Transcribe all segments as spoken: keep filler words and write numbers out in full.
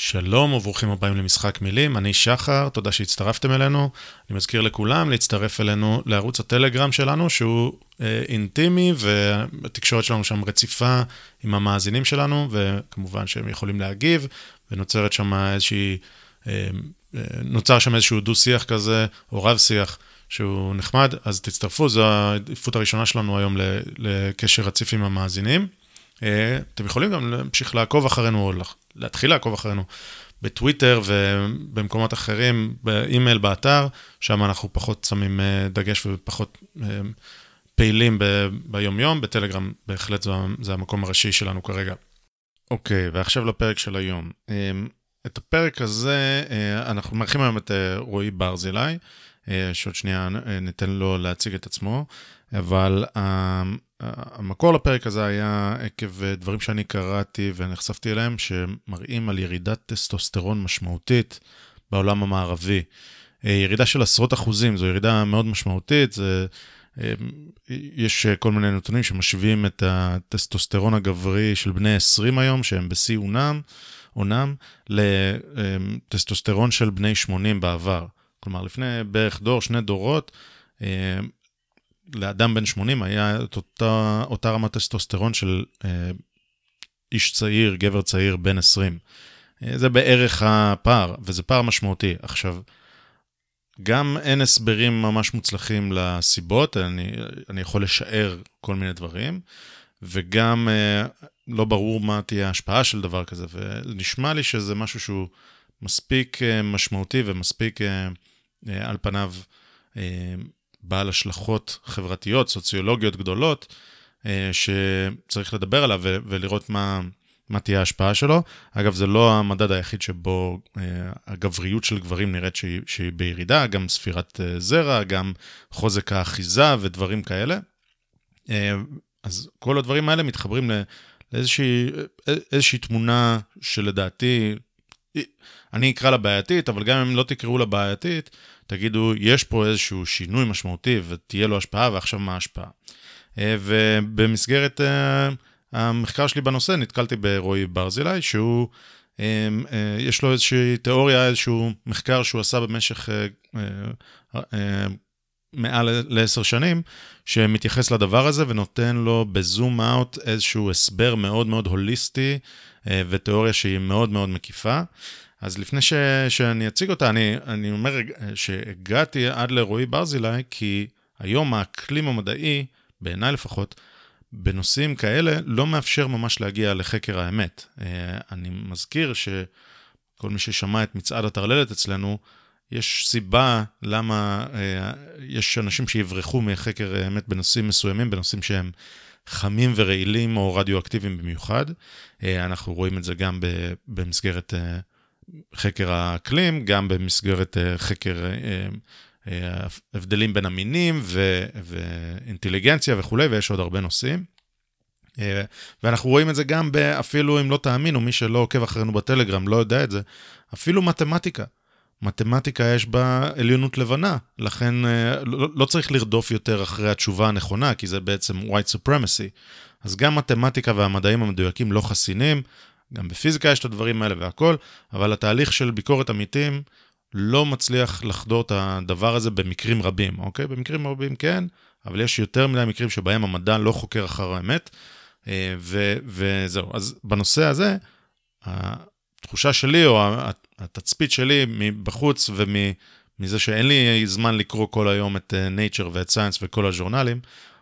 שלום וברוכים הבאים למשחק מילים, אני שחר, תודה שהצטרפתם אלינו. אני מזכיר לכולם להצטרף אלינו לערוץ הטלגרם שלנו, שהוא אה, אינטימי, והתקשורת שלנו שם רציפה עם המאזינים שלנו, וכמובן שהם יכולים להגיב, ונוצרת שם איזושהי, אה, אה, נוצר שם איזשהו דו-שיח כזה, או רב-שיח, שהוא נחמד, אז תצטרפו, זו העדיפות הראשונה שלנו היום לקשר רציף עם המאזינים. אתם יכולים גם להמשיך לעקוב אחרינו, או להתחיל לעקוב אחרינו בטוויטר ובמקומות אחרים, באימייל, באתר, שם אנחנו פחות שמים דגש ופחות פעילים ביום יום, בטלגרם בהחלט זה המקום הראשי שלנו כרגע. אוקיי, ועכשיו לפרק של היום. את הפרק הזה, אנחנו מארחים היום את רועי ברזילי, שעוד שנייה ניתן לו להציג את עצמו, אבל המקור לפרק הזה היה עקב דברים שאני קראתי ונחשפתי אליהם, שמראים על ירידת טסטוסטרון משמעותית בעולם המערבי. ירידה של עשרות אחוזים, זו ירידה מאוד משמעותית, זה, יש כל מיני נתונים שמשווים את הטסטוסטרון הגברי של בני עשרים היום, שהם בשיא עונם, עונם, לטסטוסטרון של בני שמונים בעבר. כלומר, לפני בערך דור, שני דורות, לאדם בן שמונים היה את אותה, אותה רמת טסטוסטרון של אה, איש צעיר, גבר צעיר, בן עשרים. אה, זה בערך הפער, וזה פער משמעותי. עכשיו, גם אין הסברים ממש מוצלחים לסיבות, אני, אני יכול לשער כל מיני דברים, וגם אה, לא ברור מה תהיה ההשפעה של דבר כזה, ונשמע לי שזה משהו שהוא מספיק אה, משמעותי ומספיק אה, אה, על פניו אה, בעל השלכות חברתיות, סוציולוגיות גדולות, שצריך לדבר עליו ולראות מה, מה תהיה ההשפעה שלו. אגב, זה לא המדד היחיד שבו הגבריות של גברים נראית שהיא, שהיא בירידה, גם ספירת זרע, גם חוזק האחיזה ודברים כאלה. אז כל הדברים האלה מתחברים לאיזושהי איזושהי תמונה שלדעתי, אני אקרא לה בעייתית, אבל גם אם לא תקראו לה בעייתית, תגידו, יש פה איזשהו שינוי משמעותי, ותהיה לו השפעה, ועכשיו מה ההשפעה. ובמסגרת המחקר שלי בנושא, נתקלתי ברועי ברזילי, שהוא, יש לו איזושהי תיאוריה, איזשהו מחקר שהוא עשה במשך מעל לעשר שנים, שמתייחס לדבר הזה, ונותן לו בזום אאוט איזשהו הסבר מאוד מאוד הוליסטי, ותיאוריה שהיא מאוד מאוד מקיפה. אז לפני ש, שאני אציג אותה, אני, אני אומר שהגעתי עד לרועי ברזילי, כי היום האקלים המדעי, בעיניי לפחות, בנושאים כאלה, לא מאפשר ממש להגיע לחקר האמת. אני מזכיר שכל מי ששמע את מצעד הטרללת אצלנו, יש סיבה למה יש אנשים שיברחו מחקר האמת בנושאים מסוימים, בנושאים שהם חמים ורעילים או רדיואקטיביים במיוחד. אנחנו רואים את זה גם במסגרת חקר האקלים, גם במסגרת חקר הבדלים בין המינים ואינטליגנציה וכו', ויש עוד הרבה נושאים. ואנחנו רואים את זה גם אפילו אם לא תאמינו, מי שלא עוקב אחרינו בטלגרם לא יודע את זה, אפילו מתמטיקה. מתמטיקה יש בה עליונות לבנה, לכן לא, לא צריך לרדוף יותר אחרי התשובה הנכונה, כי זה בעצם white supremacy. אז גם מתמטיקה והמדעים המדויקים לא חסינים, גם בפיזיקה יש את הדברים האלה והכל, אבל התהליך של ביקורת אמיתים לא מצליח לחדור את הדבר הזה במקרים רבים, אוקיי? במקרים רבים כן, אבל יש יותר מדי מקרים שבהם המדע לא חוקר אחר האמת, ו- וזהו. אז בנושא הזה, התחושה שלי או התצפית שלי מבחוץ ומזה שאין לי זמן לקרוא כל היום את Nature ואת Science וכל הז'ורנלים,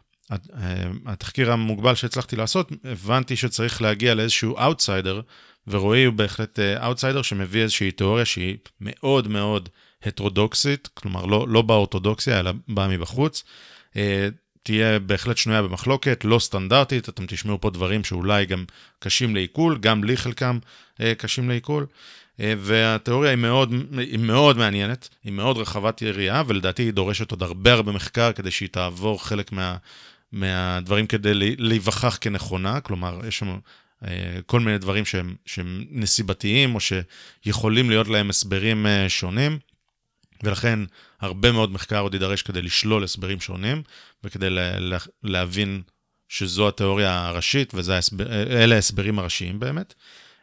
התחקיר המוגבל שהצלחתי לעשות, הבנתי שצריך להגיע לאיזשהו אאוטסיידר, ורועי הוא בהחלט אאוטסיידר שמביא איזושהי תיאוריה שהיא מאוד מאוד הטרודוקסית, כלומר לא, לא באורתודוקסיה, אלא באה מבחוץ, תהיה בהחלט שנויה במחלוקת, לא סטנדרטית, אתם תשמעו פה דברים שאולי גם קשים לעיכול, גם לי חלקם קשים לעיכול, והתיאוריה היא מאוד, היא מאוד מעניינת, היא מאוד רחבת יריעה, ולדעתי היא דורשת עוד הרבה הרבה מחקר, כדי שהיא תעבור חלק מה, מהדברים כדי להיווכח כנכונה, כלומר, יש שם כל מיני דברים שהם, שהם נסיבתיים, או שיכולים להיות להם הסברים שונים, ולכן הרבה מאוד מחקר עוד יידרש כדי לשלול הסברים שונים, וכדי לה, להבין שזו התיאוריה הראשית, ואלה ההסברים הראשיים באמת.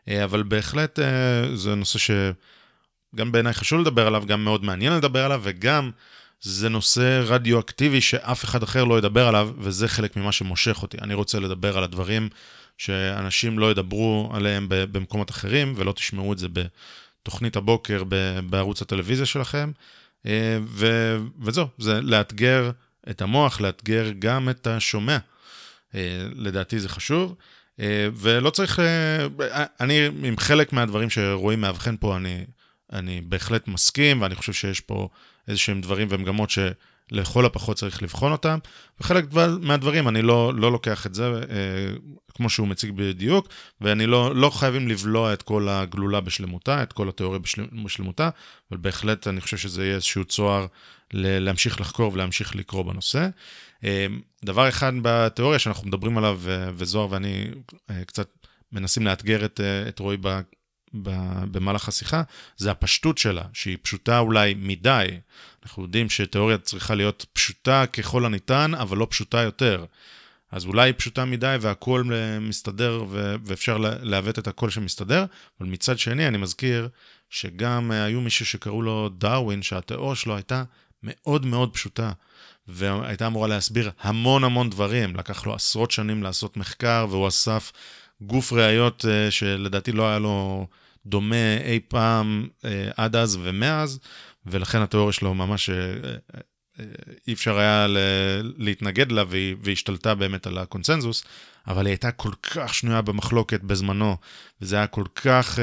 אבל בהחלט זה נושא שגם בעיניי חשוב לדבר עליו, גם מאוד מעניין לדבר עליו, וגם זה נושא רדיואקטיבי שאף אחד אחר לא ידבר עליו, וזה חלק ממה שמושך אותי. אני רוצה לדבר על הדברים שאנשים לא ידברו עליהם במקומות אחרים, ולא תשמעו את זה בתוכנית הבוקר בערוץ הטלוויזיה שלכם, ו- וזהו, זה לאתגר את המוח, לאתגר גם את השומע. לדעתי זה חשוב, ולא צריך, אני עם חלק מהדברים שרואים מאבחן פה, אני, אני בהחלט מסכים, ואני חושב שיש פה איזשהם דברים ומגמות שלכל הפחות צריך לבחון אותם, וחלק מהדברים אני לא, לא לוקח את זה כמו שהוא מציג בדיוק, ואני לא, לא חייבים לבלוע את כל הגלולה בשלמותה, את כל התיאוריה בשלמותה, אבל בהחלט אני חושב שזה יהיה איזשהו צוהר להמשיך לחקור ולהמשיך לקרוא בנושא. דבר אחד בתיאוריה שאנחנו מדברים עליו, וזוהר ואני קצת מנסים לאתגר את, את רועי ב, ב, במהלך השיחה, זה הפשטות שלה, שהיא פשוטה אולי מדי. אנחנו יודעים שתיאוריה צריכה להיות פשוטה ככל הניתן, אבל לא פשוטה יותר. אז אולי היא פשוטה מדי והכל מסתדר, ו- ואפשר להוות את הכל שמסתדר, אבל מצד שני אני מזכיר שגם היו מישהו שקראו לו דרווין, שהתיאוריה שלו הייתה מאוד מאוד פשוטה, והייתה אמורה להסביר המון המון דברים, לקח לו עשרות שנים לעשות מחקר, והוא אסף גוף ראיות שלדעתי לא היה לו דומה אי פעם עד אז ומאז, ולכן התיאוריה שלו ממש אי אפשר היה להתנגד לה, והיא השתלטה באמת על הקונצנזוס, אבל היא הייתה כל כך שנויה במחלוקת בזמנו, וזה היה כל כך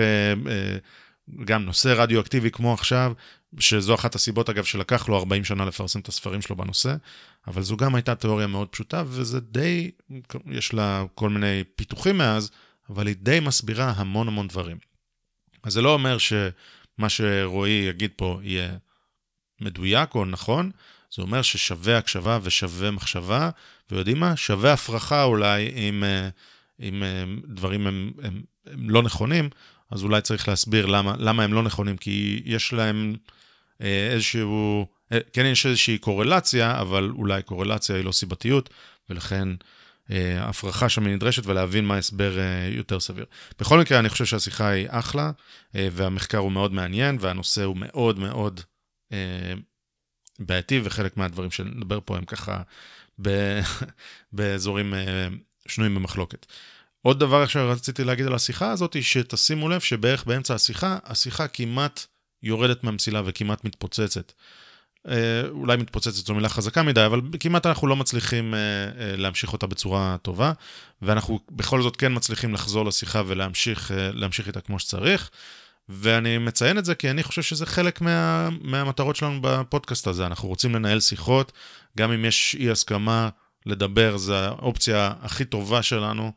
גם נושא רדיואקטיבי כמו עכשיו, שזו אחת הסיבות אגב שלקח לו ארבעים שנה לפרסם את הספרים שלו בנושא, אבל זו גם הייתה תיאוריה מאוד פשוטה, וזה די, יש לה כל מיני פיתוחים מאז, אבל היא די מסבירה המון המון דברים. אז זה לא אומר שמה שרועי יגיד פה יהיה מדויק או נכון, זה אומר ששווה הקשבה ושווה מחשבה, ויודעים מה? שווה הפרחה אולי אם, אם דברים הם, הם, הם לא נכונים, אז אולי צריך להסביר למה, למה הם לא נכונים, כי יש להם איזשהו, כן יש איזושהי קורלציה, אבל אולי קורלציה היא לא סיבתיות, ולכן ההפרחה שם נדרשת ולהבין מה ההסבר יותר סביר. בכל מקרה אני חושב שהשיחה היא אחלה, והמחקר הוא מאוד מעניין, והנושא הוא מאוד מאוד בעייתי, וחלק מהדברים שנדבר פה הם ככה באזורים שנויים במחלוקת. עוד דבר שרציתי להגיד על השיחה הזאת, היא שתשימו לב שבערך באמצע השיחה, השיחה כמעט יורדת מהמסילה וכמעט מתפוצצת. אולי מתפוצצת זו מילה חזקה מדי, אבל כמעט אנחנו לא מצליחים להמשיך אותה בצורה טובה, ואנחנו בכל זאת כן מצליחים לחזור לשיחה ולהמשיך להמשיך איתה כמו שצריך, ואני מציין את זה כי אני חושב שזה חלק מה, מהמטרות שלנו בפודקאסט הזה. אנחנו רוצים לנהל שיחות, גם אם יש אי הסכמה לדבר, זו האופציה הכי טובה שלנו,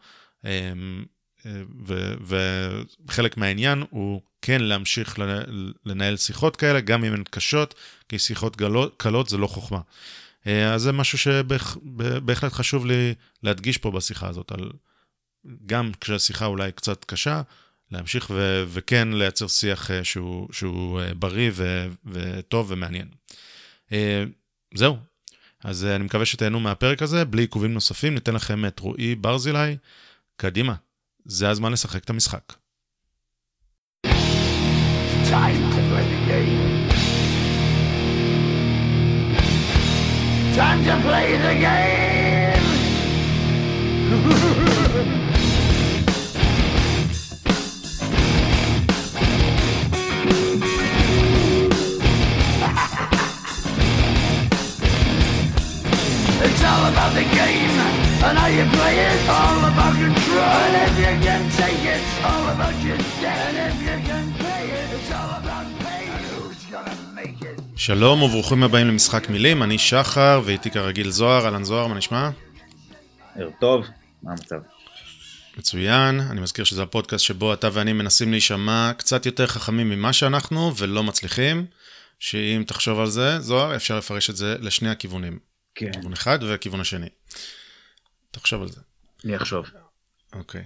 וחלק מהעניין הוא כן להמשיך לנהל שיחות כאלה, גם אם הן קשות, כי שיחות קלות זה לא חוכמה. אז זה משהו שבהחלט חשוב לי להדגיש פה בשיחה הזאת, על גם כשהשיחה אולי קצת קשה, להמשיך ו- וכן לייצר שיח שהוא, שהוא בריא ו- וטוב ומעניין. זהו. אז אני מקווה שתהנו מהפרק הזה, בלי עיכובים נוספים, ניתן לכם את רועי ברזילי. קדימה, זה הזמן לשחק את המשחק. Time to play the game. Time to play the game. It's all about the game and how you play it. All about control. And if you can take it, it's all about your debt. And if you can pay it, it's all about pain. And who's gonna make it? שלום וברוכים הבאים למשחק מילים, אני שחר ואיתי כרגיל זוהר. אהלן זוהר, מה נשמע? ערב טוב, מה המצב? מצוין, אני מזכיר שזה הפודקאסט שבו אתה ואני מנסים להישמע קצת יותר חכמים ממה שאנחנו ולא מצליחים, שאם תחשוב על זה, זוהר, אפשר לפרש את זה לשני הכיוונים. כן. כיוון אחד וכיוון השני. תחשוב על זה. אני אחשוב. אוקיי.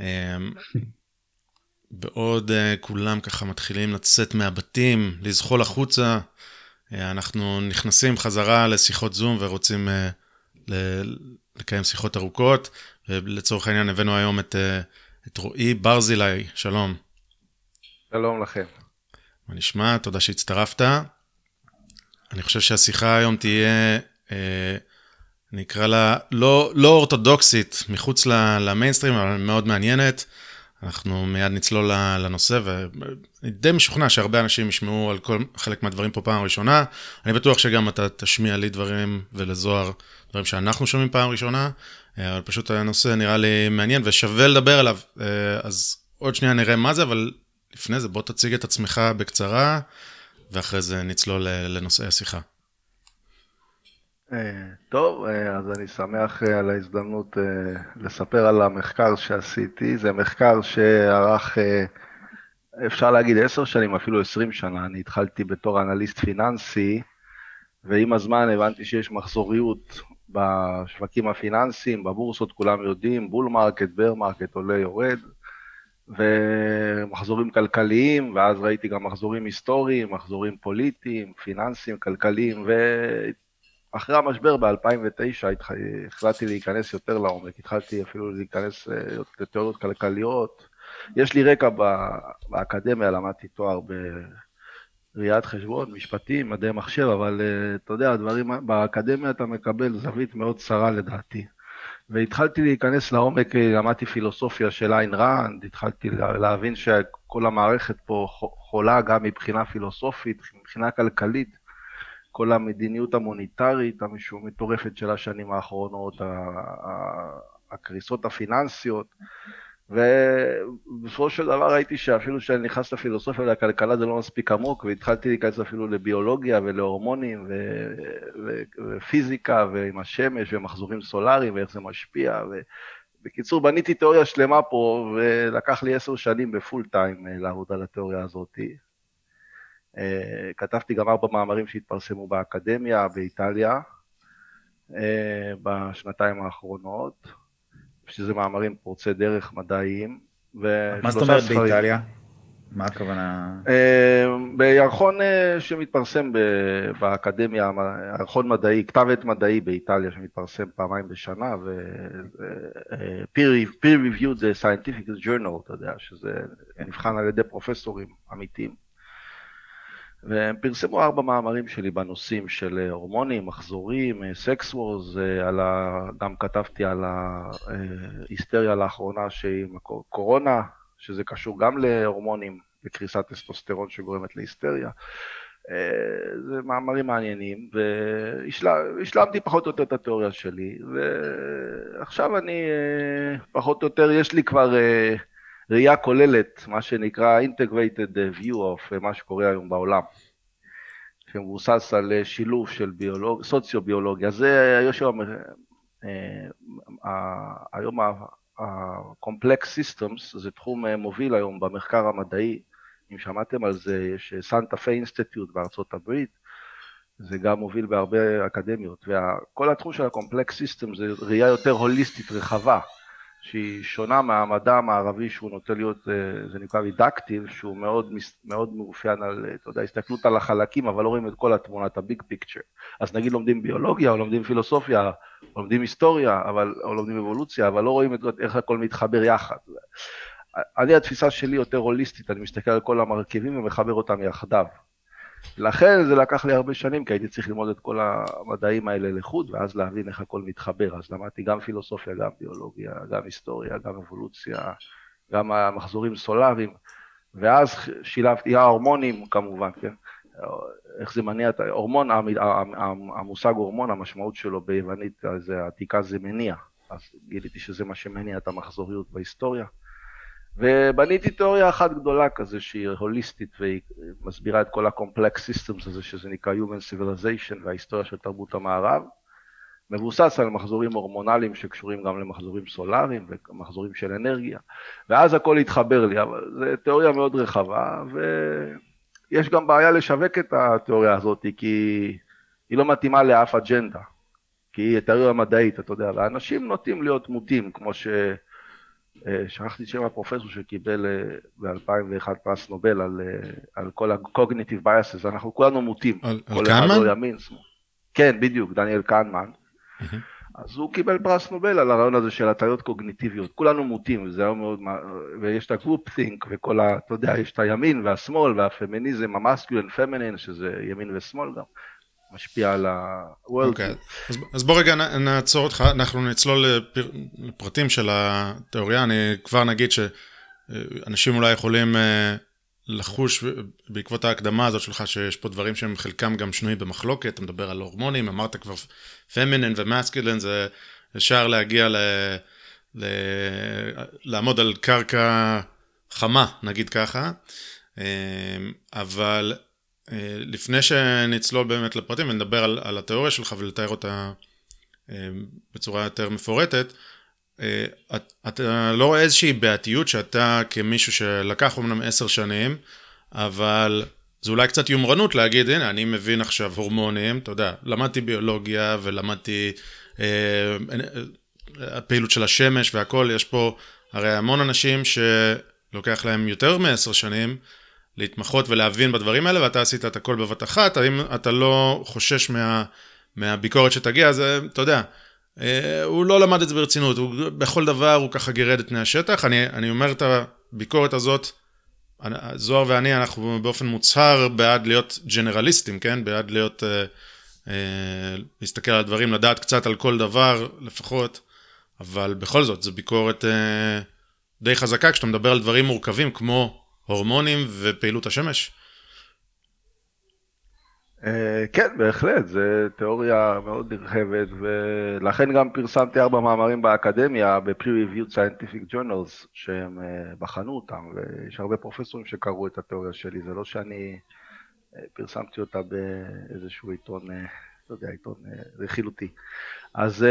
בעוד כולם ככה מתחילים לצאת מהבתים, לזחול החוצה, אנחנו נכנסים חזרה לשיחות זום ורוצים לקיים שיחות ארוכות, ולצורך העניין הבאנו היום את, את רועי ברזילי, שלום. שלום לכם. מה נשמע? תודה שהצטרפת. אני חושב שהשיחה היום תהיה, אה, נקרא לה, לא, לא אורתודוקסית, מחוץ למיינסטרים, אבל מאוד מעניינת. אנחנו מיד נצלול לנושא, ואני די משוכנע שהרבה אנשים ישמעו על כל חלק מהדברים פה פעם ראשונה. אני בטוח שגם אתה תשמיע לי דברים ולזוהר דברים שאנחנו שומעים פעם ראשונה, אבל פשוט הנושא נראה לי מעניין ושווה לדבר עליו. אז עוד שנייה נראה מה זה, אבל לפני זה בוא תציג את עצמך בקצרה, ואחרי זה נצלול לנושאי השיחה. טוב, אז אני שמח על ההזדמנות לספר על המחקר שעשיתי. זה מחקר שערך, אפשר להגיד עשר שנים, אפילו עשרים שנה. אני התחלתי בתור אנליסט פיננסי, ועם הזמן הבנתי שיש מחזוריות בשווקים הפיננסיים, בבורסות כולם יודעים, בול מרקט, בר מרקט, עולה יורד, ומחזורים כלכליים, ואז ראיתי גם מחזורים היסטוריים, מחזורים פוליטיים, פיננסיים, כלכליים, ו... אחרי המשבר ב-אלפיים ותשע החלטתי להיכנס יותר לעומק, התחלתי אפילו להיכנס לתיאוריות כלכליות. יש לי רקע באקדמיה, למדתי תואר בראיית חשבון, משפטים, מדעי מחשב, אבל אתה יודע, הדברים, באקדמיה אתה מקבל זווית מאוד צרה לדעתי. והתחלתי להיכנס לעומק, למדתי פילוסופיה של איין ראנד, התחלתי להבין שכל המערכת פה חולה גם מבחינה פילוסופית, מבחינה כלכלית, כל המדיניות המוניטרית, המשהו מטורפת של השנים האחרונות, הקריסות הפיננסיות, ובסופו של דבר ראיתי שאפילו שאני נכנס לפילוסופיה ולכלכלה זה לא מספיק עמוק, והתחלתי להיכנס אפילו לביולוגיה ולהורמונים ופיזיקה ועם השמש ומחזורים סולאריים ואיך זה משפיע, ובקיצור בניתי תיאוריה שלמה פה, ולקח לי עשר שנים בפול טיים לעבוד על התיאוריה הזאת. כתבתי גם ארבע מאמרים שהתפרסמו באקדמיה, באיטליה, בשנתיים האחרונות, שזה מאמרים פורצי דרך מדעיים. מה זאת אומרת באיטליה? מה הכוונה? בירחון שמתפרסם באקדמיה, ירחון מדעי, כתב עת מדעי באיטליה שמתפרסם פעמיים בשנה, ו-peer reviewed scientific journal, אתה יודע, שזה נבחן על ידי פרופסורים אמיתיים. והם פרסמו ארבע מאמרים שלי בנושאים של הורמונים, מחזורים, סקס וורז, גם כתבתי על ההיסטריה לאחרונה שהיא קורונה, שזה קשור גם להורמונים וקריסת טסטוסטרון שגורמת להיסטריה. זה מאמרים מעניינים, והשלמתי פחות או יותר את התיאוריה שלי, ועכשיו אני פחות או יותר, יש לי כבר ראייה כוללת, מה שנקרא integrated view of מה שקורה היום בעולם, שמבוסס על שילוב של ביולוג, סוציו-ביולוגיה. זה היום, היום ה-complex systems, זה תחום מוביל היום במחקר המדעי. אם שמעתם על זה, יש סנטה פה אינסטיטוט בארצות הברית, זה גם מוביל בהרבה אקדמיות, וכל התחום של ה-complex systems זה ראייה יותר הוליסטית רחבה, שהיא שונה מהמדע המערבי שהוא נוטה להיות, זה נקרא רידקטיב, שהוא מאוד, מאוד מאופיין על, אתה יודע, הסתכלות על החלקים, אבל לא רואים את כל התמונת, הביג פיקצ'ר. אז נגיד לומדים ביולוגיה, או לומדים פילוסופיה, או לומדים היסטוריה, אבל, או לומדים אבולוציה, אבל לא רואים את, איך הכל מתחבר יחד. אני, התפיסה שלי יותר הוליסטית, אני מסתכל על כל המרכיבים ומחבר אותם יחדיו. לכן זה לקח לי הרבה שנים, כי הייתי צריך ללמוד את כל המדעים האלה לחוד, ואז להבין איך הכל מתחבר. אז למדתי גם פילוסופיה, גם ביולוגיה, גם היסטוריה, גם אבולוציה, גם המחזורים סולאריים, ואז שילבתי, ההורמונים כמובן, כן? איך זה מניע, הורמון, המושג הורמון, המשמעות שלו ביוונית, זה העתיקה זה מניע, אז גיליתי שזה מה שמניע את המחזוריות בהיסטוריה. ובניתי תיאוריה אחת גדולה כזה שהיא הוליסטית והיא מסבירה את כל ה-complex systems הזה שזה נקרא human civilization וההיסטוריה של תרבות המערב, מבוסס על מחזורים הורמונליים שקשורים גם למחזורים סולאריים ומחזורים של אנרגיה, ואז הכל התחבר לי, אבל זו תיאוריה מאוד רחבה, ויש גם בעיה לשווק את התיאוריה הזאת כי היא לא מתאימה לאף אג'נדה, כי היא תיאוריה מדעית, אתה יודע, ואנשים נוטים להיות מוטים כמו ש... שכחתי שם הפרופסור שקיבל ב-אלפיים ואחת פרס נובל על, על כל ה-cognitive biases, אנחנו כולנו מוטים. על, על קהנמן? ימין, כן, בדיוק, דניאל קהנמן. Mm-hmm. אז הוא קיבל פרס נובל על הרעיון הזה של הטיות קוגניטיביות. כולנו מוטים, וזה היה מאוד, ויש את הגרופ תינק, וכל ה, אתה יודע, יש את הימין והשמאל, והפמיניזם, המסקולין פמינין, שזה ימין ושמאל גם, משפיע על ה-world. Okay. אז, אז בוא רגע נעצור אותך, אנחנו נצלול לפר, לפרטים של התיאוריה, אני כבר נגיד שאנשים אולי יכולים לחוש בעקבות ההקדמה הזאת שלך, שיש פה דברים שהם חלקם גם שנויים במחלוקת, אתה מדבר על הורמונים, אמרת כבר פמינין ומסקולין, זה אפשר להגיע ל... ל... לעמוד על קרקע חמה, נגיד ככה, אבל לפני שנצלול באמת לפרטים ונדבר על, על התיאוריה שלך ולתאר אותה בצורה יותר מפורטת, אתה לא רואה איזושהי בעייתיות שאתה כמישהו שלקח אומנם עשר שנים, אבל זו אולי קצת יומרנות להגיד, הנה, אני מבין עכשיו הורמונים, אתה יודע, למדתי ביולוגיה ולמדתי אה, הפעילות של השמש והכל, יש פה הרי המון אנשים שלוקח להם יותר מעשר שנים להתמחות ולהבין בדברים האלה, ואתה עשית את הכל בבת אחת, האם אתה לא חושש מה, מהביקורת שתגיע, אז אתה יודע, הוא לא למד את זה ברצינות, הוא, בכל דבר הוא ככה גירד את פני השטח, אני, אני אומר את הביקורת הזאת, זוהר ואני, אנחנו באופן מוצהר בעד להיות ג'נרליסטים, כן? בעד להיות, אה, אה, להסתכל על הדברים, לדעת קצת על כל דבר לפחות, אבל בכל זאת, זו ביקורת אה, די חזקה, כשאתה מדבר על דברים מורכבים כמו הורמונים ופעילות השמש. כן, בהחלט, זו תיאוריה מאוד נרחבת, ולכן גם פרסמתי ארבע מאמרים באקדמיה, ב-Peer-Reviewed Scientific Journals, שהם בחנו אותם, ויש הרבה פרופסורים שקראו את התיאוריה שלי, זה לא שאני פרסמתי אותה באיזשהו עיתון, לא יודע, עיתון רכילותי. אז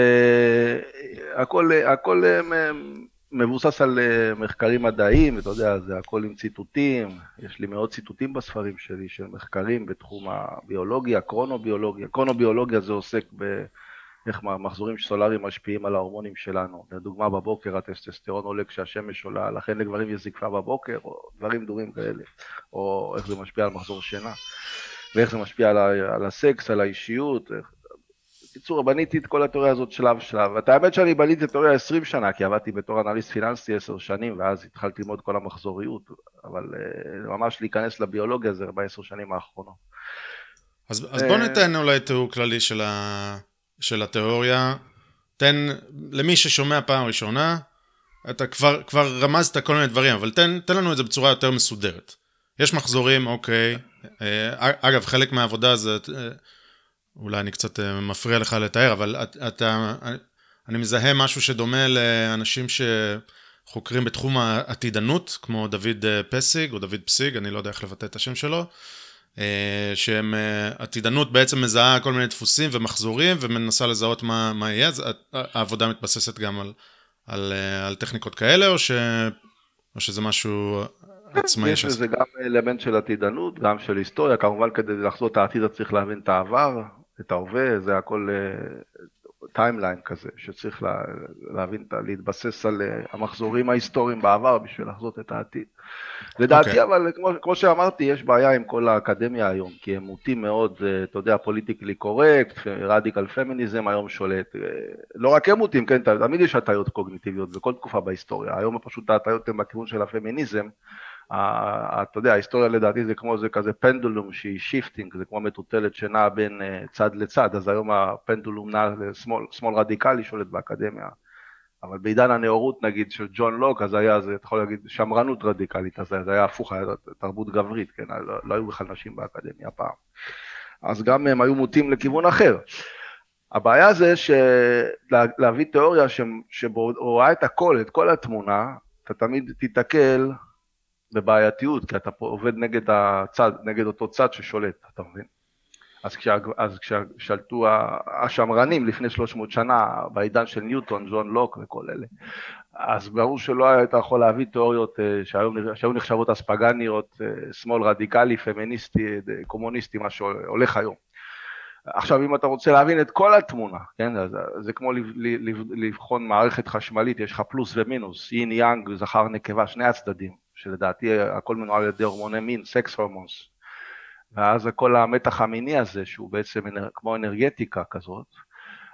הכל, הכל מבוסס על מחקרים מדעיים, ואתה יודע, זה הכל עם ציטוטים, יש לי מאות ציטוטים בספרים שלי של מחקרים בתחום הביולוגיה, קרונוביולוגיה. קרונוביולוגיה זה עוסק באיך מחזורים סולריים משפיעים על ההורמונים שלנו. לדוגמה, בבוקר הטסטסטרון עולה כשהשמש עולה, לכן לגברים יש זקפה בבוקר, או דברים דומים כאלה, או איך זה משפיע על מחזור שינה, ואיך זה משפיע על, ה- על הסקס, על האישיות, איך... בקיצור, בניתי את כל התיאוריה הזאת שלב שלב. את האמת שאני בניתי את התיאוריה עשרים שנה, כי עבדתי בתור אנליסט פיננסי עשר שנים, ואז התחלתי ללמוד כל המחזוריות, אבל uh, ממש להיכנס לביולוגיה זה בעשר שנים האחרונות. אז, אז בוא ניתן אולי תיאור כללי של, ה, של התיאוריה. תן, למי ששומע פעם ראשונה, אתה כבר, כבר רמזת כל מיני דברים, אבל תן, תן לנו את זה בצורה יותר מסודרת. יש מחזורים, אוקיי. אגב, חלק מהעבודה זה... אולי אני קצת מפריע לך לתאר, אבל אתה, אני מזהה משהו שדומה לאנשים שחוקרים בתחום העתידנות, כמו דוד פסיג או דוד פסיג, אני לא יודע איך לבטא את השם שלו, שהם, עתידנות בעצם מזהה כל מיני דפוסים ומחזורים, ומנסה לזהות מה, מה יהיה, אז העבודה מתבססת גם על, על, על טכניקות כאלה, או, ש, או שזה משהו עצמאי? יש לזה גם אלמנט של עתידנות, גם של היסטוריה, כמובן כדי לחזות את העתיד צריך להבין את העבר, את ההווה, זה הכל טיימליין כזה, שצריך לה, להבין, להתבסס על המחזורים ההיסטוריים בעבר בשביל לחזות את העתיד. לדעתי, okay. אבל כמו, כמו שאמרתי, יש בעיה עם כל האקדמיה היום, כי הם מוטים מאוד, אתה יודע, פוליטיקלי קורקט, רדיקל פמיניזם היום שולט, לא רק הם מוטים, כן, תמיד יש הטיות קוגניטיביות בכל תקופה בהיסטוריה, היום פשוט ההטיות הן בכיוון של הפמיניזם, אתה יודע, ההיסטוריה לדעתי זה כמו זה כזה פנדולום שהיא שיפטינג, זה כמו מטוטלת שנעה בין צד לצד, אז היום הפנדולום נע לשמאל, שמאל רדיקלי שולט באקדמיה, אבל בעידן הנאורות נגיד של ג'ון לוק, אז היה, זה, אתה יכול להגיד, שמרנות רדיקלית, אז זה היה הפוך, היה תרבות גברית, כן, לא, לא היו בכלל נשים באקדמיה פעם, אז גם הם היו מוטים לכיוון אחר. הבעיה זה שלהביא תיאוריה שבו רואה את הכל, את כל התמונה, אתה תמיד תתקל בבעייתיות, כי אתה פה עובד נגד הצד, נגד אותו צד ששולט, אתה מבין? אז, כשה, אז כששלטו השמרנים לפני שלוש מאות שנה, בעידן של ניוטון, ג'ון לוק וכל אלה, אז ברור שלא היית יכול להביא תיאוריות שהיו, שהיו נחשבות אספגניות, שמאל רדיקלי, פמיניסטי, קומוניסטי, מה שהולך היום. עכשיו, אם אתה רוצה להבין את כל התמונה, כן? אז, זה כמו לבחון מערכת חשמלית, יש לך פלוס ומינוס, יין יאנג, זכר נקבה, שני הצדדים, שלדעתי הכל מנוהל על ידי הורמוני מין, סקס הורמונס, ואז כל המתח המיני הזה, שהוא בעצם כמו אנרגטיקה כזאת,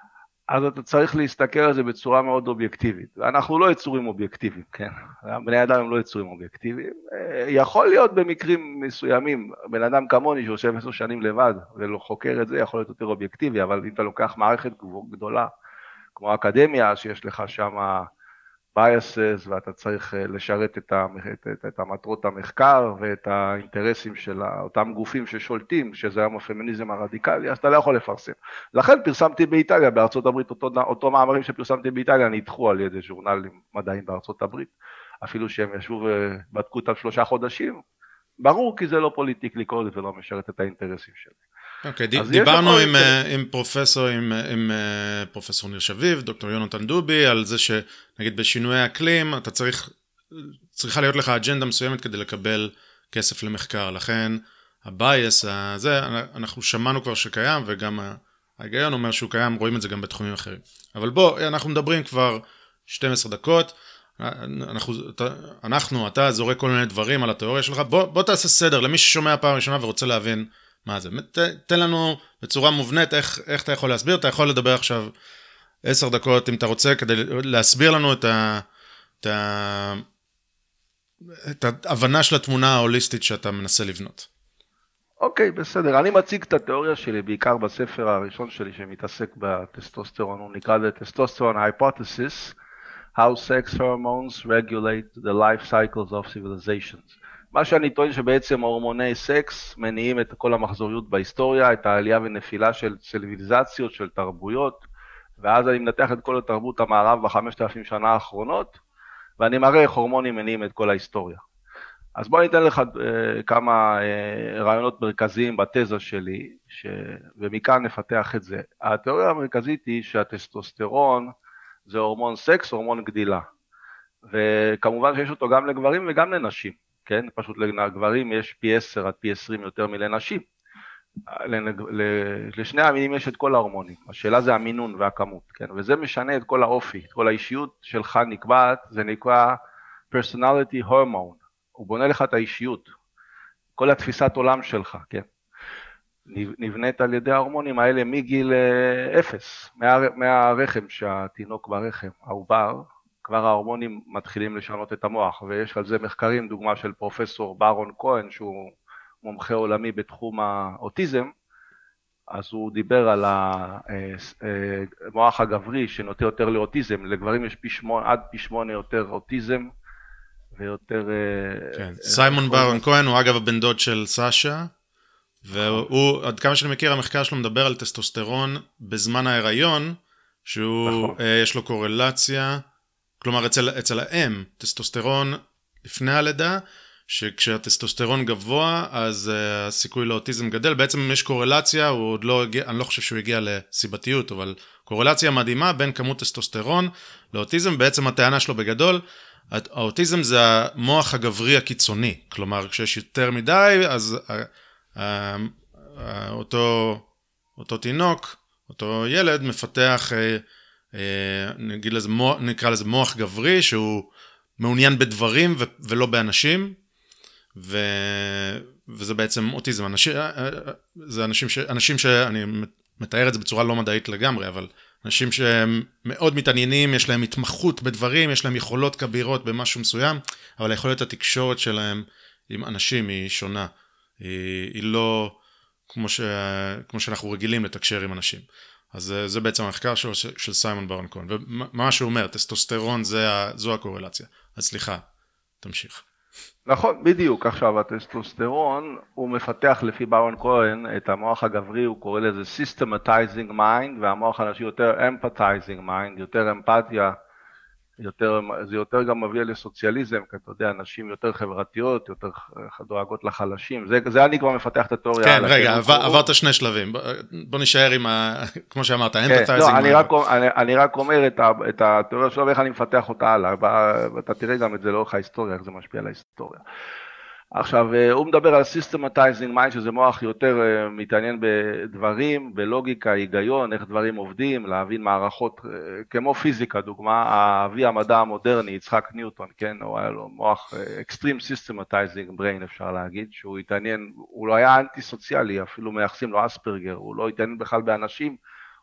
אז אתה צריך להסתכל על זה בצורה מאוד אובייקטיבית, ואנחנו לא יצורים אובייקטיביים, כן? בני אדם הם לא יצורים אובייקטיביים, יכול להיות במקרים מסוימים, בן אדם כמוני שיושב עשר שנים לבד ולא חוקר את זה, יכול להיות יותר אובייקטיבי, אבל אם אתה לוקח מערכת גדולה, כמו האקדמיה, שיש לך שם biases, ואתה צריך לשרת את, את, את, את המטרות המחקר ואת האינטרסים של אותם גופים ששולטים, שזה היום הפמיניזם הרדיקלי, אז אתה לא יכול לפרסם. לכן פרסמתי באיטליה, בארצות הברית, אותו, אותו מאמרים שפרסמתי באיטליה, נדחו על ידי ז'ורנלים מדעיים בארצות הברית, אפילו שהם ישבו ובדקו אותם שלושה חודשים, ברור כי זה לא פוליטיקלי קורקט ולא משרת את האינטרסים שלי. אוקיי, דיברנו עם, עם פרופסור, עם, עם פרופסור ניר שביב, דוקטור יונתן דובי, על זה שנגיד בשינוי האקלים, אתה צריך, צריכה להיות לך אג'נדה מסוימת כדי לקבל כסף למחקר, לכן הבייס הזה, אנחנו שמענו כבר שקיים, וגם ההיגיון אומר שהוא קיים, רואים את זה גם בתחומים אחרים. אבל בוא, אנחנו מדברים כבר שתים עשרה דקות, אנחנו, אנחנו, אתה זורק כל מיני דברים על התיאוריה שלך, בוא, בוא תעשה סדר למי ששומע פעם ראשונה ורוצה להבין מה זה. ת, תן לנו בצורה מובנית איך, איך אתה יכול להסביר, אתה יכול לדבר עכשיו עשר דקות אם אתה רוצה, כדי להסביר לנו את ה... את ה... את ההבנה של התמונה ההוליסטית שאתה מנסה לבנות. אוקיי, בסדר. אני מציג את התיאוריה שלי, בעיקר בספר הראשון שלי שמתעסק בטסטוסטרון, הוא נקרא The Testosterone Hypothesis, How Sex Hormones Regulate the Life Cycles of Civilizations. מה שאני טוען שבעצם הורמוני סקס מניעים את כל המחזוריות בהיסטוריה, את העלייה ונפילה של ציוויליזציות, של תרבויות, ואז אני מנתח את כל התרבות המערב בחמשת אלפים שנה האחרונות, ואני מראה איך הורמונים מניעים את כל ההיסטוריה. אז בוא ניתן לך uh, כמה uh, רעיונות מרכזיים בתזה שלי, ש... ומכאן נפתח את זה. התיאוריה המרכזית היא שהטסטוסטרון זה הורמון סקס, הורמון גדילה. וכמובן שיש אותו גם לגברים וגם לנשים, כן? פשוט לגברים יש פי עשר עד פי עשרים יותר מלנשים. לשני המינים יש את כל ההורמונים, השאלה זה המינון והכמות, כן? וזה משנה את כל האופי, את כל האישיות שלך נקבעת, זה נקרא personality hormone, הוא בונה לך את האישיות, כל התפיסת עולם שלך, כן? נבנית על ידי ההורמונים האלה מגיל אפס, מה, מהרחם שהתינוק ברחם, העובר, כבר ההורמונים מתחילים לשנות את המוח, ויש על זה מחקרים, דוגמה של פרופסור ברון כהן, שהוא מומחה עולמי בתחום האוטיזם, אז הוא דיבר על המוח הגברי שנוטה יותר לאוטיזם, לגברים יש פי שמונה, עד פי שמונה יותר אוטיזם, ויותר... כן, סיימון ברון כהן הוא אגב הבן דוד של סאשה, והוא, עד כמה שאני מכיר, המחקר שלו מדבר על טסטוסטרון בזמן ההיריון, שהוא, יש לו קורלציה, כלומר אצל, אצל האם, טסטוסטרון לפני הלידה, שכשהטסטוסטרון גבוה, אז uh, הסיכוי לאוטיזם גדל. בעצם יש קורלציה, הוא עוד לא הגיע, אני לא חושב שהוא הגיע לסיבתיות, אבל קורלציה מדהימה בין כמות טסטוסטרון לאוטיזם. בעצם הטענה שלו בגדול, האוטיזם זה המוח הגברי הקיצוני. כלומר, כשיש יותר מדי, אז uh, uh, uh, אותו, אותו תינוק, אותו ילד מפתח, uh, uh, נגיד לזה, מוח, נקרא לזה מוח גברי, שהוא מעוניין בדברים ו- ולא באנשים. ו... וזה בעצם אוטיזם. אנשים, זה אנשים, ש... אנשים שאני מתאר את זה בצורה לא מדעית לגמרי, אבל אנשים שהם מאוד מתעניינים, יש להם התמחות בדברים, יש להם יכולות כבירות במשהו מסוים, אבל היכולת התקשורת שלהם עם אנשים היא שונה. היא, היא לא כמו, ש... כמו שאנחנו רגילים לתקשר עם אנשים. אז זה בעצם המחקר של, של סיימון ברון כהן. ומה שהוא אומר, טסטוסטרון זה, זו הקורלציה. אז סליחה, תמשיך. נכון, בדיוק. עכשיו, הטסטוסטרון הוא מפתח לפי ברון כהן את המוח הגברי, הוא קורא לזה systematizing mind, והמוח הנשי יותר empathizing mind, יותר אמפתיה, יותר, זה יותר גם מביא לסוציאליזם, כי אתה יודע, נשים יותר חברתיות, יותר דואגות לחלשים, זה, זה אני כבר מפתח את התיאוריה. כן, רגע, עבר, עברת שני שלבים, בוא, בוא נשאר עם, ה, כמו שאמרת, empathizing כן, לא, mind. אני רק, אני, אני רק אומר את, ה, את התיאוריה שלו, ואיך אני מפתח אותה הלאה, ואתה תראה גם את זה לאורך ההיסטוריה, איך זה משפיע על ההיסטוריה. עכשיו, הוא מדבר על systematizing mind, שזה מוח יותר מתעניין בדברים, בלוגיקה, היגיון, איך דברים עובדים, להבין מערכות, כמו פיזיקה, דוגמה, אבי המדע המודרני, יצחק ניוטון, כן, הוא היה לו מוח extreme systematizing brain, אפשר להגיד, שהוא התעניין, הוא לא היה אנטי סוציאלי, אפילו מייחסים לו אספרגר, הוא לא התעניין בכלל באנשים,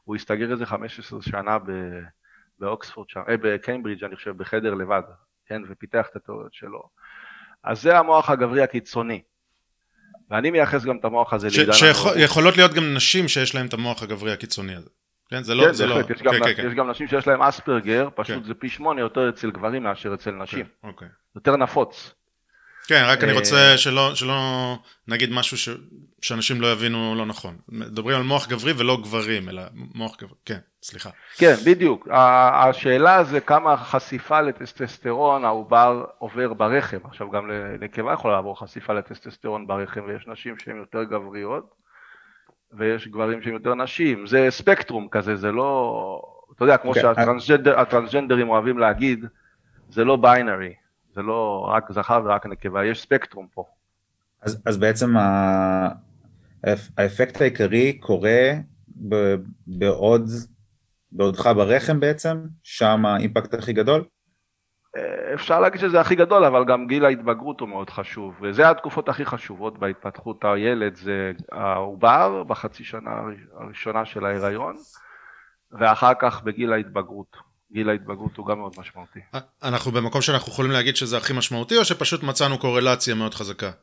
הוא הסתגר איזה חמש עשרה שנה באוקספורד, אה, בקיימברידג' אני חושב, בחדר לבד, כן, ופיתח את התיאוריות שלו. אז זה המוח הגברי הקיצוני. ואני מייחס גם את המוח הזה לעידן הנאורות. שיכולות להיות גם נשים שיש להם את המוח הגברי הקיצוני הזה. כן, זה לא... כן, בהחלט, יש, כן, כן, יש גם נשים שיש להם אספרגר, פשוט כן. זה פי שמונה יותר אצל גברים מאשר אצל נשים. כן, אוקיי. יותר נפוץ. כן, רק אני רוצה שלא, שלא נגיד משהו ש, שאנשים לא יבינו לא נכון. מדברים על מוח גברי ולא גברים, אלא מוח גברי. כן, סליחה. כן, בדיוק. השאלה זה כמה חשיפה לטסטסטרון העובר עובר ברחם. עכשיו גם לנקבה יכולה לעבור חשיפה לטסטסטרון ברחם, ויש נשים שהן יותר גבריות, ויש גברים שהם יותר נשים. זה ספקטרום כזה, זה לא... אתה יודע, כמו שהטרנסג'נדרים אוהבים להגיד, זה לא ביינרי. זה לא רק זכר ורק נקבה, יש ספקטרום פה. אז, אז בעצם ה... האפקט העיקרי קורה ב... בעוד, בעודך ברחם בעצם, שם האימפקט הכי גדול? אפשר להגיד שזה הכי גדול, אבל גם גיל ההתבגרות הוא מאוד חשוב, וזה התקופות הכי חשובות בהתפתחות הילד, זה העובר בחצי שנה הראשונה של ההיריון, ואחר כך בגיל ההתבגרות. גיל ההתבגרות הוא גם מאוד משמעותי. אנחנו במקום שאנחנו יכולים להגיד שזה הכי משמעותי, או שפשוט מצאנו קורלציה מאוד חזקה?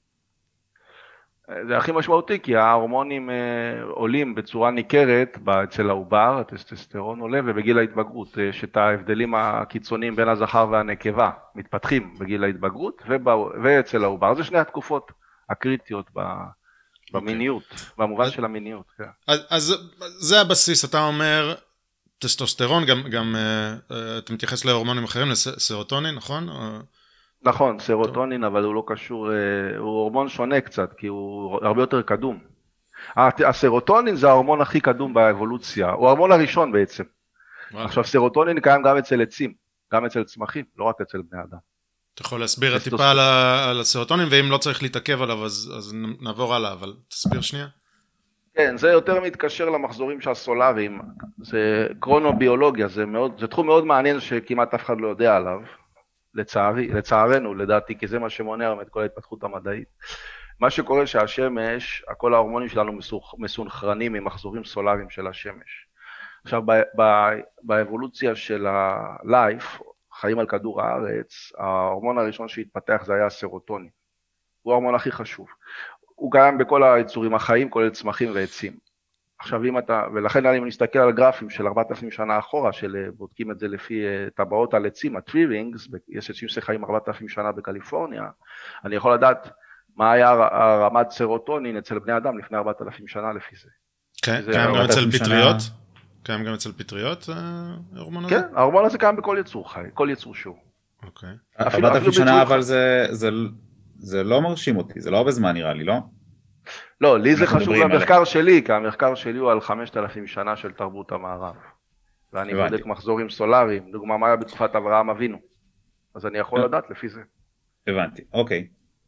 זה הכי משמעותי, כי ההורמונים עולים בצורה ניכרת אצל העובר, הטסטסטרון עולה, ובגיל ההתבגרות, שאת ההבדלים הקיצוניים בין הזכר והנקבה מתפתחים בגיל ההתבגרות, ואצל העובר. זה שני התקופות הקריטיות במיניות, במובן של המיניות. אז זה הבסיס, אתה אומר... טסטוסטרון, גם, גם uh, אתה מתייחס להורמונים אחרים, לסרוטונין, נכון? נכון, סרוטונין, אבל הוא לא קשור, uh, הוא הורמון שונה קצת, כי הוא הרבה יותר קדום. הסרוטונין זה ההורמון הכי קדום באבולוציה, הוא ההורמון הראשון בעצם. וואו. עכשיו, סרוטונין קיים גם אצל עצים, גם אצל צמחים, לא רק אצל בני אדם. אתה יכול להסביר טיפה על, על הסרוטונין, ואם לא צריך להתעכב עליו, אז, אז נעבור הלאה, אבל תסביר שנייה. כן, זה יותר מתקשר למחזורים שהסולאריים, זה קרונוביולוגיה, זה, מאוד, זה תחום מאוד מעניין שכמעט אף אחד לא יודע עליו, לצערי, לצערנו, לדעתי, כי זה מה שמונע את כל ההתפתחות המדעית. מה שקורה שהשמש, כל ההורמונים שלנו מסונכרנים עם מחזורים סולאריים של השמש. עכשיו, באבולוציה של הלייף, חיים על כדור הארץ, ההורמון הראשון שהתפתח זה היה הסרוטונין. הוא ההורמון הכי חשוב. הוא קיים בכל היצורים החיים, כולל צמחים ועצים. עכשיו, אם אתה, ולכן אני מסתכל על גרפים של ארבעת אלפים שנה אחורה, של בודקים את זה לפי טבעות על עצים, ה-tree rings, יש עצים שחיים ארבעת אלפים שנה בקליפורניה, אני יכול לדעת מה היה רמת סרוטונין אצל בני אדם לפני ארבעת אלפים שנה לפי זה. כן, קיים גם אצל פטריות? קיים גם אצל פטריות, ההורמון הזה? כן, ההורמון הזה קיים בכל יצור חי, כל יצור שהוא. אוקיי. ארבעת אלפים שנה, אבל זה... זה לא מרשים אותי, זה לא הרבה זמן נראה לי, לא? לא, לי זה חשוב למחקר שלי, כי המחקר שלי הוא על חמשת אלפים שנה של תרבות המערב. ואני בודק מחזורים סולאריים, דוגמה מה היה בתקופת אברהם אבינו. אז אני יכול לדעת לפי זה. הבנתי, אוקיי.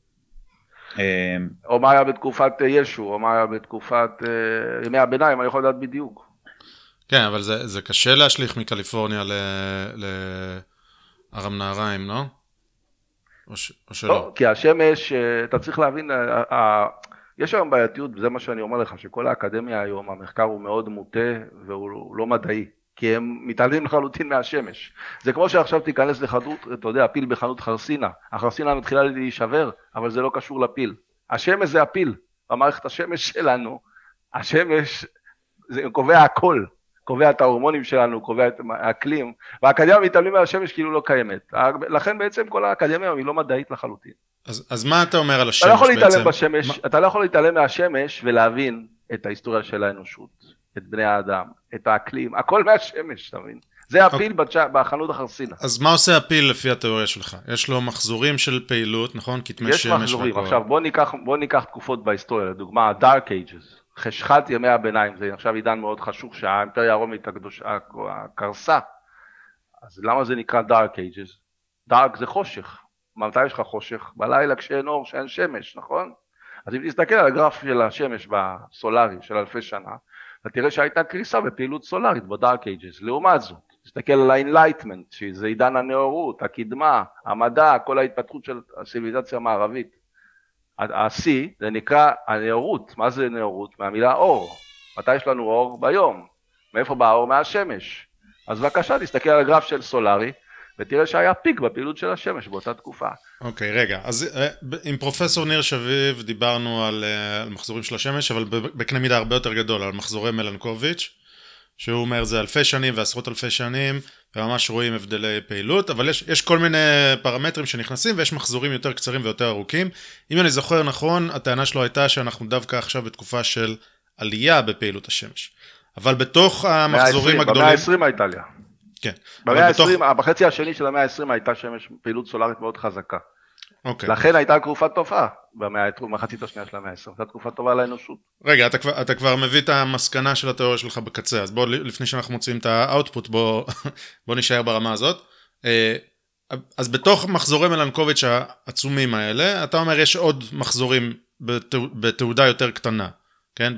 או מה היה בתקופת ישו, או מה היה בתקופת ימי הביניים, אני יכול לדעת בדיוק. כן, אבל זה קשה להשליך מקליפורניה לארם נהריים, לא? או, ש... או שלא? לא, כי השמש, אתה צריך להבין, יש היום בעייתיות, זה מה שאני אומר לך, שכל האקדמיה היום, המחקר הוא מאוד מוטה והוא לא מדעי, כי הם מתעלמים לחלוטין מהשמש. זה כמו שעכשיו תיכנס לחנות, אתה יודע, פיל בחנות חרסינה, החרסינה מתחילה להישבר, אבל זה לא קשור לפיל. השמש זה הפיל, במערכת השמש שלנו, השמש זה קובע הכל. קובע את ההורמונים שלנו, קובע את האקלים, והאקדמיה מתעלמים מהשמש כאילו לא קיימת. לכן בעצם כל האקדמיה היא לא מדעית לחלוטין. אז, אז מה אתה אומר על השמש אתה לא יכול בעצם? להתעלם בשמש, מה... אתה לא יכול להתעלם מהשמש ולהבין את ההיסטוריה של האנושות, את בני האדם, את האקלים, הכל מהשמש, אתה מבין? זה הפיל okay. בחנות החרסינה. אז מה עושה הפיל לפי התיאוריה שלך? יש לו מחזורים של פעילות, נכון? כתמי יש שמש. יש מחזורים, וכל... עכשיו בוא ניקח, בוא ניקח תקופות בהיסטוריה, לדוגמה, ה-Dark Ages. חשכת ימי הביניים, זה עכשיו עידן מאוד חשוך שהאימפריה הרומית הקדושה קרסה, אז למה זה נקרא Dark Ages? Dark זה חושך, מתי יש לך חושך? בלילה כשאין אור, שאין שמש, נכון? אז אם תסתכל על הגרף של השמש בסולארי של אלפי שנה, אתה תראה שהייתה קריסה בפעילות סולארית ב-Dark Ages, לעומת זאת, תסתכל על ה-Enlightenment, שזה עידן הנאורות, הקדמה, המדע, כל ההתפתחות של הציוויליזציה המערבית, ה-C זה נקרא הנאורות. מה זה נאורות? מהמילה אור. מתי יש לנו אור? ביום. מאיפה בא האור? מהשמש. אז בבקשה, תסתכל על הגרף של סולארי, ותראה שהיה פיק בפעילות של השמש באותה תקופה. אוקיי, okay, רגע, אז עם פרופסור ניר שביב דיברנו על, על מחזורים של השמש, אבל בקנה מידה הרבה יותר גדול, על מחזורי מלנקוביץ', שהוא אומר זה אלפי שנים ועשרות אלפי שנים, וממש רואים הבדלי פעילות, אבל יש, יש כל מיני פרמטרים שנכנסים, ויש מחזורים יותר קצרים ויותר ארוכים. אם אני זוכר נכון, הטענה שלו הייתה שאנחנו דווקא עכשיו בתקופה של עלייה בפעילות השמש. אבל בתוך המחזורים הגדולים... במאה ה-עשרים הייתה עלייה. כן. במאה ה-עשרים, בתוך... בחצי השני של המאה ה-עשרים הייתה שמש פעילות סולארית מאוד חזקה. אוקיי. לכן הייתה תקופה טובה במחצית השנייה של המאה ה-עשרים. הייתה תקופה טובה לאנושות. רגע, אתה כבר, אתה כבר מביא את המסקנה של התיאוריה שלך בקצה, אז בוא, לפני שאנחנו מוצאים את האוטפוט, בוא, בוא נשאר ברמה הזאת. אז בתוך מחזורי מלנקוביץ' העצומים האלה, אתה אומר יש עוד מחזורים בתעודה יותר קטנה, כן?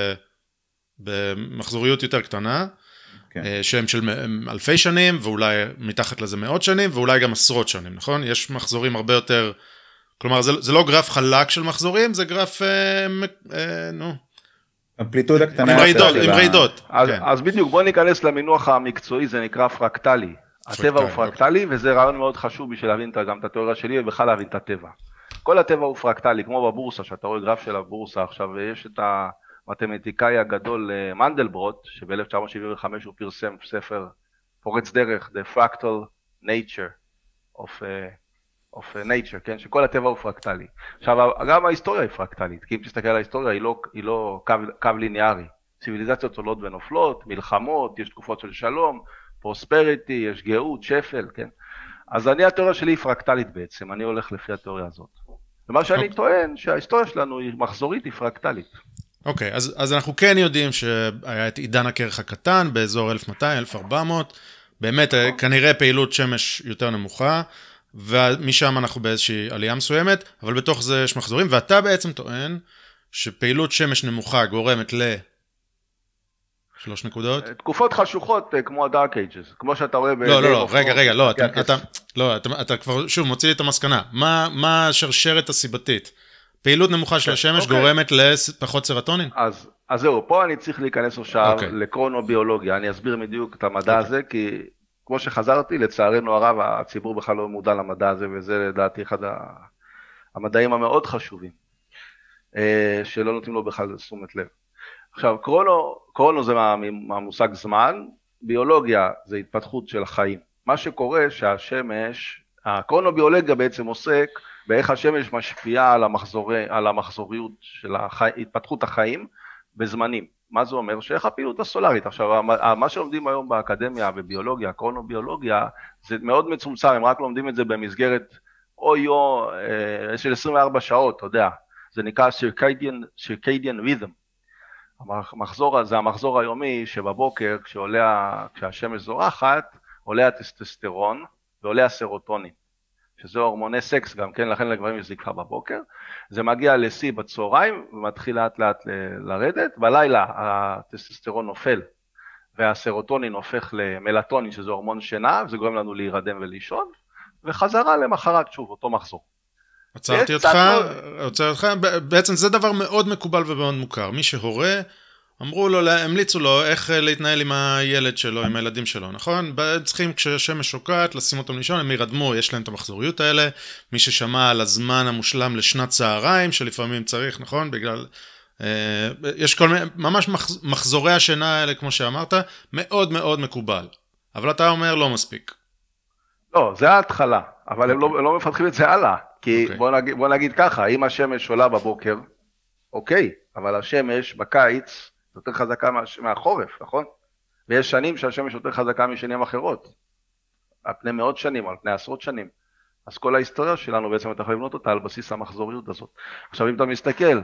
במחזוריות יותר קטנה, כן. שהם של אלפי שנים, ואולי מתחת לזה מאות שנים, ואולי גם עשרות שנים, נכון? יש מחזורים הרבה יותר, כלומר, זה, זה לא גרף חלק של מחזורים, זה גרף, אה, אה, נו. אמפליטודה קטנה. עם רעידות, עם רעידות. אז, כן. אז בדיוק, בוא ניכנס למינוח המקצועי, זה נקרא פרקטלי. הטבע הוא פרקטלי, וזה רעיון מאוד חשוב בשביל להבין גם את התיאוריה שלי, ובכלל להבין את הטבע. כל הטבע הוא פרקטלי, כמו בבורסה, שאתה רואה גרף של הבורסה עכשיו, ויש את המתמטיקאי הגדול מנדלברוט, שב-אלף תשע מאות שבעים וחמש הוא פרסם ספר פורץ דרך, The Fractal Nature of, uh, of Nature, כן? שכל הטבע הוא פרקטלי. עכשיו, גם ההיסטוריה היא פרקטלית, כי אם תסתכל על ההיסטוריה, היא לא, היא לא קו, קו ליניארי. ציוויליזציות עולות ונופלות, מלחמות, יש תקופות של שלום, פרוספריטי, יש גאות, שפל, כן? אז אני, התיאוריה שלי היא פרקטלית בעצם, אני הולך לפי התיאוריה הזאת. ומה שאני טוען, שההיסטוריה שלנו היא מחזורית, היא פרקטלית. אוקיי, okay, אז, אז אנחנו כן יודעים שהיה את עידן הקרח הקטן באזור אלף מאתיים, אלף וארבע מאות, באמת כנראה פעילות שמש יותר נמוכה, ומשם אנחנו באיזושהי עלייה מסוימת, אבל בתוך זה יש מחזורים, ואתה בעצם טוען שפעילות שמש נמוכה גורמת ל... שלוש נקודות? תקופות חשוכות כמו ה-Dark Ages, כמו שאתה רואה... לא, לא, לא, רגע, רגע, לא, אתה, אתה, לא, אתה, אתה כבר, שוב, מוציא לי את המסקנה. מה, מה השרשרת הסיבתית? פעילות נמוכה של השמש גורמת לפחות סרטונין? אז, אז זהו, פה אני צריך להיכנס עכשיו לקרונוביולוגיה, אני אסביר בדיוק את המדע הזה, כי כמו שחזרתי, לצערנו הרב, הציבור בכלל לא מודע למדע הזה, וזה לדעתי אחד המדעים המאוד חשובים, שלא נותנים לו בכלל תשומת לב. עכשיו, קרונו, קרונו זה מהמושג זמן, ביולוגיה זה התפתחות של החיים. מה שקורה שהשמש, הקרונוביולוגיה בעצם עוסק באיך השמש משפיעה על המחזורי, על המחזוריות של החי, התפתחות החיים בזמנים. מה זה אומר? שאיך הפעילות הסולארית. עכשיו, מה שלומדים היום באקדמיה וביולוגיה, קרונוביולוגיה, זה מאוד מצומצם, הם רק לומדים את זה במסגרת אוי-או של עשרים וארבע שעות, אתה יודע. זה נקרא circadian, circadian rhythm. המחזור, זה המחזור היומי שבבוקר, כשעולה, כשהשמש זורחת, עולה הטסטוסטרון ועולה הסרוטונין, שזה הורמוני סקס גם כן, לכן לגברים יש זקפה בבוקר, זה מגיע לשיא בצהריים ומתחיל לאט לאט לרדת, בלילה הטסטוסטרון נופל והסרוטונין הופך למלטונין, שזה הורמון שינה, וזה גורם לנו להירדם ולישון, וחזרה למחרת שוב, אותו מחזור. עצרתי אותך, עצרתי אותך, בעצם זה דבר מאוד מקובל ומאוד מוכר. מי שהורה, אמרו לו, המליצו לו איך להתנהל עם הילד שלו, עם הילדים שלו, נכון? צריכים כשהשמש שוקעת, לשים אותם לישון, הם ירדמו, יש להם את המחזוריות האלה. מי ששמע על הזמן המושלם לשנת צהריים, שלפעמים צריך, נכון? בגלל, אה, יש כל מיני, ממש מחזורי השינה האלה, כמו שאמרת, מאוד מאוד מקובל. אבל אתה אומר, לא מספיק. לא, זה ההתחלה, אבל הם לא, לא מפתחים את זה הלאה. כי okay. בוא, נגיד, בוא נגיד ככה, אם השמש עולה בבוקר, אוקיי, אבל השמש בקיץ יותר חזקה מה, מהחורף, נכון? ויש שנים שהשמש יותר חזקה משנים אחרות, על פני מאות שנים, על פני עשרות שנים. אז כל ההיסטוריה שלנו בעצם אתה יכול לבנות אותה על בסיס המחזוריות הזאת. עכשיו אם אתה מסתכל,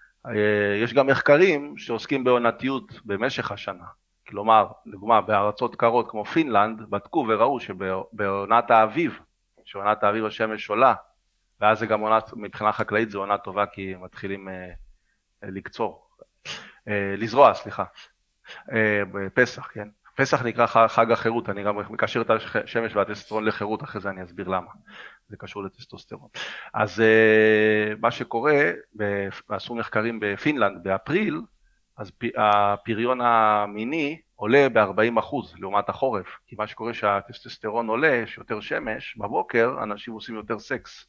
יש גם מחקרים שעוסקים בעונתיות במשך השנה. כלומר, לדוגמה, בארצות קרות כמו פינלנד, בדקו וראו שבעונת האביב, שעונת האביב השמש עולה, ואז זה גם עונת, מבחינה חקלאית זה עונה טובה, כי מתחילים אה, לקצור, אה, לזרוע, סליחה, אה, בפסח, כן? פסח נקרא חג, חג החירות, אני גם מקשר את השמש והטסטוסטרון לחירות, אחרי זה אני אסביר למה, זה קשור לטסטוסטרון. אז אה, מה שקורה, עשו מחקרים בפינלנד באפריל, אז הפריון המיני עולה ב-ארבעים אחוז לעומת החורף, כי מה שקורה שהטסטסטרון עולה, יש יותר שמש, בבוקר אנשים עושים יותר סקס.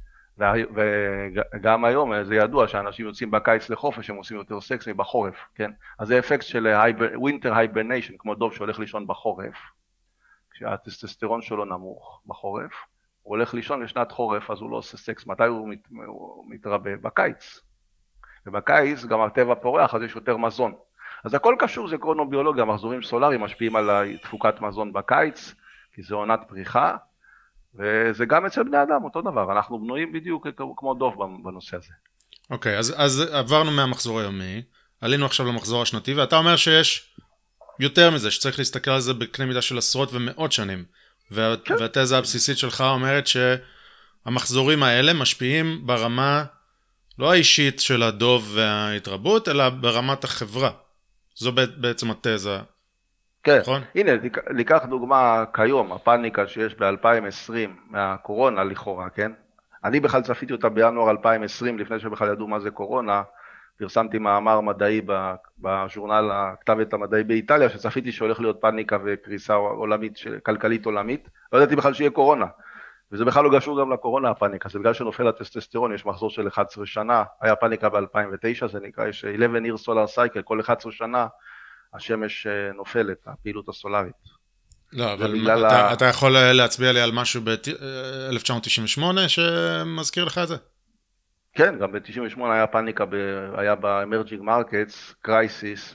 וגם היום זה ידוע שאנשים יוצאים בקיץ לחופש, הם עושים יותר סקס מבחורף, כן? אז זה אפקט של winter hibernation, כמו דוב שהולך לישון בחורף, כשהטסטסטרון שלו נמוך בחורף, הוא הולך לישון לשנת חורף, אז הוא לא עושה סקס. מתי הוא, מת, הוא מתרבה? בקיץ. ובקיץ גם הטבע פורח, אז יש יותר מזון. אז הכל קשור, זה קרונוביולוגיה, מחזורים סולאריים משפיעים על תפוקת מזון בקיץ, כי זה עונת פריחה, וזה גם אצל בני אדם, אותו דבר. אנחנו בנויים בדיוק כמו דוב בנושא הזה. אוקיי, okay, אז, אז עברנו מהמחזור היומי, עלינו עכשיו למחזור השנתי, ואתה אומר שיש יותר מזה, שצריך להסתכל על זה בקנה מידה של עשרות ומאות שנים. וה, כן. והתזה הבסיסית שלך אומרת שהמחזורים האלה משפיעים ברמה לא האישית של הדוב וההתרבות, אלא ברמת החברה. זו בעצם התזה. כן, נכון? הנה, ניקח דוגמה כיום, הפאניקה שיש ב-אלפיים ועשרים מהקורונה לכאורה, כן? אני בכלל צפיתי אותה בינואר אלפיים ועשרים, לפני שבכלל ידעו מה זה קורונה, פרסמתי מאמר מדעי בז'ורנל הכתב עת המדעי באיטליה, שצפיתי שהולך להיות פאניקה וקריסה עולמית, כלכלית עולמית, לא ידעתי בכלל שיהיה קורונה. וזה בכלל לא קשור גם לקורונה הפאניקה, זה בגלל שנופל הטסטסטרון, יש מחזור של אחת עשרה שנה, היה פאניקה ב-אלפיים ותשע, זה נקרא, יש אחת עשרה year solar cycle, כל אחת עשרה שנה השמש נופלת, הפעילות הסולארית. לא, אבל אתה, ה... אתה יכול להצביע לי על משהו ב-אלף תשע מאות תשעים ושמונה שמזכיר לך את זה? כן, גם ב-תשעים ושמונה היה פאניקה, ב... היה ב-Emerging Markets, קרייסיס,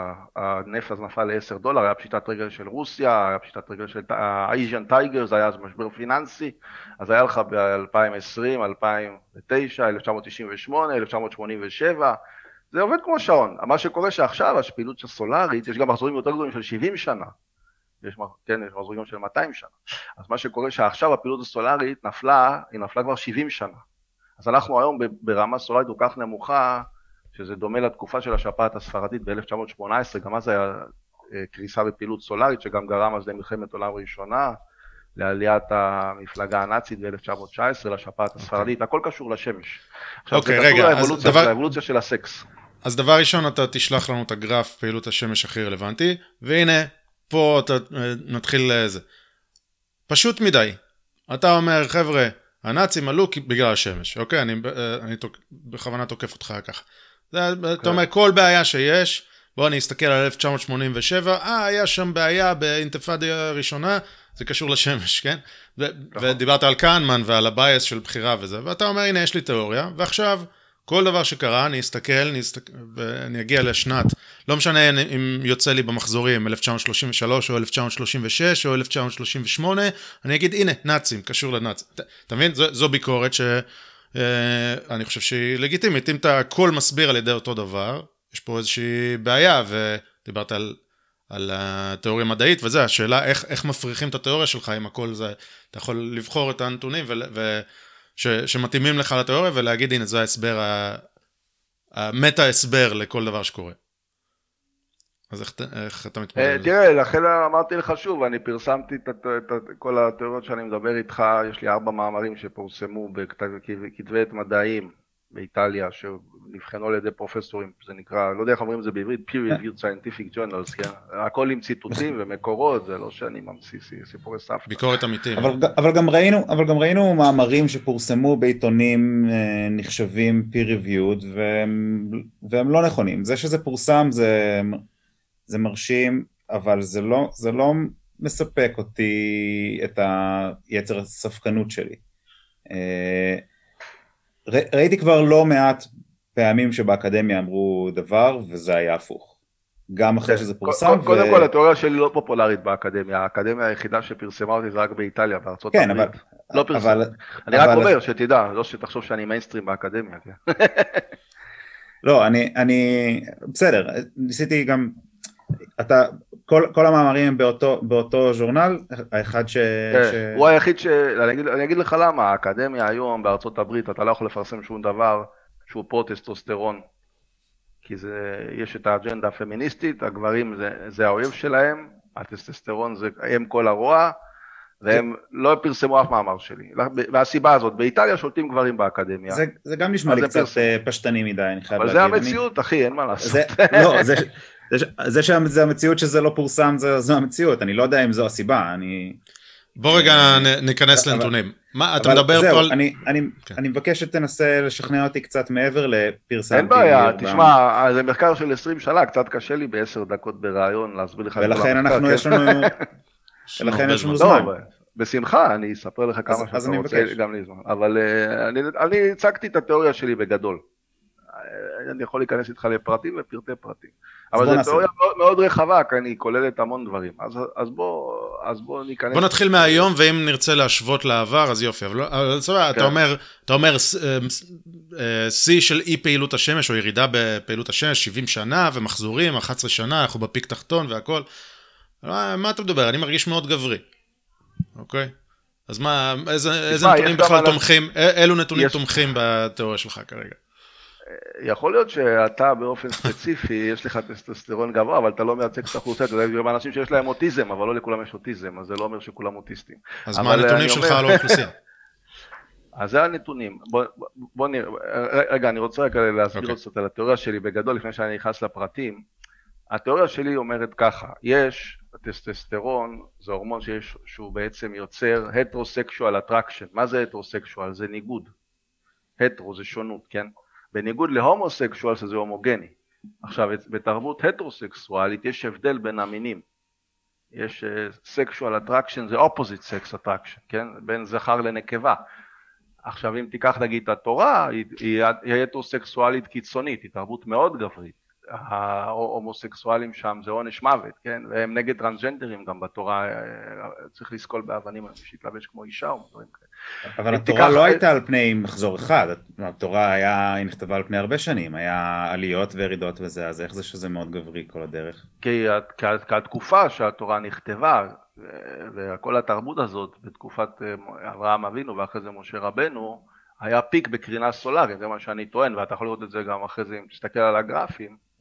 הנפט אז נפל ל-עשרה דולר, היה פשיטת רגל של רוסיה, היה פשיטת רגל של ה-Asian Tigers, היה אז משבר פיננסי, אז היה לך ב-אלפיים ועשרים, אלפיים ותשע, אלף תשע מאות תשעים ושמונה, אלף תשע מאות שמונים ושבע, זה עובד כמו שעון. מה שקורה שעכשיו, הפעילות הסולארית, יש גם מחזורים יותר גדולים של שבעים שנה, יש, כן, יש מחזורים של מאתיים שנה, אז מה שקורה שעכשיו הפעילות הסולארית נפלה, היא נפלה כבר שבעים שנה. אז אנחנו היום ברמה סולארית כל כך נמוכה, שזה דומה לתקופה של השפעת הספרדית ב-אלף תשע מאות שמונה עשרה, גם אז היה קריסה בפעילות סולארית, שגם גרם אז למלחמת עולם ראשונה, לעליית המפלגה הנאצית ב-אלף תשע מאות תשע עשרה, לשפעת הספרדית, הכל קשור לשמש. עכשיו, זה קשור לאבולוציה, זה האבולוציה של הסקס. אז דבר ראשון, אתה תשלח לנו את הגרף פעילות השמש הכי רלוונטי, והנה, פה אתה נתחיל לזה. פשוט מדי. אתה אומר, חבר'ה, הנאצים עלו בגלל השמש, אוקיי? אני, אני תוק, בכוונה תוקף אותך ככה. זה, אתה אומר, כל בעיה שיש, בואו אני אסתכל על אלף תשע מאות שמונים ושבע, אה, היה שם בעיה באינתיפאדה הראשונה, זה קשור לשמש, כן? ו, ודיברת על קהנמן ועל הבייס של בחירה וזה, ואתה אומר, הנה, יש לי תיאוריה, ועכשיו, כל דבר שקרה, אני אסתכל, אני אסתכל, ואני אגיע לשנת, לא משנה אם יוצא לי במחזורים אלף תשע מאות שלושים ושלוש או אלף תשע מאות שלושים ושש או אלף תשע מאות שלושים ושמונה, אני אגיד, הנה, נאצים, קשור לנאצים. אתה מבין? זו, זו ביקורת שאני חושב שהיא לגיטימית. אם אתה הכל מסביר על ידי אותו דבר, יש פה איזושהי בעיה, ודיברת על, על התיאוריה המדעית, וזה, השאלה איך, איך מפריחים את התיאוריה שלך, אם הכל זה, אתה יכול לבחור את הנתונים ו... ו ש, שמתאימים לך לתיאוריה, ולהגיד, הנה, זה ההסבר, המטה הסבר לכל דבר שקורה. אז איך, איך אתה מתמודד? תראה, לכן אמרתי לך שוב, אני פרסמתי את, את, את, את כל התיאוריות שאני מדבר איתך, יש לי ארבע מאמרים שפורסמו בכתבי עת מדעיים באיטליה, שנבחנו על ידי פרופסורים, זה נקרא, לא יודע איך אומרים את זה בעברית, peer-reviewed scientific journals, כן? הכל עם ציטוטים ומקורות, זה לא שאני ממציא סיפורי סבתא. ביקורת אמיתית. אבל, אבל גם ראינו, אבל גם ראינו מאמרים שפורסמו בעיתונים נחשבים peer-reviewed, והם, והם לא נכונים. זה שזה פורסם זה, זה מרשים, אבל זה לא, זה לא מספק אותי את היצר הספקנות שלי. ראיתי כבר לא מעט פעמים שבאקדמיה אמרו דבר, וזה היה הפוך. גם אחרי שזה פורסם. קודם כל, התיאוריה שלי לא פופולרית באקדמיה. האקדמיה היחידה שפרסמה אותי זה רק באיטליה, בארצות הברית. כן, אבל... לא פרסם. אני רק אומר שתדע, לא שתחשוב שאני מיינסטרים באקדמיה. לא, אני, אני... בסדר, ניסיתי גם... אתה... כל, כל המאמרים הם באותו, באותו ז'ורנל, האחד ש... ש... הוא היחיד ש... אני אגיד, אני אגיד לך למה, האקדמיה היום בארצות הברית, אתה לא יכול לפרסם שום דבר שהוא פרו-טסטוסטרון, כי זה, יש את האג'נדה הפמיניסטית, הגברים זה, זה האויב שלהם, הטסטוסטרון זה הם כל הרוע, והם לא פרסמו אף מאמר שלי, והסיבה הזאת, באיטליה שולטים גברים באקדמיה. זה, זה גם נשמע לי קצת פרסם. פשטני מדי, אני חייב להגיד. אבל זה המציאות, אני... אחי, אין מה לעשות. זה, לא, זה, זה, זה שזה המציאות שזה לא פורסם, זה, זו המציאות, אני לא יודע אם זו הסיבה, אני... בוא רגע ניכנס לנתונים. מה, אתה מדבר פה על... אני, אני, אני מבקש שתנסה לשכנע אותי קצת מעבר לפרסם. אין בעיה, תשמע, זה מחקר של עשרים שנה, קצת קשה לי בעשר דקות ברעיון להסביר לך... ולכן אנחנו, יש לנו... ולכן יש לנו זמן. בשמחה, אני אספר לך כמה שאתה רוצה, גם לי זמן. אבל אני הצגתי את התיאוריה שלי בגדול. אני יכול להיכנס איתך לפרטים ופרטי פרטים. אבל זו תיאוריה מאוד רחבה, כי אני כוללת המון דברים. אז בוא ניכנס... בוא נתחיל מהיום, ואם נרצה להשוות לעבר, אז יופי. אבל אתה אומר, שיא של אי פעילות השמש, או ירידה בפעילות השמש, שבעים שנה, ומחזורים, אחת עשרה שנה, אנחנו בפיק תחתון והכל. מה אתה מדבר? אני מרגיש מאוד גברי. אוקיי? אז מה, איזה נתונים בכלל תומכים, אילו נתונים תומכים בתיאוריה שלך כרגע? יכול להיות שאתה באופן ספציפי, יש לך טסטוסטרון גבוה, אבל אתה לא מייצג את האוכלוסייה, אתה יודע, אנשים שיש להם אוטיזם, אבל לא לכולם יש אוטיזם, אז זה לא אומר שכולם אוטיסטים. אז מה הנתונים שלך על האוכלוסייה? אז זה הנתונים. בוא נראה, רגע, אני רוצה רק להסביר קצת על התיאוריה שלי בגדול, לפני שאני נכנס לפרטים. התיאוריה שלי אומרת ככה, יש טסטוסטרון, זה הורמון שיש, שהוא בעצם יוצר הטרוסקשואל אטרקשן. מה זה הטרוסקשואל? זה ניגוד. הטרו זה שונות, כן? בניגוד להומוסקשואל שזה הומוגני. עכשיו, בתרבות הטרוסקסואלית יש הבדל בין המינים. יש סקשואל אטרקשן, זה opposite sex attraction, כן? בין זכר לנקבה. עכשיו, אם תיקח נגיד את התורה, היא, היא, היא הטרוסקסואלית קיצונית, היא תרבות מאוד גברית. ההומוסקסואלים שם זה עונש מוות, כן? והם נגד טרנסג'נדרים גם בתורה, צריך לסקול באבנים, שיתלבש כמו אישה או דברים כאלה. אבל התורה לא הייתה על פני מחזור אחד, התורה היה, היא נכתבה על פני הרבה שנים, היה עליות וירידות וזה, אז איך זה שזה מאוד גברי כל הדרך? כי התקופה שהתורה נכתבה, וכל התרבות הזאת בתקופת אברהם אבינו ואחרי זה משה רבנו, היה פיק בקרינה סולארית, זה מה שאני טוען, ואתה יכול לראות את זה גם אחרי זה אם תסתכל על הגרפים,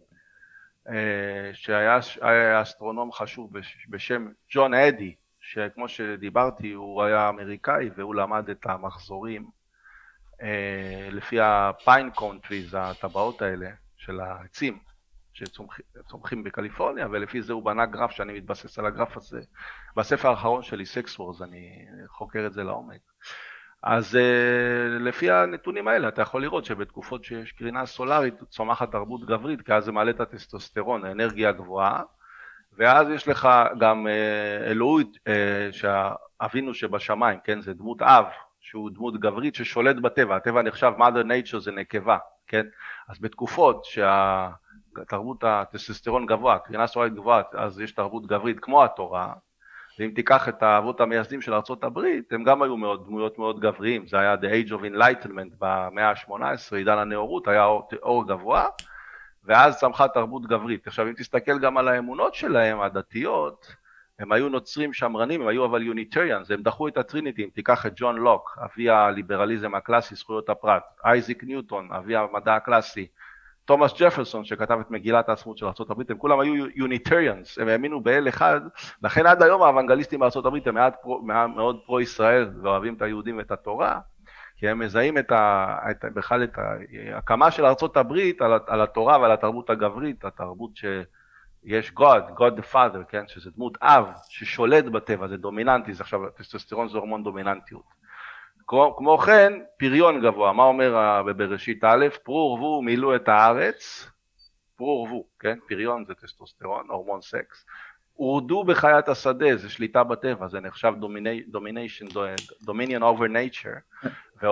שהיה אסטרונום חשוב בשם ג'ון אדי, שכמו שדיברתי הוא היה אמריקאי והוא למד את המחזורים לפי הפיין קונטריז, הטבעות האלה של העצים שצומחים בקליפורניה, ולפי זה הוא בנה גרף שאני מתבסס על הגרף הזה. בספר האחרון שלי, סקס וורס, אני חוקר את זה לעומק. אז uh, לפי הנתונים האלה אתה יכול לראות שבתקופות שיש קרינה סולארית צומחת תרבות גברית, כי אז זה מעלה את הטסטוסטרון, האנרגיה הגבוהה, ואז יש לך גם uh, אלוהות uh, שאבינו שבשמיים, כן, זה דמות אב, שהוא דמות גברית ששולט בטבע, הטבע נחשב mother nature זה נקבה, כן, אז בתקופות שהתרבות הטסטוסטרון גבוה, קרינה סולארית גבוהה, אז יש תרבות גברית כמו התורה, ואם תיקח את האבות המייסדים של ארצות הברית, הם גם היו מאוד, דמויות מאוד גבריים, זה היה The Age of Enlightenment במאה ה-שמונה עשרה, עידן הנאורות, היה אור, אור גבוה, ואז צמחה תרבות גברית. עכשיו אם תסתכל גם על האמונות שלהם, הדתיות, הם היו נוצרים שמרנים, הם היו אבל יוניטריאנס, הם דחו את הטריניטי, אם תיקח את ג'ון לוק, אבי הליברליזם הקלאסי, זכויות הפרט, אייזיק ניוטון, אבי המדע הקלאסי, תומאס ג'פרסון שכתב את מגילת העצמאות של ארצות הברית, הם כולם היו יוניטריאנס, הם האמינו באל אחד, לכן עד היום האוונגליסטים בארצות הברית הם מאוד, פרו, מאוד פרו ישראל ואוהבים את היהודים ואת התורה, כי הם מזהים את ה, את, בכלל את ההקמה של ארצות הברית על, על התורה ועל התרבות הגברית, התרבות שיש God, God the Father, כן? שזה דמות אב ששולט בטבע, זה דומיננטי, זה עכשיו טסטוסטרון זה הורמון דומיננטיות. כמו כן, פריון גבוה, מה אומר בבראשית א', פרו ורבו מילאו את הארץ, פרו ורבו, כן, פריון זה טסטוסטרון, הורמון סקס, הורדו בחיית השדה, זה שליטה בטבע, זה נחשב domination, dominion over nature,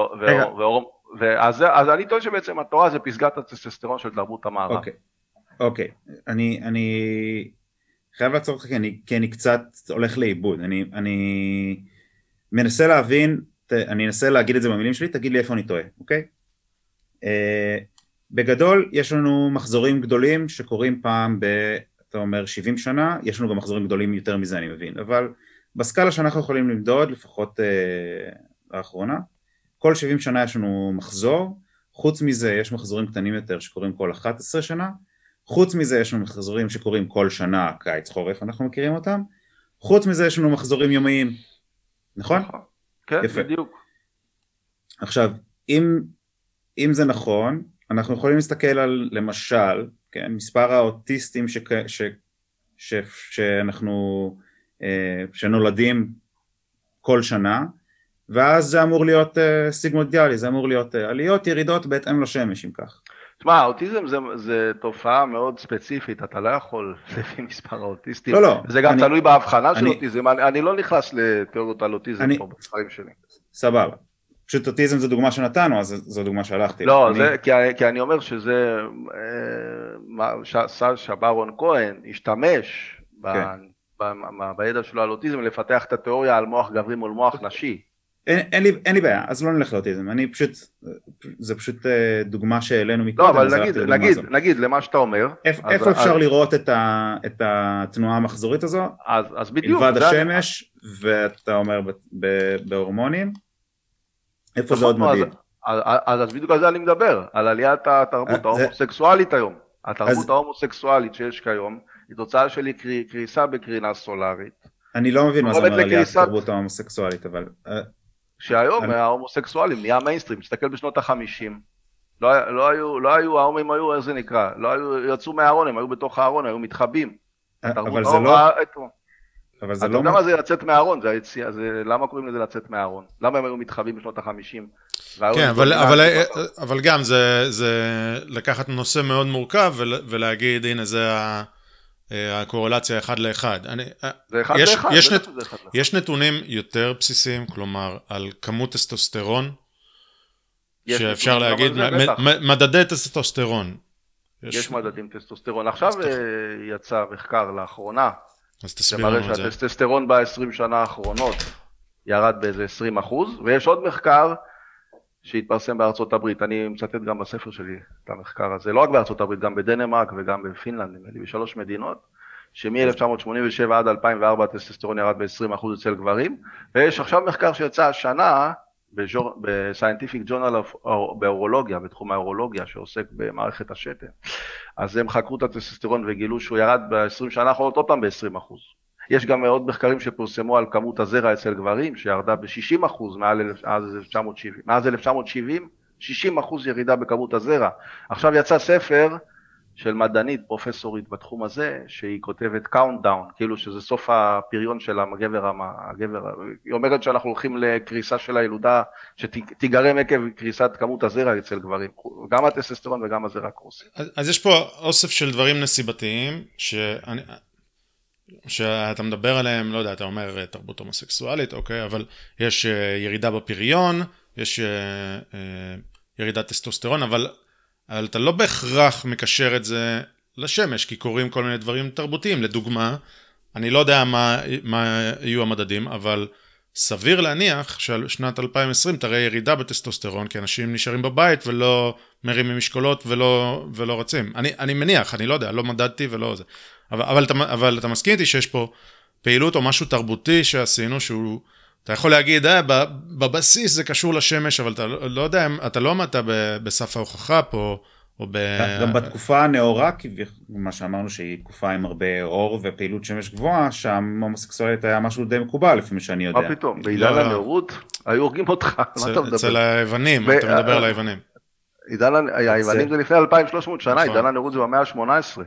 אז אני טוען שבעצם התורה זה פסגת הטסטוסטרון של תרבות המערב. אוקיי, אוקיי, אני חייב לעצור אותך כי אני קצת הולך לאיבוד, אני מנסה להבין, אני אנסה להגיד את זה במילים שלי, תגיד לי איפה אני טועה, אוקיי? Uh, בגדול, יש לנו מחזורים גדולים שקורים פעם ב, אתה אומר, שבעים שנה, יש לנו גם מחזורים גדולים יותר מזה, אני מבין, אבל בסקאלה שאנחנו יכולים למדוד, לפחות uh, לאחרונה, כל שבעים שנה יש לנו מחזור, חוץ מזה יש מחזורים קטנים יותר שקורים כל אחת עשרה שנה, חוץ מזה יש לנו מחזורים שקורים כל שנה, קיץ חורף, אנחנו מכירים אותם, חוץ מזה יש לנו מחזורים יומיים, נכון? כן, יפה. בדיוק. עכשיו, אם, אם זה נכון, אנחנו יכולים להסתכל על, למשל, כן, מספר האוטיסטים ש, ש, ש, שאנחנו, שנולדים כל שנה, ואז זה אמור להיות סיגמודיאלי, זה אמור להיות עליות, ירידות בהתאם לשמש, אם כך. תשמע, האוטיזם זה, זה תופעה מאוד ספציפית, אתה לא יכול לפי מספר האוטיסטים. לא, לא. זה גם אני, תלוי בהבחנה אני, של אוטיזם, אני, אני לא נכנס לתיאוריות על אוטיזם אני, פה בספרים שלי. סבבה. פשוט אוטיזם זו דוגמה שנתנו, אז זו דוגמה שהלכתי. לא, אני... זה, כי, כי אני אומר שזה, סשה ברון כהן השתמש כן. ב, ב, ב, בידע שלו על אוטיזם לפתח את התיאוריה על מוח גברי מול מוח נשי. אין, אין, לי, אין לי בעיה, אז לא נלך לאוטיזם, אני פשוט, זה פשוט דוגמה שהעלינו מקודם. לא, אבל נגיד, נגיד, נגיד, למה שאתה אומר. איפ, אז, איפה אפשר אז, לראות את, ה, את התנועה המחזורית הזו? אז, אז בדיוק. מלבד השמש, ואתה אומר ב, ב, בהורמונים, איפה זה עוד מדיד? אז, אז, אז בדיוק על זה אני מדבר, על עליית התרבות ההומוסקסואלית היום. התרבות ההומוסקסואלית שיש כיום, היא תוצאה של קריסה בקרינה סולארית. אני לא מבין מה זה אומר עליית התרבות ההומוסקסואלית, אבל... שהיום ההומוסקסואלים נהיה מיינסטרים, תסתכל בשנות החמישים, לא, לא היו, לא היו, ההומים היו, איך זה נקרא, לא היו, יצאו מהארון, הם היו בתוך הארון, היו מתחבאים. אבל זה לא... אבל זה לא... אתה יודע מה זה לצאת מהארון, זה היציאה, זה, למה קוראים לזה לצאת מהארון? למה הם היו מתחבאים בשנות החמישים? כן, אבל, אבל, אבל גם זה, זה לקחת נושא מאוד מורכב ולהגיד, הנה זה ה... הקורלציה אחד לאחד. אני, זה אחד יש, לאחד. יש, זה נת, אחד לאחד. יש נתונים יותר בסיסיים, כלומר, על כמות טסטוסטרון, שאפשר להגיד, מ, מדדי טסטוסטרון. יש, יש מדדים טסטוסטרון. עכשיו יצא מחקר לאחרונה, אז תסביר לנו את זה. שמראה שהטסטוסטרון ב-עשרים שנה האחרונות ירד באיזה עשרים אחוז, ויש עוד מחקר, שהתפרסם בארצות הברית, אני מצטט גם בספר שלי את המחקר הזה, לא רק בארצות הברית, גם בדנמרק וגם בפינלנד, בשלוש מדינות, שמ-אלף תשע מאות שמונים ושבע עד אלפיים וארבע הטסטוסטרון ירד ב-עשרים אחוז אצל גברים, ויש עכשיו מחקר שיצא השנה, ב-Scientific Journal באורולוגיה, בתחום האורולוגיה, שעוסק במערכת השתן, אז הם חקרו את הטסטוסטרון וגילו שהוא ירד ב-עשרים שנה האחרונות עוד פעם ב-עשרים אחוז. יש גם עוד מחקרים שפורסמו על כמות הזרע אצל גברים, שירדה ב-שישים אחוז מאז אלף תשע מאות שבעים, שישים אחוז ירידה בכמות הזרע. עכשיו יצא ספר של מדענית, פרופסורית בתחום הזה, שהיא כותבת קאונטדאון, כאילו שזה סוף הפריון של הגבר, הגבר, היא אומרת שאנחנו הולכים לקריסה של הילודה, שתיגרם עקב קריסת כמות הזרע אצל גברים, גם הטסטוסטרון וגם הזרע קורסים. אז, אז יש פה אוסף של דברים נסיבתיים, שאני... שאתה מדבר עליהם, לא יודע, אתה אומר תרבות הומוסקסואלית, אוקיי, אבל יש ירידה בפריון, יש ירידת טסטוסטרון, אבל, אבל אתה לא בהכרח מקשר את זה לשמש, כי קוראים כל מיני דברים תרבותיים. לדוגמה, אני לא יודע מה, מה יהיו המדדים, אבל סביר להניח ששנת אלפיים ועשרים תראה ירידה בטסטוסטרון, כי אנשים נשארים בבית ולא מרימים משקולות ולא, ולא רצים. אני, אני מניח, אני לא יודע, לא מדדתי ולא זה. אבל, אבל, אתה, אבל אתה מסכים איתי שיש פה פעילות או משהו תרבותי שעשינו, שהוא, אתה יכול להגיד, אה, בבסיס זה קשור לשמש, אבל אתה לא יודע, אתה לא עמדת בסף ההוכחה פה, או ב... גם בתקופה הנאורה, מה שאמרנו שהיא תקופה עם הרבה אור ופעילות שמש גבוהה, שם הומוסקסואלית היה משהו די מקובל, לפי מה שאני יודע. מה פתאום? בעידן הנאורות היו הורגים אותך, מה אתה מדבר? אצל היוונים, אתה מדבר על היוונים. היוונים זה לפני אלפיים ושלוש מאות שנה, עידן הנאורות זה במאה ה-שמונה עשרה.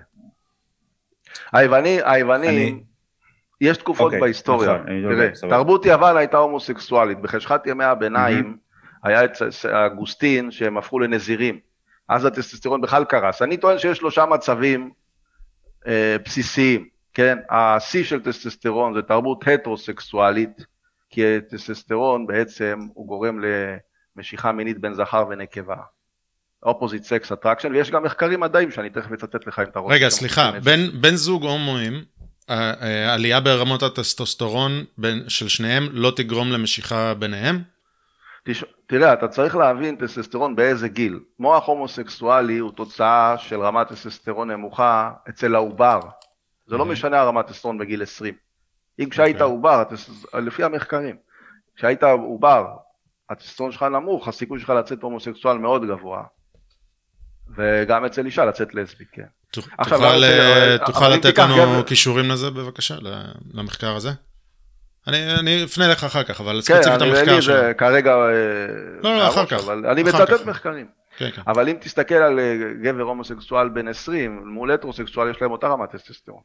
היוונים, יש תקופות בהיסטוריה, תרבות יוון הייתה הומוסקסואלית, בחשכת ימי הביניים היה את אגוסטין שהם הפכו לנזירים, אז הטסטוסטרון בכלל קרס. אני טוען שיש שלושה מצבים בסיסיים, כן? ה-C של טסטוסטרון זה תרבות הטרוסקסואלית, כי טסטוסטרון בעצם הוא גורם למשיכה מינית בין זכר ונקבה. opposite sex attraction, ויש גם מחקרים מדעיים שאני תכף אצטט לך אם אתה רוצה. רגע, סליחה, בין, בין זוג הומואים, העלייה ברמות הטסטוסטרון של שניהם לא תגרום למשיכה ביניהם? תראה, אתה צריך להבין טסטוסטרון באיזה גיל. מוח הומוסקסואלי הוא תוצאה של רמת טסטוסטרון נמוכה אצל העובר. זה לא משנה הרמת טסטוסטרון בגיל עשרים. אם כשהיית עובר, לפי המחקרים, כשהיית עובר, הטסטוסטרון שלך נמוך, הסיכוי שלך לצאת הומוסקסואל מאוד גבוה. וגם אצל אישה לצאת לסבית, כן. תוכל לתת לנו קישורים לזה בבקשה, למחקר הזה? אני, אני אפנה לך אחר כך, אבל ספציפית כן, המחקר שלו. זה כרגע... לא, לא, אחר כך. אבל אני אחר מצטט כך. מחקרים. כן, כן. אבל אם תסתכל על גבר הומוסקסואל בן עשרים, מול הטרוסקסואל יש להם אותה רמת טסטוסטרון.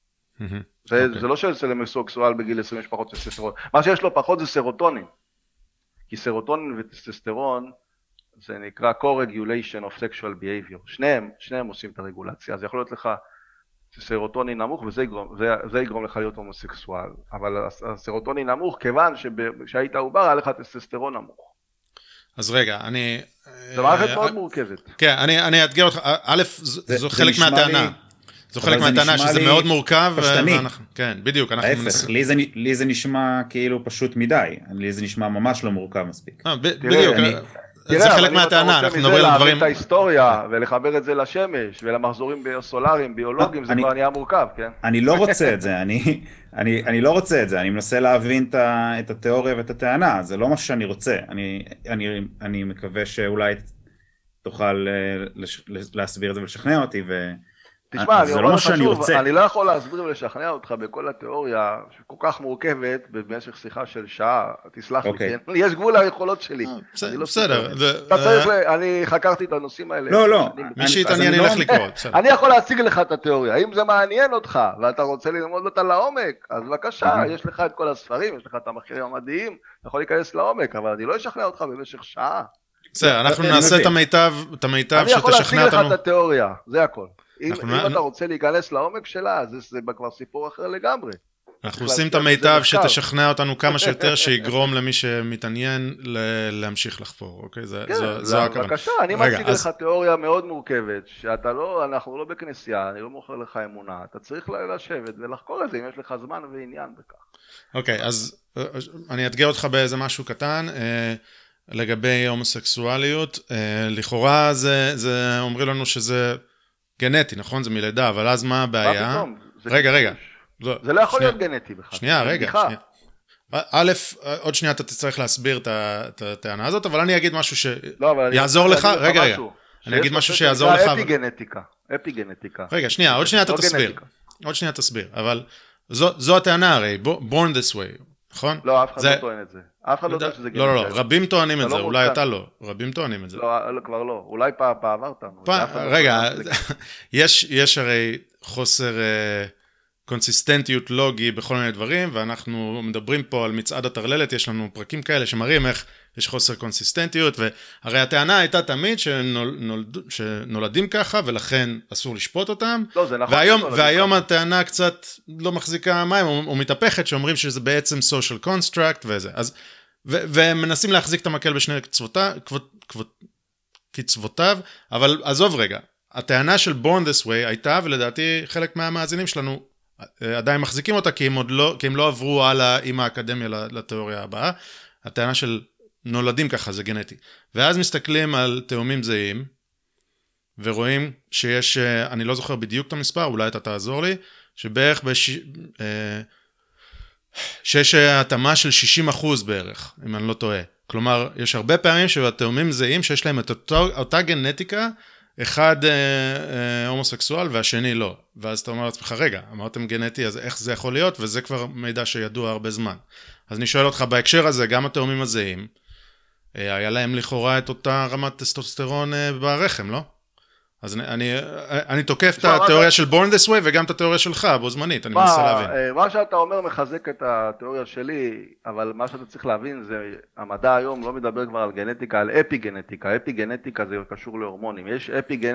זה, אוקיי. זה לא שאצל הומוסקסואל בגיל עשרים יש פחות טסטוסטרון. מה שיש לו פחות זה סרוטונין. כי סרוטונין וטסטוסטרון זה נקרא co-regulation of sexual behavior. שניהם, שניהם עושים את הרגולציה. אז יכול להיות לך סרוטונין נמוך וזה יגרום, זה, זה יגרום לך להיות הומוסקסואל. אבל הסרוטונין נמוך כיוון שהיית עובר היה לך טסטוסטרון נמוך. אז רגע, אני... זו מערכת מאוד מורכבת. כן, אני, אני אתגר אותך. א', זו חלק מהטענה. זו חלק מהטענה שזה מאוד מורכב. פשטני. כן, בדיוק. ההפך, לי זה נשמע כאילו פשוט מדי. לי זה נשמע ממש לא מורכב מספיק. בדיוק. זה חלק מהטענה, אנחנו מדברים על דברים... להבין את ההיסטוריה ולחבר את זה לשמש ולמחזורים ביוסולריים, ביולוגיים, זה כבר נהיה מורכב, כן? אני לא רוצה את זה, אני, אני, אני לא רוצה את זה, אני מנסה להבין את, ה, את התיאוריה ואת הטענה, זה לא מה שאני רוצה, אני, אני, אני מקווה שאולי תוכל לש, להסביר את זה ולשכנע אותי, ו... תשמע, זה לא מה שאני רוצה. אני לא יכול להסביר ולשכנע אותך בכל התיאוריה שכל כך מורכבת במשך שיחה של שעה, תסלח לי, כן? יש גבול ליכולות שלי. בסדר. אתה צריך, אני חקרתי את הנושאים האלה. לא, לא. מי שהתעניין ילך לקרוא. אני יכול להציג לך את התיאוריה, אם זה מעניין אותך ואתה רוצה ללמוד אותה לעומק, אז בבקשה, יש לך את כל הספרים, יש לך את המחקרים המדעיים, אתה יכול להיכנס לעומק, אבל אני לא אשכנע אותך במשך שעה. בסדר, אנחנו נעשה את המיטב שתשכנע אותנו. אני יכול להציג לך את התיאוריה, זה הכל. אם אתה רוצה להיכנס לעומק שלה, זה כבר סיפור אחר לגמרי. אנחנו עושים את המיטב שתשכנע אותנו כמה שיותר, שיגרום למי שמתעניין להמשיך לחפור, אוקיי? זו הכוונה. בבקשה, אני מציג לך תיאוריה מאוד מורכבת, שאתה לא, אנחנו לא בכנסייה, אני לא מוכר לך אמונה, אתה צריך לשבת ולחקור את זה, אם יש לך זמן ועניין בכך. אוקיי, אז אני אתגר אותך באיזה משהו קטן, לגבי הומוסקסואליות, לכאורה זה, אומרים לנו שזה גנטי, נכון? זה מלידה, אבל אז מה הבעיה? מה פתאום? רגע, רגע. זה לא יכול להיות גנטי בכלל. שנייה, רגע, שנייה. א', עוד שנייה אתה תצטרך להסביר את הטענה הזאת, אבל אני אגיד משהו שיעזור לך. רגע, רגע. אני אגיד משהו שיעזור לך. אפיגנטיקה. אפיגנטיקה. רגע, שנייה, עוד שנייה אתה תסביר. עוד שנייה תסביר, אבל זו הטענה הרי, born this way, נכון? לא, אף אחד לא טוען את זה. אף אחד לא טוען שזה גנטי. לא, לא, לא, רבים טוענים את זה, אולי אתה לא. רבים טוענים את זה. לא, כבר לא. אולי בעבר טענו. רגע, יש הרי חוסר קונסיסטנטיות לוגי בכל מיני דברים, ואנחנו מדברים פה על מצעד הטרללת, יש לנו פרקים כאלה שמראים איך יש חוסר קונסיסטנטיות, והרי הטענה הייתה תמיד שנולדים ככה, ולכן אסור לשפוט אותם. לא, זה נכון. והיום הטענה קצת לא מחזיקה מים, או מתהפכת, שאומרים שזה בעצם social construct וזה. אז, והם מנסים להחזיק את המקל בשני קצוותיו, אבל עזוב רגע, הטענה של born this way הייתה, ולדעתי חלק מהמאזינים שלנו עדיין מחזיקים אותה, כי הם, עוד לא, כי הם לא עברו הלאה עם האקדמיה לתיאוריה הבאה. הטענה של נולדים ככה, זה גנטי. ואז מסתכלים על תאומים זהים, ורואים שיש, אני לא זוכר בדיוק את המספר, אולי אתה תעזור לי, שבערך בש... שיש התאמה של שישים אחוז בערך, אם אני לא טועה. כלומר, יש הרבה פעמים שהתאומים זהים שיש להם את אותו, אותה גנטיקה, אחד אה, אה, הומוסקסואל והשני לא. ואז אתה אומר לעצמך, רגע, אמרתם גנטי, אז איך זה יכול להיות? וזה כבר מידע שידוע הרבה זמן. אז אני שואל אותך, בהקשר הזה, גם התאומים הזהים, אה, היה להם לכאורה את אותה רמת טסטוסטרון אה, ברחם, לא? אז אני, אני, אני תוקף את התיאוריה של born this way וגם את התיאוריה שלך, בו זמנית, אני מנסה להבין. מה שאתה אומר מחזק את התיאוריה שלי, אבל מה שאתה צריך להבין זה, המדע היום לא מדבר כבר על גנטיקה, על אפי-גנטיקה. אפי-גנטיקה זה קשור להורמונים. יש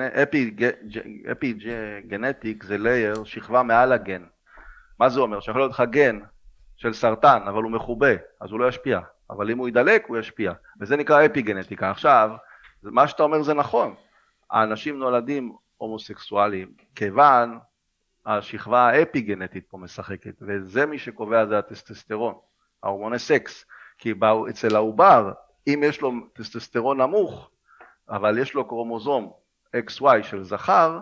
אפי-גנטיק, זה לייר, שכבה מעל הגן. מה זה אומר? שיכול להיות לך גן של סרטן, אבל הוא מחובה, אז הוא לא ישפיע. אבל אם הוא ידלק, הוא ישפיע. וזה נקרא אפי-גנטיקה. עכשיו, מה שאתה אומר זה נכון. האנשים נולדים הומוסקסואליים, כיוון השכבה האפיגנטית פה משחקת, וזה מי שקובע זה הטסטוסטרון, ההורמוני סקס, כי אצל העובר, אם יש לו טסטוסטרון נמוך, אבל יש לו קרומוזום אקס וואי של זכר,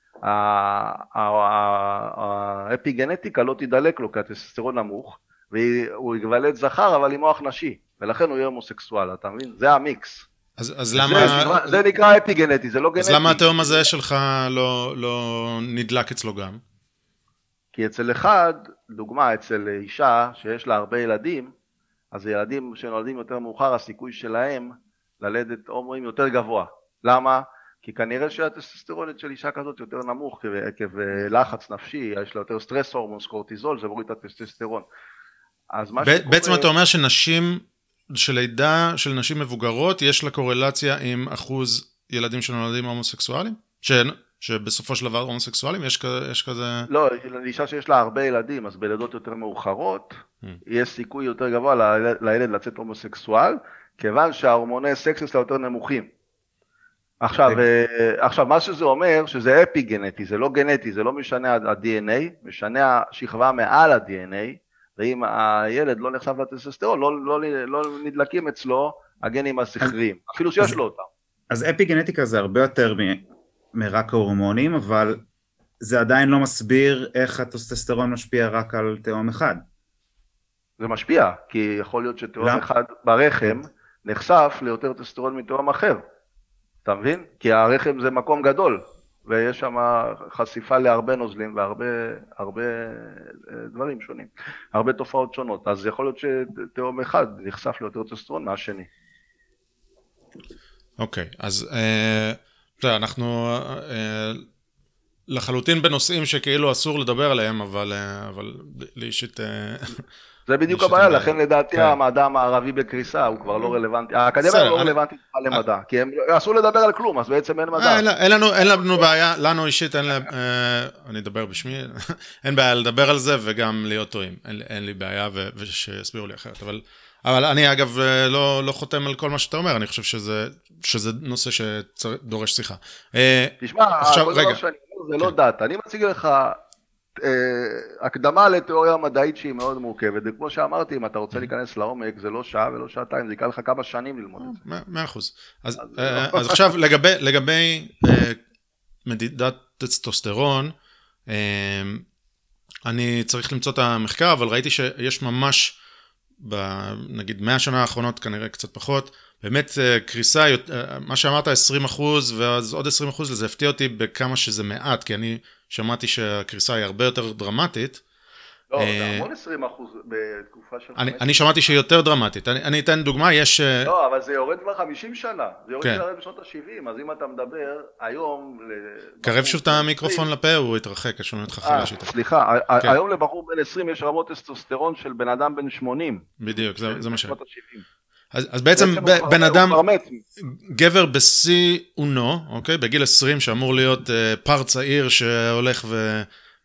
האפיגנטיקה לא תדלק לו, כי הטסטוסטרון נמוך, והוא יגוולד זכר, אבל עם מוח נשי, ולכן הוא יהיה הומוסקסואל, אתה מבין? זה המיקס. אז, אז למה... זה נקרא אפי-גנטי, זה לא גנטי. אז למה התאום הזה שלך לא, לא נדלק אצלו גם? כי אצל אחד, דוגמה, אצל אישה שיש לה הרבה ילדים, אז ילדים שנולדים יותר מאוחר, הסיכוי שלהם ללדת הומואים יותר גבוה. למה? כי כנראה שהטסטוסטרון של אישה כזאת יותר נמוך, עקב לחץ נפשי, יש לה יותר סטרס הורמון, קורטיזול, זה מוריד את הטסטוסטרון. אז מה שקורה... בעצם אתה אומר שנשים, שלידה של נשים מבוגרות, יש לה קורלציה עם אחוז ילדים שנולדים הומוסקסואלים? ש... שבסופו של דבר הומוסקסואלים, יש, יש כזה... לא, לאישה שיש לה הרבה ילדים, אז בלידות יותר מאוחרות, hmm. יש סיכוי יותר גבוה לילד, לילד לצאת הומוסקסואל, כיוון שההורמוני סקס שלה יותר נמוכים. עכשיו, עכשיו, מה שזה אומר, שזה אפי גנטי, זה לא גנטי, זה לא משנה ה-די אן איי, משנה השכבה מעל ה-די אן איי, ואם הילד לא נחשף לטסטוסטרון, לא, לא, לא נדלקים אצלו הגנים השכריים, אפילו שיש לו אותם. אז אפי גנטיקה זה הרבה יותר מ- מרק ההורמונים, אבל זה עדיין לא מסביר איך הטסטוסטרון משפיע רק על תאום אחד. זה משפיע, כי יכול להיות שתאום אחד ברחם נחשף ליותר טסטוסטרון מתאום אחר. אתה מבין? כי הרחם זה מקום גדול, ויש שם חשיפה להרבה נוזלים והרבה הרבה דברים שונים, הרבה תופעות שונות. אז יכול להיות שתאום אחד נחשף ליותר טסטוסטרון מהשני. אוקיי, אז אה, אנחנו אה, לחלוטין בנושאים שכאילו אסור לדבר עליהם, אבל, אה, אבל לאישית... אה, זה בדיוק הבעיה, לכן לדעתי המדע המערבי בקריסה הוא כבר לא רלוונטי, האקדמיה לא רלוונטית למדע, כי הם אסור לדבר על כלום, אז בעצם אין מדע. אין לנו בעיה, לנו אישית, אני אדבר בשמי, אין בעיה לדבר על זה וגם להיות טועים, אין לי בעיה ושיסבירו לי אחרת, אבל אני אגב לא חותם על כל מה שאתה אומר, אני חושב שזה נושא שדורש שיחה. תשמע, כל דבר שאני אומר זה לא דת, אני מציג לך... הקדמה לתיאוריה מדעית שהיא מאוד מורכבת, וכמו שאמרתי, אם אתה רוצה להיכנס לעומק, זה לא שעה ולא שעתיים, זה יקרה לך כמה שנים ללמוד את זה. מאה אחוז. אז עכשיו, לגבי מדידת טסטוסטרון, אני צריך למצוא את המחקר, אבל ראיתי שיש ממש, נגיד מאה שנה האחרונות, כנראה קצת פחות, באמת קריסה, מה שאמרת עשרים אחוז, ואז עוד עשרים אחוז, לזה הפתיע אותי בכמה שזה מעט, כי אני שמעתי שהקריסה היא הרבה יותר דרמטית. לא, זה המון עשרים אחוז בתקופה של... אני שמעתי שהיא יותר דרמטית. אני אתן דוגמה, יש... לא, אבל זה יורד כבר חמישים שנה. זה יורד בשנות ה-שבעים, אז אם אתה מדבר היום... קרב שוב את המיקרופון לפה, הוא התרחק, יש לנו את חכילה שיטה. סליחה, היום לבחור בן עשרים יש רמות טסטוסטרון של בן אדם בן שמונים. בדיוק, זה מה ש... אז, אז בעצם בן אדם, גבר בשיא אונו, אוקיי? בגיל עשרים שאמור להיות אה, פר צעיר שהולך ו,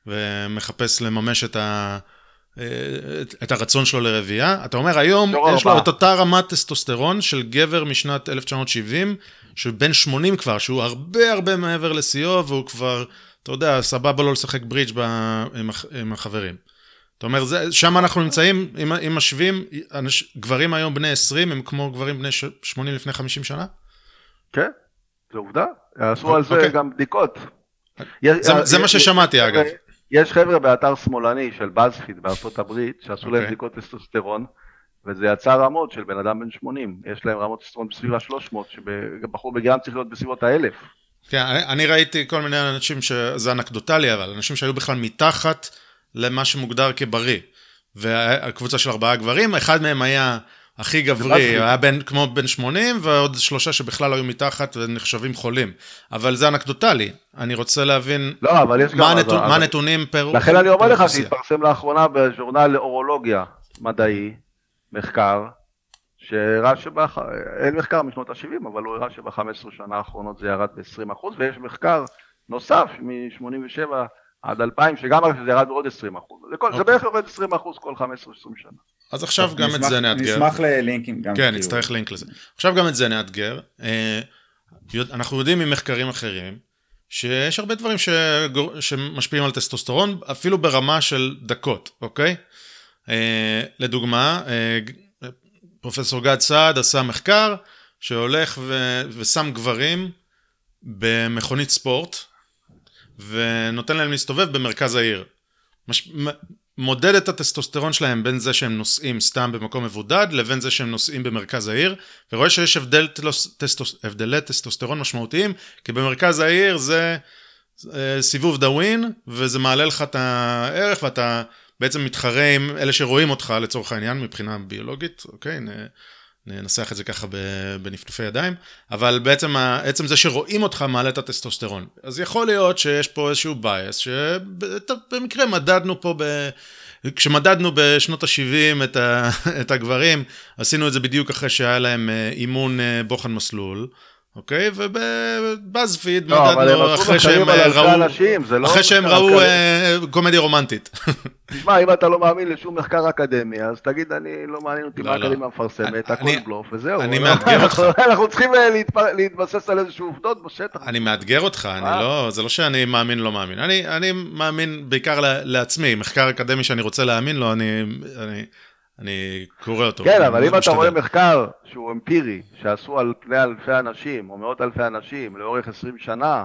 ומחפש לממש את, ה, אה, את הרצון שלו לרבייה. אתה אומר היום יש לו את אותה רמת טסטוסטרון של גבר משנת אלף תשע מאות שבעים, שבן שמונים כבר, שהוא הרבה הרבה מעבר לשיאו, והוא כבר, אתה יודע, סבבה לא לשחק ברידג' עם, עם החברים. זאת אומרת, שם אנחנו נמצאים, אם משווים, גברים היום בני עשרים, הם כמו גברים בני שמונים לפני חמישים שנה? כן, זה עובדה. עשו על זה גם בדיקות. זה מה ששמעתי, אגב. יש חבר'ה באתר שמאלני של בזפיד בארצות הברית, שעשו להם בדיקות טסטוסטרון, וזה יצא רמות של בן אדם בן שמונים. יש להם רמות טסטוסטרון בסביבה שלוש מאות, שבחור בגרם צריך להיות בסביבות האלף. כן, אני ראיתי כל מיני אנשים שזה אנקדוטלי, אבל אנשים שהיו בכלל מתחת, למה שמוגדר כבריא, והקבוצה של ארבעה גברים, אחד מהם היה הכי גברי, היה בין, כמו בן שמונים, ועוד שלושה שבכלל היו מתחת ונחשבים חולים, אבל זה אנקדוטלי, אני רוצה להבין לא, אבל יש מה, גם, הנתון, אבל, מה הנתונים פר... לכן אני אומר לך שהתפרסם לאחרונה בז'ורנל לאורולוגיה מדעי, מחקר, שהראה שבח... אין מחקר משנות ה-שבעים, אבל הוא הראה שב-חמש עשרה שנה האחרונות זה ירד ב-עשרים אחוז, ויש מחקר נוסף מ-שמונים ושבע עד אלפיים, שגם שזה ירד בעוד עשרים אחוז. זה בערך יורד עשרים אחוז כל חמש עשרה עשרים שנה. אז עכשיו גם את זה נאתגר. נשמח ללינקים גם. כן, נצטרך לינק לזה. עכשיו גם את זה נאתגר. אנחנו יודעים ממחקרים אחרים, שיש הרבה דברים שמשפיעים על טסטוסטרון, אפילו ברמה של דקות, אוקיי? לדוגמה, פרופסור גד סעד עשה מחקר, שהולך ושם גברים במכונית ספורט, ונותן להם להסתובב במרכז העיר. מש... מודד את הטסטוסטרון שלהם בין זה שהם נוסעים סתם במקום מבודד, לבין זה שהם נוסעים במרכז העיר, ורואה שיש הבדל טסטוס... הבדלי טסטוסטרון משמעותיים, כי במרכז העיר זה, סיבוב דאווין, וזה מעלה לך את הערך, ואתה בעצם מתחרה עם אלה שרואים אותך לצורך העניין, מבחינה ביולוגית, אוקיי, ננסח את זה ככה בנפנופי ידיים, אבל בעצם עצם זה שרואים אותך מעלה את הטסטוסטרון. אז יכול להיות שיש פה איזשהו בייס, שבמקרה מדדנו פה, ב... כשמדדנו בשנות ה-שבעים את, ה... את הגברים, עשינו את זה בדיוק אחרי שהיה להם אימון בוחן מסלול, אוקיי, ובבאזפיד מדדנו אחרי שהם ראו, אחרי שהם ראו קומדיה רומנטית. תשמע, אם אתה לא מאמין לשום מחקר אקדמי, אז תגיד, אני לא מעניין אותי מה האקדמיה מפרסמת, הכל בלוף, וזהו. אני מאתגר אותך. אנחנו צריכים להתבסס על איזשהו עובדות בשטח. אני מאתגר אותך, זה לא שאני מאמין לא מאמין. אני מאמין בעיקר לעצמי, מחקר אקדמי שאני רוצה להאמין לו, אני קורא אותו. כן, אבל אם אתה רואה מחקר שהוא אמפירי, שעשו על פני אלפי אנשים, או מאות אלפי אנשים, לאורך עשרים שנה,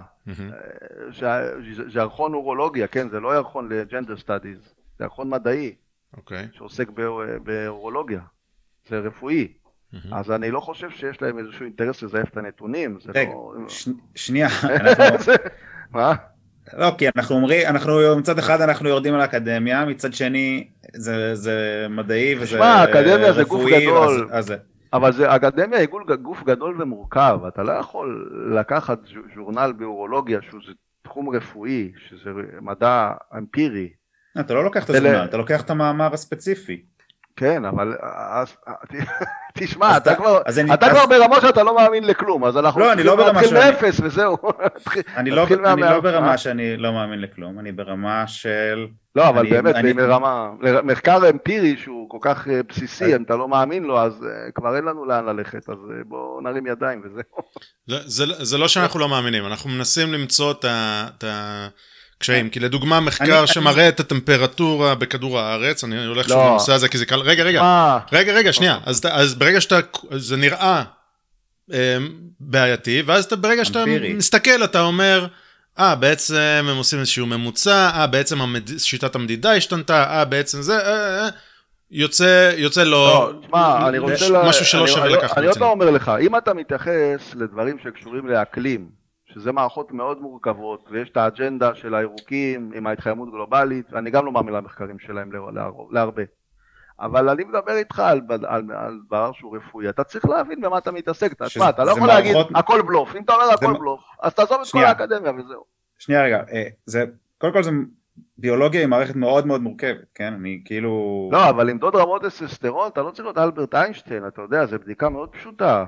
ז'רחון אורולוגיה, כן, זה לא ירחון לג'נדר סטאדיז, זה ירחון מדעי, שעוסק באורולוגיה, זה רפואי. אז אני לא חושב שיש להם איזשהו אינטרס לזייף את הנתונים. רגע, שנייה. מה? לא, כי אנחנו אומרים, אנחנו מצד אחד אנחנו יורדים על האקדמיה, מצד שני זה, זה מדעי וזה רפואי. שמע, האקדמיה זה גוף גדול, אז, אז... אבל זה, האקדמיה היא גוף גדול ומורכב, אתה לא יכול לקחת ז'ורנל באורולוגיה, שזה תחום רפואי, שזה מדע אמפירי. אתה לא לוקח את הז'ורנל, אתה לוקח את המאמר הספציפי. כן, אבל תשמע, אתה כבר ברמה שאתה לא מאמין לכלום, אז אנחנו נתחיל מאפס וזהו. אני לא ברמה שאני לא מאמין לכלום, אני ברמה של... לא, אבל באמת, ברמה, מחקר אמפירי שהוא כל כך בסיסי, אם אתה לא מאמין לו, אז כבר אין לנו לאן ללכת, אז בואו נרים ידיים וזהו. זה לא שאנחנו לא מאמינים, אנחנו מנסים למצוא את ה... קשיים, כי לדוגמה מחקר שמראה את הטמפרטורה בכדור הארץ, אני הולך שוב לנושא הזה, כי זה קל, רגע, רגע, רגע, רגע, שנייה, אז ברגע שאתה, זה נראה בעייתי, ואז ברגע שאתה מסתכל, אתה אומר, אה, בעצם הם עושים איזשהו ממוצע, אה, בעצם שיטת המדידה השתנתה, אה, בעצם זה, יוצא, יוצא לא, משהו שלא שווה לקחת. אני עוד לא אומר לך, אם אתה מתייחס לדברים שקשורים לאקלים, שזה מערכות מאוד מורכבות, ויש את האג'נדה של הירוקים עם ההתחממות גלובלית, ואני גם לא מאמין למחקרים שלהם להרבה. אבל אני מדבר איתך על, על, על דבר שהוא רפואי, אתה צריך להבין במה אתה מתעסק, אתה, שמה, אתה לא יכול מערכות... להגיד הכל בלוף, אם אתה אומר הכל זה... בלוף, אז תעזוב את כל האקדמיה וזהו. שנייה רגע, זה, קודם כל זה... ביולוגיה היא מערכת מאוד מאוד מורכבת, כן? אני כאילו... לא, אבל למדוד רמות טסטוסטרון, אתה לא צריך להיות אלברט איינשטיין, אתה יודע, זו בדיקה מאוד פשוטה.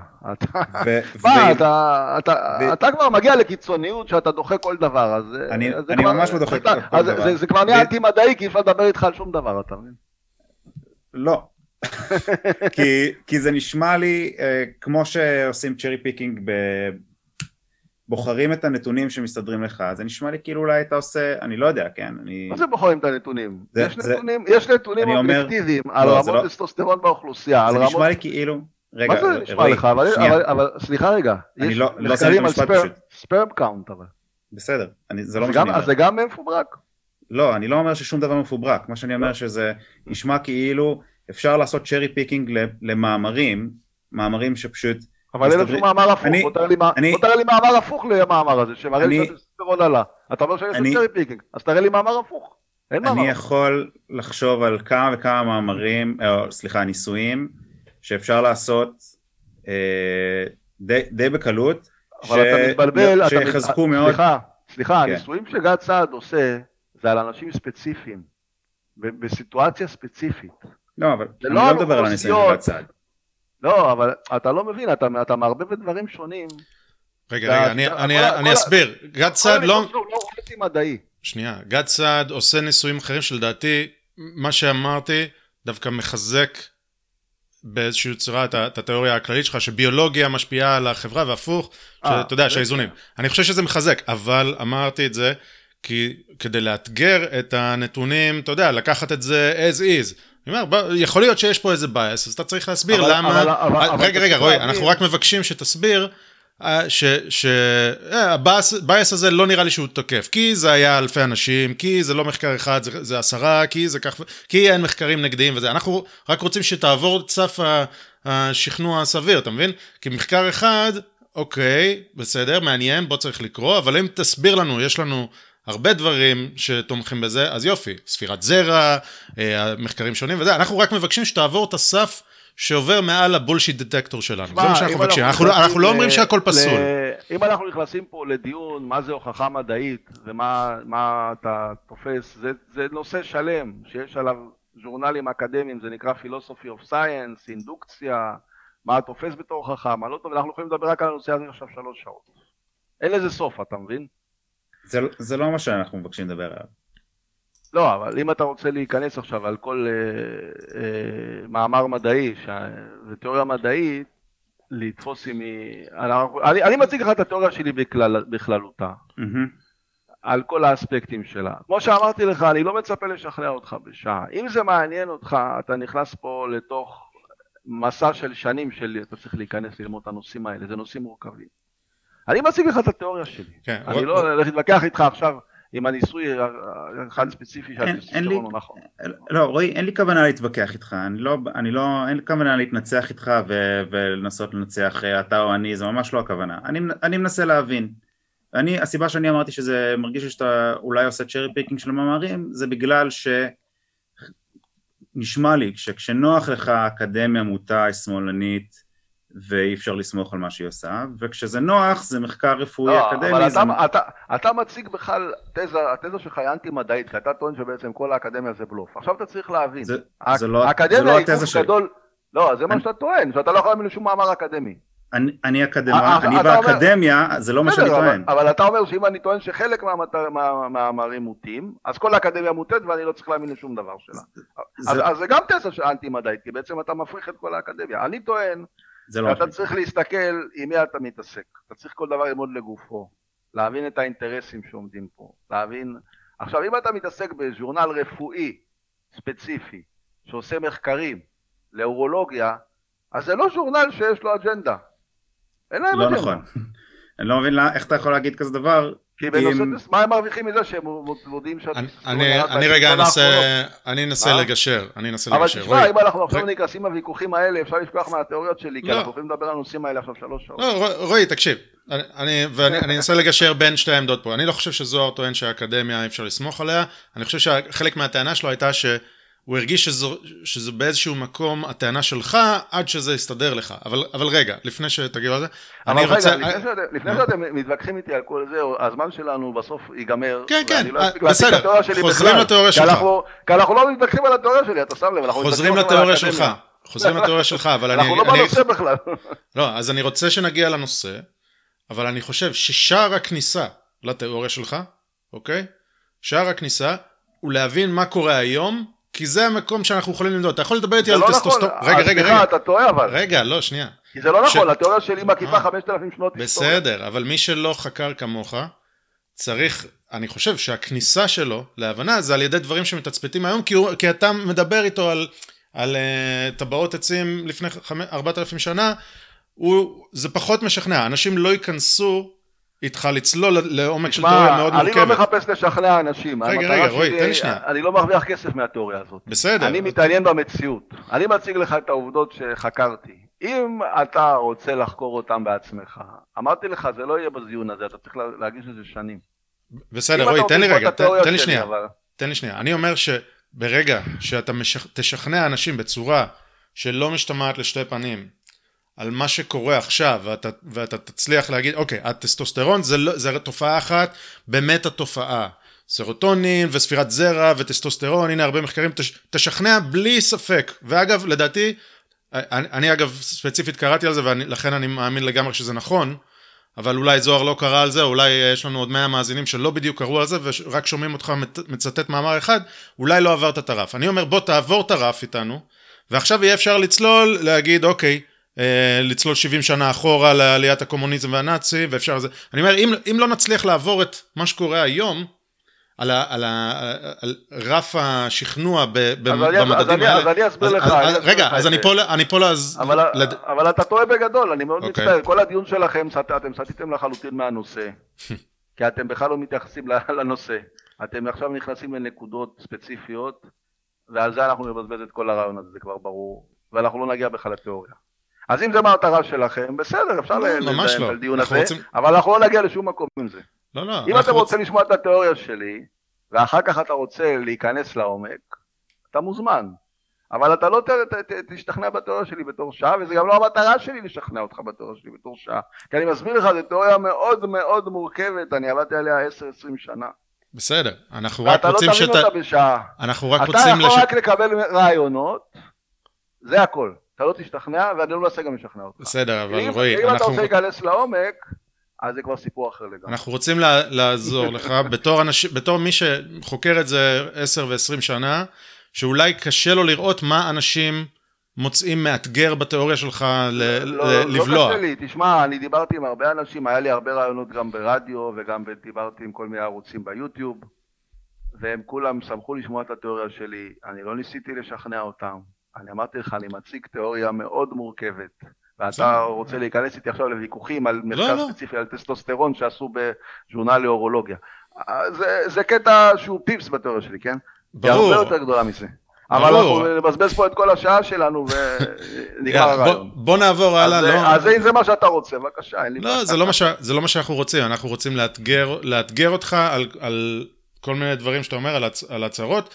אתה כבר מגיע לקיצוניות שאתה דוחה כל דבר, אז... אני ממש לא דוחה כל דבר. זה כבר נהיה אנטי-מדעי, כי אפשר לדבר איתך על שום דבר, אתה מבין? לא. כי זה נשמע לי, כמו שעושים צ'רי פיקינג ב... בוחרים את הנתונים שמסתדרים לך, זה נשמע לי כאילו אולי אתה עושה, אני לא יודע, כן, אני... מה זה בוחרים את הנתונים? זה, יש, זה, נתונים יש נתונים אובייקטיביים על לא, רמות טסטוסטרון לא... באוכלוסייה, זה על נשמע רמות... לי כאילו... רגע, מה זה נשמע רואי, לך? אבל, אבל, אבל סליחה רגע, אני יש לא, מחקרים על ספר, ספרם קאונט, אבל... בסדר, אני, זה לא מה שאני אומר. אז זה גם מפוברק? לא, אני לא אומר ששום דבר מפוברק, מה שאני אומר שזה נשמע כאילו אפשר לעשות צ'רי פיקינג למאמרים, מאמרים שפשוט... אבל אין שום מאמר הפוך, בוא תראה לי מאמר הפוך למאמר הזה, שמראה לי שהטסטוסטרון עלה. אתה אומר שאני עושה צ'רי פיקינג, אז תראה לי מאמר הפוך. אין מאמר. אני יכול לחשוב על כמה וכמה מאמרים, סליחה, ניסויים, שאפשר לעשות די בקלות, שיחזקו מאוד. סליחה, הניסויים שגד סעד עושה, זה על אנשים ספציפיים, בסיטואציה ספציפית. לא, אבל אני לא מדבר על הניסויים שגד סעד. לא, אבל אתה לא מבין, אתה, אתה מערבב את דברים שונים. רגע, רגע, אני, אני, אני אסביר. גד סעד לא... לא חצי מדעי. שנייה, גד סעד עושה ניסויים אחרים שלדעתי, מה שאמרתי, דווקא מחזק באיזושהי צורה את התיאוריה הכללית שלך, שביולוגיה משפיעה על החברה והפוך, שאתה יודע, שהאיזונים. אני חושב שזה מחזק, אבל אמרתי את זה, כי כדי לאתגר את הנתונים, אתה יודע, לקחת את זה as is. אני אומר, יכול להיות שיש פה איזה בייס, אז אתה צריך להסביר למה... רגע, רגע, רואי, אנחנו רק מבקשים שתסביר שהבייס הזה לא נראה לי שהוא תוקף, כי זה היה אלפי אנשים, כי זה לא מחקר אחד, זה עשרה, כי זה כך... כי אין מחקרים נגדיים וזה. אנחנו רק רוצים שתעבור את סף השכנוע הסביר, אתה מבין? כי מחקר אחד אוקיי, בסדר, מעניין, בוא צריך לקרוא, אבל אם תסביר לנו, יש לנו הרבה דברים שתומכים בזה, אז יופי, ספירת זרע, מחקרים שונים וזה, אנחנו רק מבקשים שתעבור את הסף שעובר מעל הבולשיט דטקטור שלנו, זה מה שאנחנו מבקשים, אנחנו לא אומרים שהכל פסול. אם אנחנו נכנסים פה לדיון מה זה הוכחה מדעית ומה אתה תופס, זה נושא שלם שיש עליו ז'ורנלים אקדמיים, זה נקרא philosophy of science, אינדוקציה, מה תופס בתור הוכחה, מה לא טוב, אנחנו יכולים לדבר רק על הנושא הזה עכשיו שלוש שעות. אין לזה סוף, אתה מבין? זה, זה לא מה שאנחנו מבקשים לדבר עליו. לא, אבל אם אתה רוצה להיכנס עכשיו על כל אה, אה, מאמר מדעי ש... ותיאוריה מדעית, לתפוס עם... אני, אני מציג לך את התיאוריה שלי בכלל, בכללותה, mm-hmm. על כל האספקטים שלה. כמו שאמרתי לך, אני לא מצפה לשכנע אותך בשעה. אם זה מעניין אותך, אתה נכנס פה לתוך מסע של שנים של אתה צריך להיכנס ללמוד את הנושאים האלה, זה נושאים מורכבים. אני מציג לך את התיאוריה שלי. כן, אני לא הולך להתווכח איתך עכשיו עם הניסוי אחד ספציפי שהטסטוסטרון הוא נכון. לא, רועי, אין לי כוונה להתווכח איתך, אני לא, אני לא, אין לי כוונה להתנצח איתך ולנסות לנצח אתה או אני, זה ממש לא הכוונה. אני, אני מנסה להבין. אני, הסיבה שאני אמרתי שזה מרגיש שאתה אולי עושה צ'רי פיקינג של מאמרים, זה בגלל ש... נשמע לי שכשנוח לך האקדמיה מוטה שמאלנית ואי אפשר לסמוך על מה שהיא עושה, וכשזה נוח זה מחקר רפואי לא, אקדמי. אבל זה... אתה, אתה, אתה מציג בכלל תזה, התזה שלך היא אנטי מדעית, כי אתה טוען שבעצם כל האקדמיה זה בלוף. עכשיו אתה צריך להבין. זה, האק... זה לא, האקדמיה זה לא היא התזה גוף שלי. גדול, לא, זה אני... מה שאתה טוען, שאתה לא יכול להאמין לשום מאמר אקדמי. אני, אני אקדמיה, אני באקדמיה, אומר... זה לא מה שאני טוען. אבל, אבל אתה אומר שאם אני טוען שחלק מהמאמרים מוטים, אז כל האקדמיה מוטית ואני לא צריך להאמין לשום דבר שלה. זה... אז, אז זה גם תזה של אנטי מדעית, כי בעצם אתה מפריך את כל האקדמיה. אני טוען שאתה לא צריך להסתכל עם מי אתה מתעסק. אתה צריך כל דבר ללמוד לגופו, להבין את האינטרסים שעומדים פה, להבין... עכשיו, אם אתה מתעסק בז'ורנל רפואי ספציפי, שעושה מחקרים לאורולוגיה, אז זה לא ז'ורנל שיש לו אג'נדה. אין להם אג'נדה. לא נכון. אני לא מבין איך אתה יכול להגיד כזה דבר. כי בנושא, מה הם מרוויחים מזה שהם מודיעים שאת... אני רגע אני אנסה לגשר, אני אנסה לגשר. אבל תשמע, אם אנחנו עכשיו נכנסים בוויכוחים האלה, אפשר לשכוח מהתיאוריות שלי, כי אנחנו יכולים לדבר על הנושאים האלה עכשיו שלוש שעות. לא, רועי, תקשיב, ואני אנסה לגשר בין שתי העמדות פה. אני לא חושב שזוהר טוען שהאקדמיה אי אפשר לסמוך עליה, אני חושב שחלק מהטענה שלו הייתה ש... הוא הרגיש שזו, שזו באיזשהו מקום הטענה שלך, עד שזה יסתדר לך. אבל, אבל רגע, לפני שתגיעו על זה, אני רגע, רוצה... לפני, שאת, לפני שאתם מתווכחים איתי על כל זה, הזמן שלנו בסוף ייגמר. כן, כן, לא בסדר, חוזרים לתיאוריה שלך. אנחנו, כי אנחנו לא מתווכחים על התיאוריה שלי, אתה שם לב. חוזרים לתיאוריה שלך, חוזרים לתיאוריה שלך, אבל אני... אנחנו לא בנושא בכלל. לא, אז אני רוצה שנגיע לנושא, אבל אני חושב ששער הכניסה לתיאוריה שלך, אוקיי? שער הכניסה הוא להבין מה קורה היום, כי זה המקום שאנחנו יכולים למדוד. אתה יכול לדבר איתי על טסטוסטרון. רגע, רגע, רגע. אתה טועה אבל. רגע, לא, שנייה. כי זה לא נכון, התיאוריה שלי מקיפה חמשת אלפים שנות היסטוריה. בסדר, אבל מי שלא חקר כמוך, צריך, אני חושב שהכניסה שלו להבנה זה על ידי דברים שמתצפתים היום, כי אתה מדבר איתו על טבעות עצים לפני ארבעת אלפים שנה, זה פחות משכנע. אנשים לא ייכנסו איתך לצלול לעומק של תיאוריה מאוד מורכבת. אני לא מחפש לשכנע אנשים. רגע, רגע, רואי, תן לי שנייה. אני לא מרוויח כסף מהתיאוריה הזאת. בסדר. אני מתעניין במציאות. אני מציג לך את העובדות שחקרתי. אם אתה רוצה לחקור אותם בעצמך, אמרתי לך, זה לא יהיה בזיון הזה, אתה צריך להגיש לזה שנים. בסדר, רואי, תן לי רגע, תן לי שנייה. תן לי שנייה. אני אומר שברגע שאתה תשכנע אנשים בצורה שלא משתמעת לשתי פנים, על מה שקורה עכשיו, ואתה, ואתה תצליח להגיד, אוקיי, הטסטוסטרון זה, לא, זה תופעה אחת, באמת התופעה. סרוטונין וספירת זרע וטסטוסטרון, הנה הרבה מחקרים, תש, תשכנע בלי ספק. ואגב, לדעתי, אני, אני אגב ספציפית קראתי על זה, ולכן אני מאמין לגמרי שזה נכון, אבל אולי זוהר לא קרא על זה, אולי יש לנו עוד מאה מאזינים שלא בדיוק קראו על זה, ורק שומעים אותך מצטט מאמר אחד, אולי לא עברת את הרף. אני אומר, בוא תעבור את הרף איתנו, ועכשיו יהיה אפשר לצלול, להגיד, אוקיי, לצלול שבעים שנה אחורה לעליית הקומוניזם והנאצי, ואפשר לזה. אני אומר, אם, אם לא נצליח לעבור את מה שקורה היום, על, ה, על, ה, על רף השכנוע במדדים האלה. אז אני אסביר לך. רגע, אז אני פה, אני פה אז... אבל, לד... אבל אתה טועה בגדול, אני מאוד okay. מצטער. כל הדיון שלכם, אתם סטיתם לחלוטין מהנושא, כי אתם בכלל לא מתייחסים לנושא. אתם עכשיו נכנסים לנקודות ספציפיות, ועל זה אנחנו נבזבז את כל הרעיון הזה, זה כבר ברור, ואנחנו לא נגיע בכלל לתיאוריה. אז אם זה מה המטרה שלכם, בסדר, אפשר לדעת על דיון הזה, אבל אנחנו לא נגיע לשום מקום עם זה. לא, לא. אם אתה רוצה לשמוע את התיאוריה שלי, ואחר כך אתה רוצה להיכנס לעומק, אתה מוזמן. אבל אתה לא תשתכנע בתיאוריה שלי בתור שעה, וזה גם לא המטרה שלי לשכנע אותך בתיאוריה שלי בתור שעה. כי אני מסביר לך, זו תיאוריה מאוד מאוד מורכבת, אני עבדתי עליה עשר עשרים שנה. בסדר, אנחנו רק רוצים שאתה... אתה לא תבין אותה בשעה. אנחנו רק רוצים... אתה יכול רק לקבל רעיונות, זה הכל. אתה לא תשתכנע, ואני לא מנסה גם לשכנע אותך. בסדר, אבל רואי, אם אתה רוצה להיכנס לעומק, אז זה כבר סיפור אחר לגמרי. אנחנו רוצים לעזור לך, בתור מי שחוקר את זה עשר ועשרים שנה, שאולי קשה לו לראות מה אנשים מוצאים מאתגר בתיאוריה שלך לבלוע. לא קשה לי, תשמע, אני דיברתי עם הרבה אנשים, היה לי הרבה רעיונות גם ברדיו, וגם דיברתי עם כל מיני ערוצים ביוטיוב, והם כולם שמחו לשמוע את התיאוריה שלי, אני לא ניסיתי לשכנע אותם, אני אמרתי לך, אני מציג תיאוריה מאוד מורכבת, ואתה רוצה להיכנס איתי עכשיו לוויכוחים על מחקר ספציפי על טסטוסטרון שעשו בז'ורנל לאורולוגיה. זה קטע שהוא פיפס בתיאוריה שלי, כן? ברור. היא הרבה יותר גדולה מזה. אבל אנחנו נבזבז פה את כל השעה שלנו ונגמר הרעיון. בוא נעבור הלאה. אז זה מה שאתה רוצה, בבקשה. לא, זה לא מה שאנחנו רוצים. אנחנו רוצים לאתגר אותך על כל מיני דברים שאתה אומר, על הצהרות,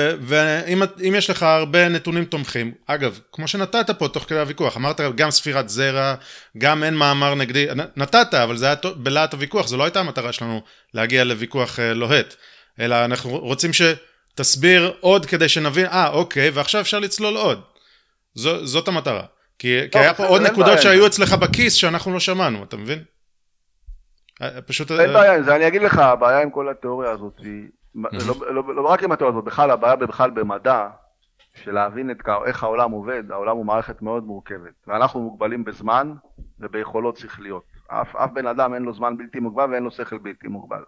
ואם יש לך הרבה נתונים תומכים, אגב, כמו שנתת פה תוך כדי הוויכוח, אמרת גם ספירת זרע, גם אין מאמר נגדי, נתת, אבל זה היה בלהט הוויכוח, זו לא הייתה המטרה שלנו להגיע לוויכוח לוהט, אלא אנחנו רוצים שתסביר עוד כדי שנבין, אה, אוקיי, ועכשיו אפשר לצלול עוד. זאת המטרה. כי היה פה עוד נקודות שהיו אצלך בכיס שאנחנו לא שמענו, אתה מבין? פשוט... אין בעיה עם זה, אני אגיד לך, הבעיה עם כל התיאוריה הזאת היא, לא רק עם התיאוריה הזאת, בכלל הבעיה בכלל במדע, של להבין איך העולם עובד, העולם הוא מערכת מאוד מורכבת, ואנחנו מוגבלים בזמן וביכולות שכליות. אף בן אדם אין לו זמן בלתי מוגבל ואין לו שכל בלתי מוגבל.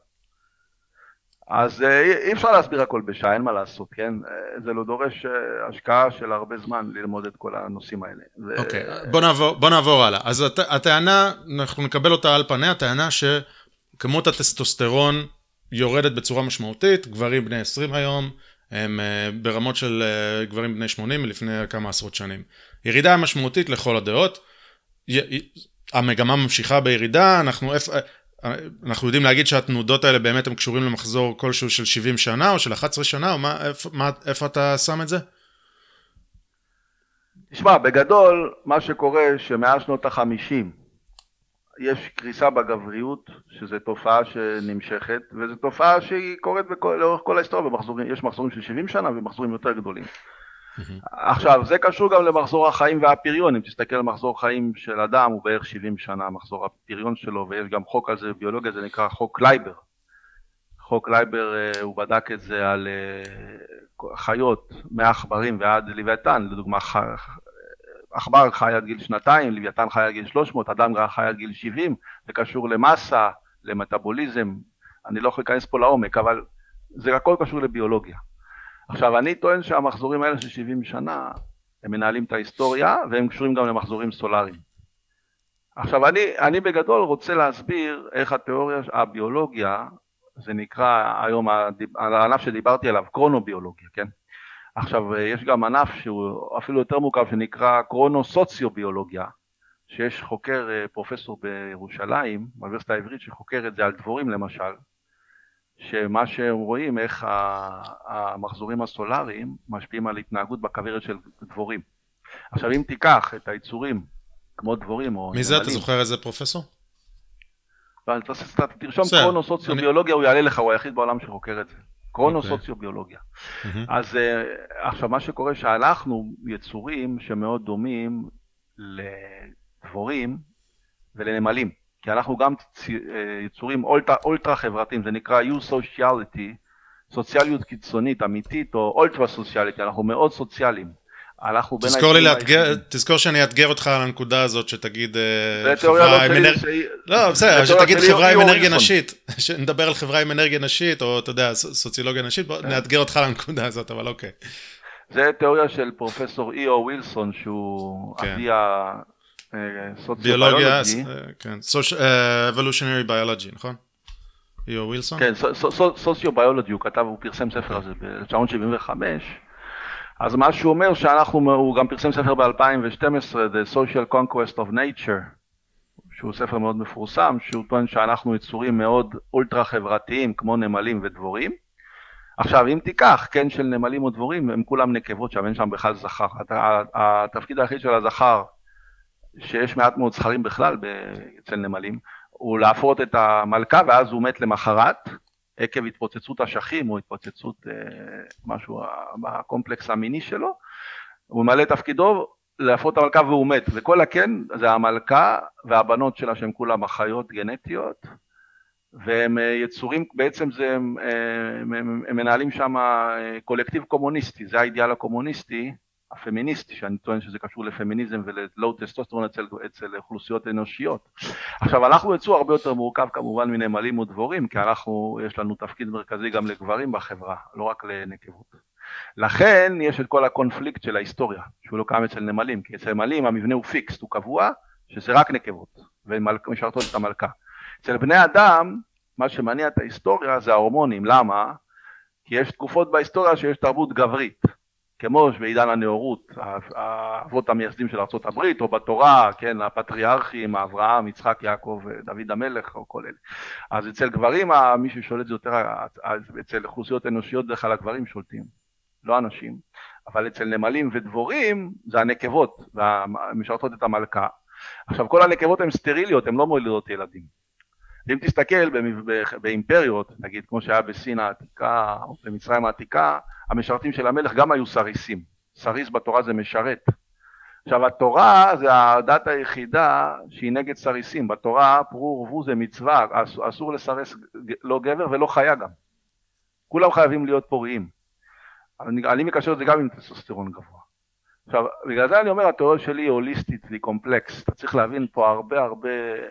אז אי אפשר להסביר הכל בשעה, אין מה לעשות, כן? זה לא דורש השקעה של הרבה זמן ללמוד את כל הנושאים האלה. אוקיי, בוא נעבור, בוא נעבור הלאה. אז הטענה, אנחנו נקבל אותה על פניה, הטענה שכמות הטסטוסטרון יורדת בצורה משמעותית, גברים בני עשרים היום, הם ברמות של גברים בני שמונים לפני כמה עשרות שנים. ירידה משמעותית לכל הדעות, המגמה ממשיכה בירידה, אנחנו... אנחנו יודעים להגיד שהתנודות האלה באמת הם קשורים למחזור כלשהו של שבעים שנה או של אחת עשרה שנה, או מה, איפה, מה, איפה אתה שם את זה? תשמע, בגדול, מה שקורה שמאז שנות החמישים יש קריסה בגבריות, שזו תופעה שנמשכת, וזו תופעה שהיא קורית בכל, לאורך כל ההיסטוריה, במחזורים, יש מחזורים של שבעים שנה ומחזורים יותר גדולים. עכשיו, זה קשור גם למחזור החיים והפריון, אם תסתכל על מחזור חיים של אדם, הוא בערך שבעים שנה, מחזור הפריון שלו, ויש גם חוק על זה ביולוגיה, זה נקרא חוק לייבר. חוק לייבר, הוא בדק את זה על חיות, מעכברים ועד לוויתן, לדוגמה, עכבר חי עד גיל שנתיים, לוויתן חי עד גיל שלוש מאות, אדם חי עד גיל שבעים, זה קשור למסה, למטאבוליזם, אני לא יכול להיכנס פה לעומק, אבל זה הכל קשור לביולוגיה. עכשיו, אני טוען שהמחזורים האלה של שבעים שנה, הם מנהלים את ההיסטוריה, והם קשורים גם למחזורים סולאריים. עכשיו, אני, אני בגדול רוצה להסביר איך התיאוריה, הביולוגיה, זה נקרא היום, הענף שדיברתי עליו, קרונוביולוגיה, כן? עכשיו, יש גם ענף שהוא אפילו יותר מורכב, שנקרא קרונו-סוציוביולוגיה, שיש חוקר פרופסור בירושלים, באוניברסיטה העברית, שחוקר את זה על דבורים למשל, שמה שהם רואים, איך המחזורים הסולאריים משפיעים על התנהגות בכוורת של דבורים. עכשיו, אם תיקח את היצורים, כמו דבורים או... מי זה? אתה זוכר איזה פרופסור? אתה תרשום קרונו-סוציוביולוגיה, הוא יעלה לך, הוא היחיד בעולם שחוקר את זה. קרונו-סוציוביולוגיה. אז עכשיו, מה שקורה שאנחנו יצורים שמאוד דומים לדבורים ולנמלים. כי אנחנו גם יצורים אולטרה חברתיים, זה נקרא U-Sociality, סוציאליות קיצונית, אמיתית, או אולטרה סוציאליטי, אנחנו מאוד סוציאליים. תזכור לי לאתגר, תזכור שאני אתגר אותך על הנקודה הזאת, שתגיד חברה עם אנרגיה, לא, בסדר, שתגיד חברה עם אנרגיה נשית, שנדבר על חברה עם אנרגיה נשית, או אתה יודע, סוציולוגיה נשית, נאתגר אותך על הנקודה הזאת, אבל אוקיי. זה תיאוריה של פרופסור אי או ווילסון, שהוא אבי ה... ביולוגיה, כן, evolutionary biology, נכון? אי או ווילסון? כן, סוציו-ביולוגי, הוא כתב, הוא פרסם ספר הזה ב-אלף תשע מאות שבעים וחמש, אז מה שהוא אומר שאנחנו, הוא גם פרסם ספר ב-אלפיים ושתים עשרה, The Social Conquest of Nature, שהוא ספר מאוד מפורסם, שהוא טוען שאנחנו יצורים מאוד אולטרה חברתיים, כמו נמלים ודבורים. עכשיו, אם תיקח, כן, של נמלים או דבורים, הם כולם נקבות שם, אין שם בכלל זכר. התפקיד היחיד של הזכר, שיש מעט מאוד זכרים בכלל אצל נמלים, הוא להפרות את המלכה, ואז הוא מת למחרת, עקב התפוצצות השכים, או התפוצצות אה, משהו בקומפלקס המיני שלו, הוא ממלא תפקידו להפרות את המלכה והוא מת, וכל הכן זה המלכה והבנות שלה שהם כולם אחיות גנטיות, והם יצורים, בעצם זה, הם, הם, הם, הם מנהלים שם קולקטיב קומוניסטי, זה האידיאל הקומוניסטי, הפמיניסטי, שאני טוען שזה קשור לפמיניזם וללואו טסטוסטרון אצל, אצל אוכלוסיות אנושיות. עכשיו, אנחנו יצור הרבה יותר מורכב כמובן מנמלים ודבורים, כי אנחנו, יש לנו תפקיד מרכזי גם לגברים בחברה, לא רק לנקבות. לכן יש את כל הקונפליקט של ההיסטוריה, שהוא לא קיים אצל נמלים, כי אצל נמלים המבנה הוא פיקס, הוא קבוע, שזה רק נקבות, ומשרתות את המלכה. אצל בני אדם, מה שמניע את ההיסטוריה זה ההורמונים. למה? כי יש תקופות בהיסטוריה שיש תרבות גברית, כמו בעידן הנאורות, האבות המייסדים של ארצות הברית, או בתורה, כן, הפטריארכים, אברהם, יצחק, יעקב, דוד המלך, או כל אלה. אז אצל גברים, מי ששולט זה יותר, אצל אוכלוסיות אנושיות, דרך כלל הגברים שולטים, לא אנשים. אבל אצל נמלים ודבורים, זה הנקבות, ומשרתות את המלכה. עכשיו, כל הנקבות הן סטריליות, הן לא מולידות ילדים. אם תסתכל באימפריות, נגיד כמו שהיה בסין העתיקה או במצרים העתיקה, המשרתים של המלך גם היו סריסים. סריס בתורה זה משרת. עכשיו התורה זה הדת היחידה שהיא נגד סריסים. בתורה פרו ורבו זה מצווה, אסור לסרס לא גבר ולא חיה גם. כולם חייבים להיות פוריים. אני, אני מקשר את זה גם עם טסטוסטרון גבוה. עכשיו בגלל זה אני אומר התיאוריה שלי היא הוליסטית והיא קומפלקס. אתה צריך להבין פה הרבה הרבה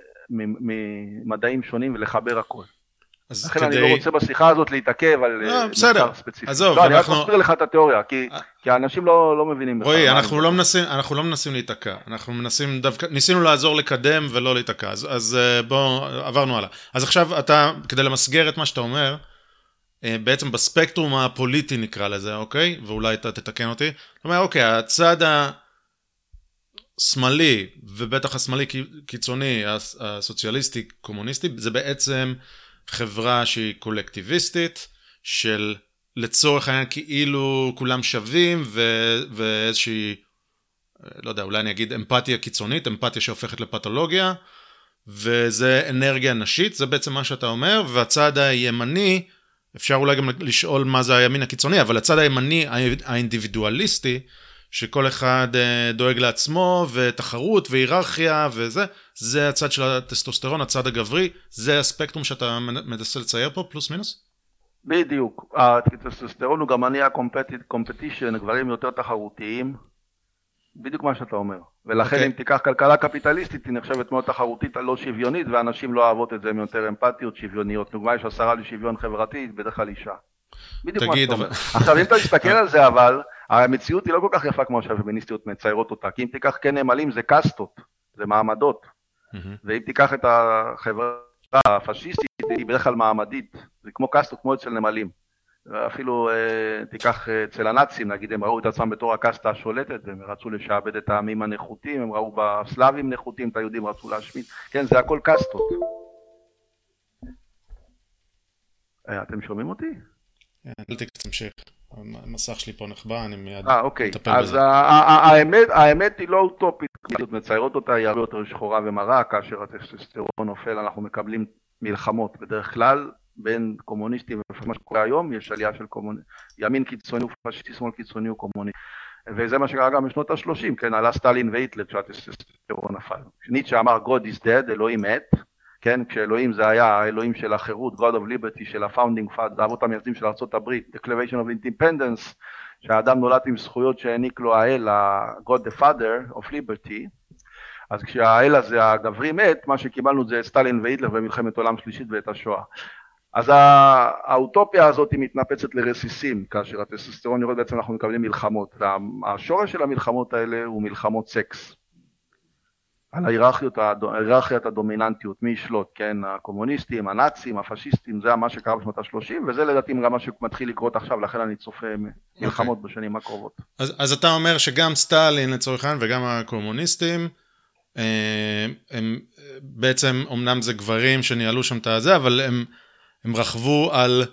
ממדעים שונים ולחבר הכל. לכן כדי... אני לא רוצה בשיחה הזאת להתעכב על לא, מחקר ספציפי. עזוב, לא, אנחנו... אני רק מסביר לך את התיאוריה, כי, כי האנשים לא, לא מבינים. רואי, אנחנו לא מנסים, אנחנו לא מנסים להתעקע, אנחנו מנסים דווקא, ניסינו לעזור לקדם ולא להתעקע, אז, אז בואו, עברנו הלאה. אז עכשיו אתה, כדי למסגר את מה שאתה אומר, בעצם בספקטרום הפוליטי נקרא לזה, אוקיי? ואולי אתה תתקן אותי. זאת אומרת, אוקיי, הצד השמאלי, ובטח השמאלי קיצוני, הסוציאליסטי, קומוניסטי, זה בעצם חברה שהיא קולקטיביסטית, של לצורך העניין כאילו כולם שווים, ו- ואיזושהי, לא יודע, אולי אני אגיד אמפתיה קיצונית, אמפתיה שהופכת לפתולוגיה, וזה אנרגיה נשית, זה בעצם מה שאתה אומר, והצד הימני, אפשר אולי גם לשאול מה זה הימין הקיצוני, אבל הצד הימני האינדיבידואליסטי, שכל אחד דואג לעצמו, ותחרות והיררכיה וזה, זה הצד של הטסטוסטרון, הצד הגברי, זה הספקטרום שאתה מנסה לצייר פה, פלוס מינוס? בדיוק, הטסטוסטרון הוא גם מניע קומפטישן, גברים יותר תחרותיים, בדיוק מה שאתה אומר. ולכן okay. אם תיקח כלכלה קפיטליסטית, היא נחשבת מאוד תחרותית, לא שוויונית, ואנשים לא אוהבות את זה מיותר אמפתיות שוויוניות. דוגמה, יש השרה לשוויון חברתי, בדרך כלל אישה. בדיוק מה שאתה אומר. עכשיו, אם אתה תסתכל על זה, אבל המציאות היא לא כל כך יפה כמו שהפמיניסטיות מציירות אותה, כי אם תיקח כן נמלים זה קסטות, זה מעמדות, ואם תיקח את החברה הפשיסטית היא בדרך כלל מעמדית, זה כמו קסטות, כמו אצל נמלים, אפילו תיקח אצל הנאצים, נגיד הם ראו את עצמם בתור הקסטה השולטת, והם רצו לשעבד את העמים הנחותים, הם ראו בסלאבים נחותים, את היהודים רצו להשמיד, כן זה הכל קסטות. אתם שומעים אותי? אל תמשיך. המסך שלי פה נחבא, אני מיד אה, אוקיי. אז האמת, האמת היא לא אוטופית, מציירות אותה היא הרבה יותר שחורה ומרה, כאשר הטסטוסטרון נופל אנחנו מקבלים מלחמות, בדרך כלל בין קומוניסטים ומה שקורה היום, יש עלייה של קומוניסט, ימין קיצוני ופשיסטי, שמאל קיצוני וקומוניסט, וזה מה שקרה גם בשנות ה-שלושים, כן, עלה סטלין והיטלר כשהטסטוסטרון נפל. ניטשה אמר God is dead, אלוהים מת, כן, כשאלוהים זה היה האלוהים של החירות, God of Liberty, של ה-Founding Fathers, האבות המייסדים של ארצות הברית, Declaration of Independence, שהאדם נולד עם זכויות שהעניק לו האל, God the Father of Liberty, אז כשהאל הזה הגברי מת, מה שקיבלנו זה סטלין והיטלר במלחמת עולם שלישית ואת השואה. אז האוטופיה הזאת היא מתנפצת לרסיסים, כאשר הטסטוסטרון יורד בעצם אנחנו מקבלים מלחמות, והשורש של המלחמות האלה הוא מלחמות סקס. על ההיררכיות, ההיררכיית הדומיננטיות, מי ישלוט, כן, הקומוניסטים, הנאצים, הפשיסטים, זה מה שקרה בשנות ה-שלושים, וזה לדעתי גם מה שמתחיל לקרות עכשיו, לכן אני צופה מלחמות okay. בשנים הקרובות. אז, אז אתה אומר שגם סטלין לצורך העניין וגם הקומוניסטים, הם בעצם, אמנם זה גברים שניהלו שם את הזה, אבל הם, הם רכבו על,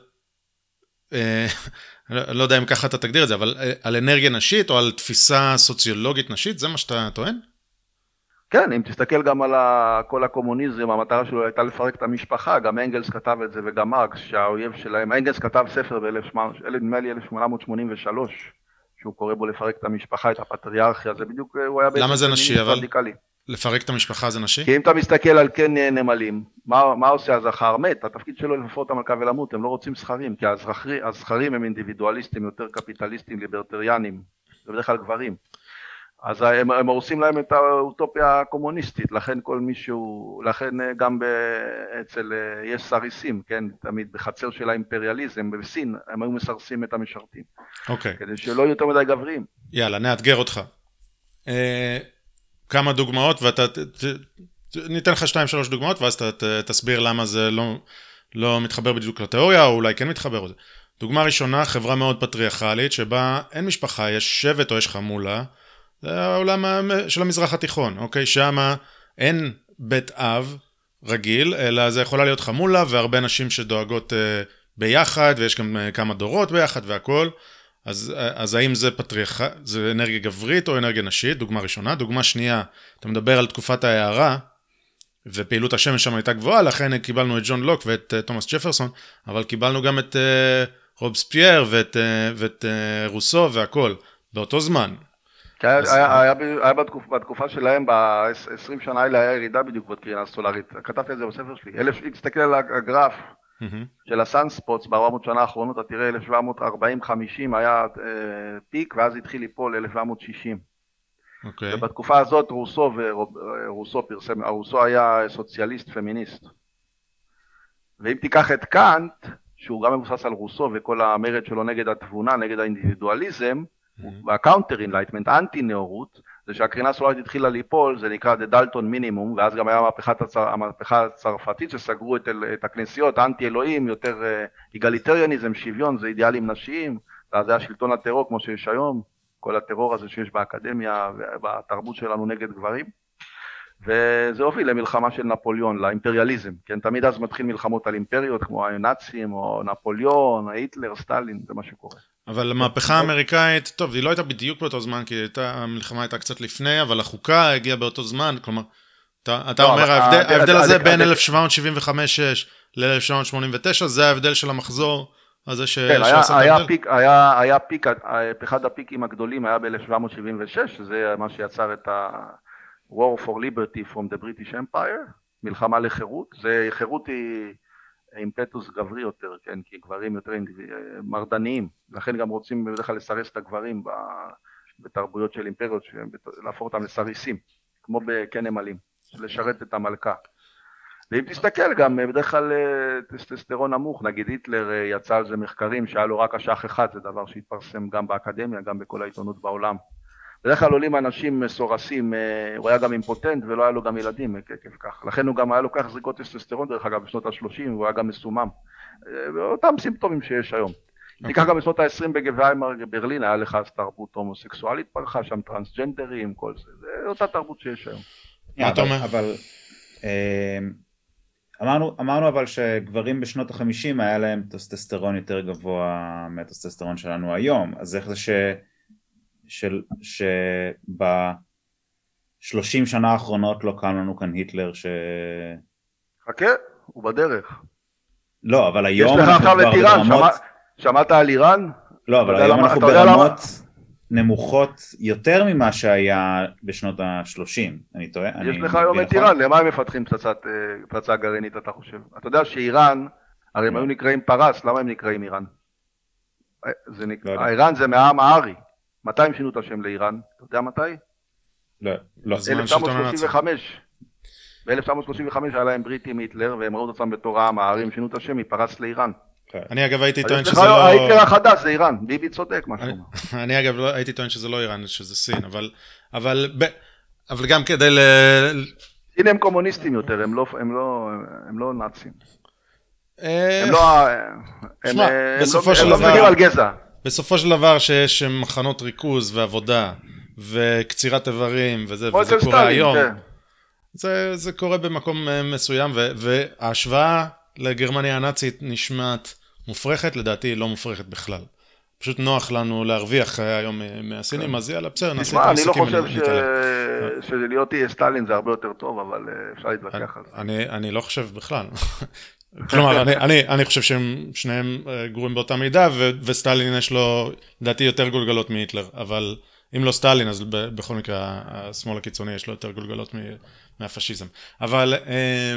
לא יודע אם ככה אתה תגדיר את זה, אבל על אנרגיה נשית או על תפיסה סוציולוגית נשית, זה מה שאתה טוען? כן, אם תסתכל גם על כל הקומוניזם, המטרה שלו הייתה לפרק את המשפחה, גם אנגלס כתב את זה וגם מרקס, שהאויב שלהם, אנגלס כתב ספר ב-אלף שמונה מאות שמונים ושלוש, שהוא קורא בו לפרק את המשפחה, את הפטריארכיה, זה בדיוק, הוא היה... למה זה נשי, אבל? לפרק את המשפחה זה נשי? כי אם אתה מסתכל על כן נמלים, מה, מה עושה הזכר? מת, התפקיד שלו לפפור אותם על קו ולמות, הם לא רוצים זכרים, כי הזכרים, הזכרים הם אינדיבידואליסטים, יותר קפיטליסטים, ליברטריאנים, זה בדרך כלל גברים. אז הם, הם הורסים להם את האוטופיה הקומוניסטית, לכן כל מישהו, לכן גם אצל, יש סריסים, כן, תמיד בחצר של האימפריאליזם, בסין, הם היו מסרסים את המשרתים. אוקיי. כדי שלא יהיו יותר מדי גבריים. יאללה, נאתגר אותך. אה, כמה דוגמאות, ואתה, ת, ת, ת, ניתן לך שתיים שלוש דוגמאות, ואז אתה ת, תסביר למה זה לא, לא מתחבר בדיוק לתיאוריה, או אולי כן מתחבר לזה. דוגמה ראשונה, חברה מאוד פטריארכלית, שבה אין משפחה, יש שבט או יש חמולה, זה העולם של המזרח התיכון, אוקיי? שמה אין בית אב רגיל, אלא זה יכולה להיות חמולה, והרבה נשים שדואגות אה, ביחד, ויש גם אה, כמה דורות ביחד והכל. אז, אז האם זה פטריארכ... זה אנרגיה גברית או אנרגיה נשית? דוגמה ראשונה. דוגמה שנייה, אתה מדבר על תקופת ההערה, ופעילות השמש שם הייתה גבוהה, לכן קיבלנו את ג'ון לוק ואת uh, תומאס ג'פרסון, אבל קיבלנו גם את uh, רובספייר ואת, uh, ואת uh, רוסו והכל, באותו זמן. היה בתקופה שלהם, ב-עשרים שנה האלה היה ירידה בדיוק בקרינה הסולארית, כתבתי את זה בספר שלי, אם תסתכל על הגרף של הסאנספוטס ב-ארבע מאות שנה האחרונות, אתה תראה אלף שבע מאות ארבעים חמישים היה פיק, ואז התחיל ליפול אלף שבע מאות שישים. ובתקופה הזאת רוסו ורוסו פרסם, רוסו היה סוציאליסט פמיניסט. ואם תיקח את קאנט, שהוא גם מבוסס על רוסו וכל המרד שלו נגד התבונה, נגד האינדיבידואליזם, והקאונטר אינלייטמנט, האנטי-נאורות, זה שהקרינה הסולארית התחילה ליפול, זה נקרא The Dalton Minimum, ואז גם היה המהפכה הצרפתית שסגרו את, את הכנסיות, האנטי-אלוהים, יותר איגליטריאניזם, שוויון, זה אידיאלים נשיים, ואז היה שלטון הטרור כמו שיש היום, כל הטרור הזה שיש באקדמיה ובתרבות שלנו נגד גברים, וזה הוביל למלחמה של נפוליאון, לאימפריאליזם, כן, תמיד אז מתחיל מלחמות על אימפריות, כמו הנאצים, או נפוליאון, היטלר, סטלין, זה מה שקורה. אבל המהפכה האמריקאית, טוב, היא לא הייתה בדיוק באותו זמן, כי המלחמה הייתה קצת לפני, אבל החוקה הגיעה באותו זמן, כלומר, אתה אומר, ההבדל הזה בין אלף שבע מאות שבעים וחמש ל-אלף שבע מאות שמונים ותשע, זה ההבדל של המחזור הזה שעשה את ההבדל? היה פיק, אחד הפיקים הגדולים היה ב-אלף שבע מאות שבעים ושש, זה מה שיצר את ה... War for Liberty from the British Empire, מלחמה לחירות, זה חירות היא אימפטוס גברי יותר, כן, כי גברים יותר מרדניים, לכן גם רוצים בדרך כלל לסרס את הגברים בתרבויות של אימפריות, להפוך אותם לסריסים, כמו בכן נמלים, לשרת את המלכה. ואם תסתכל גם, בדרך כלל טסטסטרון נמוך, נגיד היטלר יצא על זה מחקרים שהיה לו רק אשח אחד, זה דבר שהתפרסם גם באקדמיה, גם בכל העיתונות בעולם. בדרך כלל עולים אנשים מסורסים, הוא היה גם אימפוטנט ולא היה לו גם ילדים כיף כך. לכן הוא גם היה לו כך זריקות טסטוסטרון, דרך אגב, בשנות ה-שלושים, והוא היה גם מסומם. אותם סימפטומים שיש היום. תיקח גם בשנות ה-עשרים בגביימר ברלין, היה לך תרבות הומוסקסואלית פרחה, שם טרנסג'נדרים, כל זה. זה אותה תרבות שיש היום. מה אתה אומר? אבל אמרנו אבל שגברים בשנות ה-חמישים היה להם טסטוסטרון יותר גבוה מהטסטוסטרון שלנו היום. אז איך זה ש... של, שב-שלושים שנה האחרונות לא קם לנו כאן היטלר ש... חכה, הוא בדרך. לא, אבל היום אנחנו כבר ברמות... שמעת על איראן? לא, אבל היום אנחנו ברמות נמוכות יותר ממה שהיה בשנות ה-שלושים, אני טועה? יש לך היום את איראן, למה הם מפתחים פצצה גרעינית, אתה חושב? אתה יודע שאיראן, הרי הם היו נקראים פרס, למה הם נקראים איראן? איראן זה מהעם הארי. מתי הם שינו את השם לאיראן? אתה יודע מתי? לא, לא. אלף תשע מאות שלושים וחמש. ב-אלף תשע מאות שלושים וחמש היה להם בריטים היטלר, והם ראו את עצמם בתור העם הארי, הם שינו את השם מפרס לאיראן. אני אגב הייתי טוען שזה לא... ההיטלר החדש זה איראן, ביבי צודק משהו. אני אגב הייתי טוען שזה לא איראן, שזה סין, אבל אבל גם כדי ל... הנה הם קומוניסטים יותר, הם לא, הם לא, הם לא נאצים. אה, הם לא, הם, שמע, הם בסופו לא, של הם לא דבר- מדברים על גזע. בסופו של דבר שיש מחנות ריכוז ועבודה וקצירת איברים וזה, כמו וזה אצל קורה סטלין, היום. כן. זה, זה קורה במקום אה, מסוים, ו, וההשוואה לגרמניה הנאצית נשמעת מופרכת, לדעתי היא לא מופרכת בכלל. פשוט נוח לנו להרוויח אה, היום אה, מהסינים, אז יאללה, בסדר, נעשה את תשמע, אני לא המשחקים חושב ש... ונתעלם. שלהיות סטלין זה הרבה יותר טוב, אבל אה, אפשר להתווכח על זה. אני, אני לא חושב בכלל. כלומר, אני, אני, אני חושב שהם שניהם אה, גרועים באותה מידה, ו, וסטלין יש לו, לדעתי, יותר גולגלות מהיטלר, אבל אם לא סטלין, אז ב, בכל מקרה, השמאל הקיצוני יש לו יותר גולגלות מ, מהפשיזם. אבל אה,